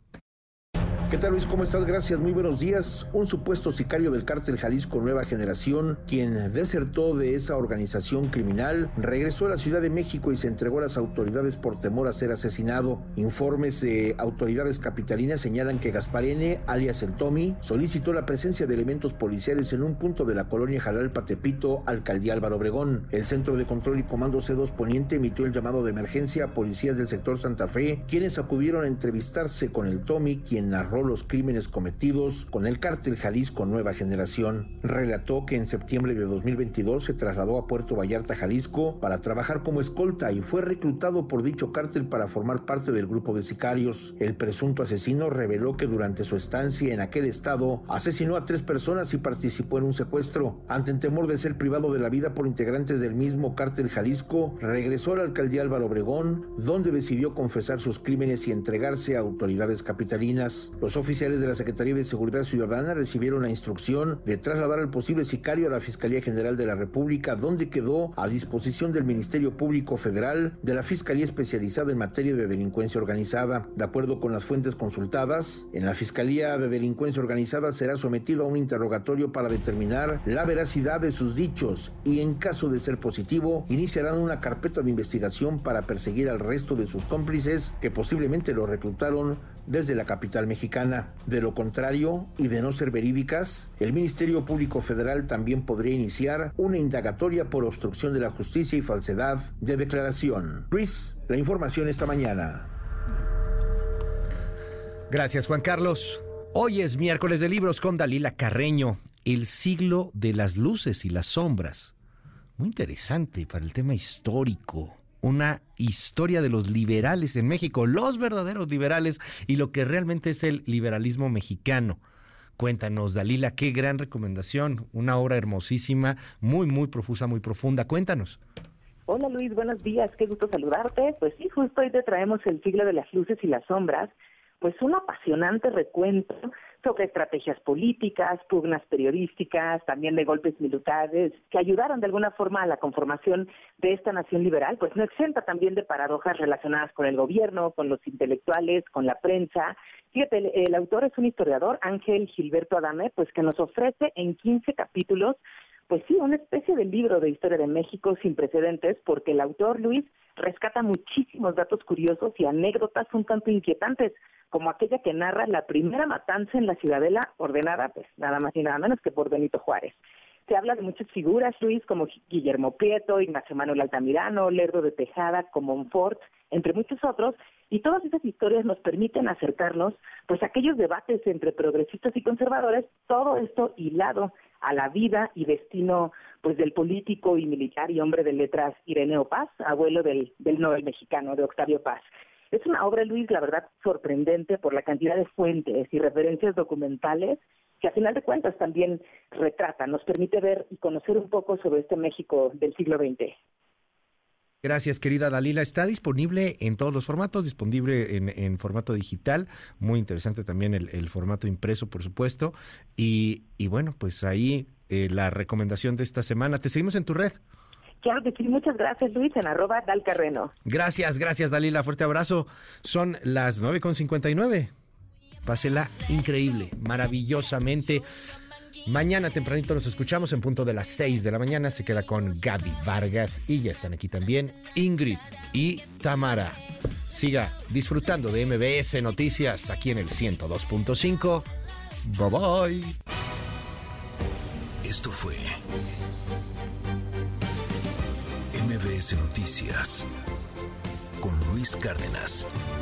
Speaker 6: ¿Qué tal, Luis? ¿Cómo estás? Gracias, muy buenos días. Un supuesto sicario del cártel Jalisco Nueva Generación, quien desertó de esa organización criminal, regresó a la Ciudad de México y se entregó a las autoridades por temor a ser asesinado. Informes de autoridades capitalinas señalan que Gaspar N., alias el Tommy, solicitó la presencia de elementos policiales en un punto de la colonia Jalalpa Tepito, Alcaldía Álvaro Obregón. El Centro de Control y Comando C dos Poniente emitió el llamado de emergencia a policías del sector Santa Fe, quienes acudieron a entrevistarse con el Tommy, quien narró los crímenes cometidos con el cártel Jalisco Nueva Generación. Relató que en septiembre de dos mil veintidós se trasladó a Puerto Vallarta, Jalisco, para trabajar como escolta y fue reclutado por dicho cártel para formar parte del grupo de sicarios. El presunto asesino reveló que durante su estancia en aquel estado asesinó a tres personas y participó en un secuestro. Ante el temor de ser privado de la vida por integrantes del mismo cártel Jalisco, regresó a la alcaldía Álvaro Obregón, donde decidió confesar sus crímenes y entregarse a autoridades capitalinas. Los oficiales de la Secretaría de Seguridad Ciudadana recibieron la instrucción de trasladar al posible sicario a la Fiscalía General de la República, donde quedó a disposición del Ministerio Público Federal, de la Fiscalía Especializada en Materia de Delincuencia Organizada. De acuerdo con las fuentes consultadas, en la Fiscalía de Delincuencia Organizada será sometido a un interrogatorio para determinar la veracidad de sus dichos y, en caso de ser positivo, iniciarán una carpeta de investigación para perseguir al resto de sus cómplices que posiblemente lo reclutaron desde la capital mexicana. De lo contrario, y de no ser verídicas, el Ministerio Público Federal también podría iniciar una indagatoria por obstrucción de la justicia y falsedad de declaración. Luis, la información esta mañana.
Speaker 2: Gracias, Juan Carlos. Hoy es miércoles de libros con Dalila Carreño, El siglo de las luces y las sombras. Muy interesante para el tema histórico. Una historia de los liberales en México, los verdaderos liberales y lo que realmente es el liberalismo mexicano. Cuéntanos, Dalila, qué gran recomendación, una obra hermosísima, muy, muy profusa, muy profunda. Cuéntanos.
Speaker 17: Hola Luis, buenos días, qué gusto saludarte. Pues sí, justo hoy te traemos El siglo de las luces y las sombras, pues un apasionante recuento sobre estrategias políticas, pugnas periodísticas, también de golpes militares, que ayudaron de alguna forma a la conformación de esta nación liberal, pues no exenta también de paradojas relacionadas con el gobierno, con los intelectuales, con la prensa. Fíjate, el, el autor es un historiador, Ángel Gilberto Adame, pues que nos ofrece en quince capítulos, pues sí, una especie de libro de historia de México sin precedentes, porque el autor, Luis, rescata muchísimos datos curiosos y anécdotas un tanto inquietantes, como aquella que narra la primera matanza en la Ciudadela, ordenada, pues nada más y nada menos que por Benito Juárez. Se habla de muchas figuras, Luis, como Guillermo Prieto, Ignacio Manuel Altamirano, Lerdo de Tejada, Comonfort, entre muchos otros, Y todas esas historias nos permiten acercarnos pues a aquellos debates entre progresistas y conservadores, todo esto hilado a la vida y destino pues del político y militar y hombre de letras Ireneo Paz, abuelo del, del Nobel mexicano, de Octavio Paz. Es una obra, Luis, la verdad, sorprendente por la cantidad de fuentes y referencias documentales que a final de cuentas también retrata, nos permite ver y conocer un poco sobre este México del siglo veinte.
Speaker 2: Gracias, querida Dalila. Está disponible en todos los formatos, disponible en, en formato digital, muy interesante también el, el formato impreso, por supuesto. Y, y bueno, pues ahí eh, la recomendación de esta semana. ¿Te seguimos en tu red?
Speaker 17: Claro que sí, muchas gracias, Luis, en arroba Dalcarreno.
Speaker 2: Gracias, gracias, Dalila, fuerte abrazo. Son las nueve con cincuenta y nueve. Pásela increíble, maravillosamente. Mañana tempranito nos escuchamos en punto de las seis de la mañana. Se queda con Gaby Vargas y ya están aquí también Ingrid y Tamara. Siga disfrutando de M B S Noticias aquí en el ciento dos punto cinco. Bye bye.
Speaker 8: Esto fue M B S Noticias con Luis Cárdenas.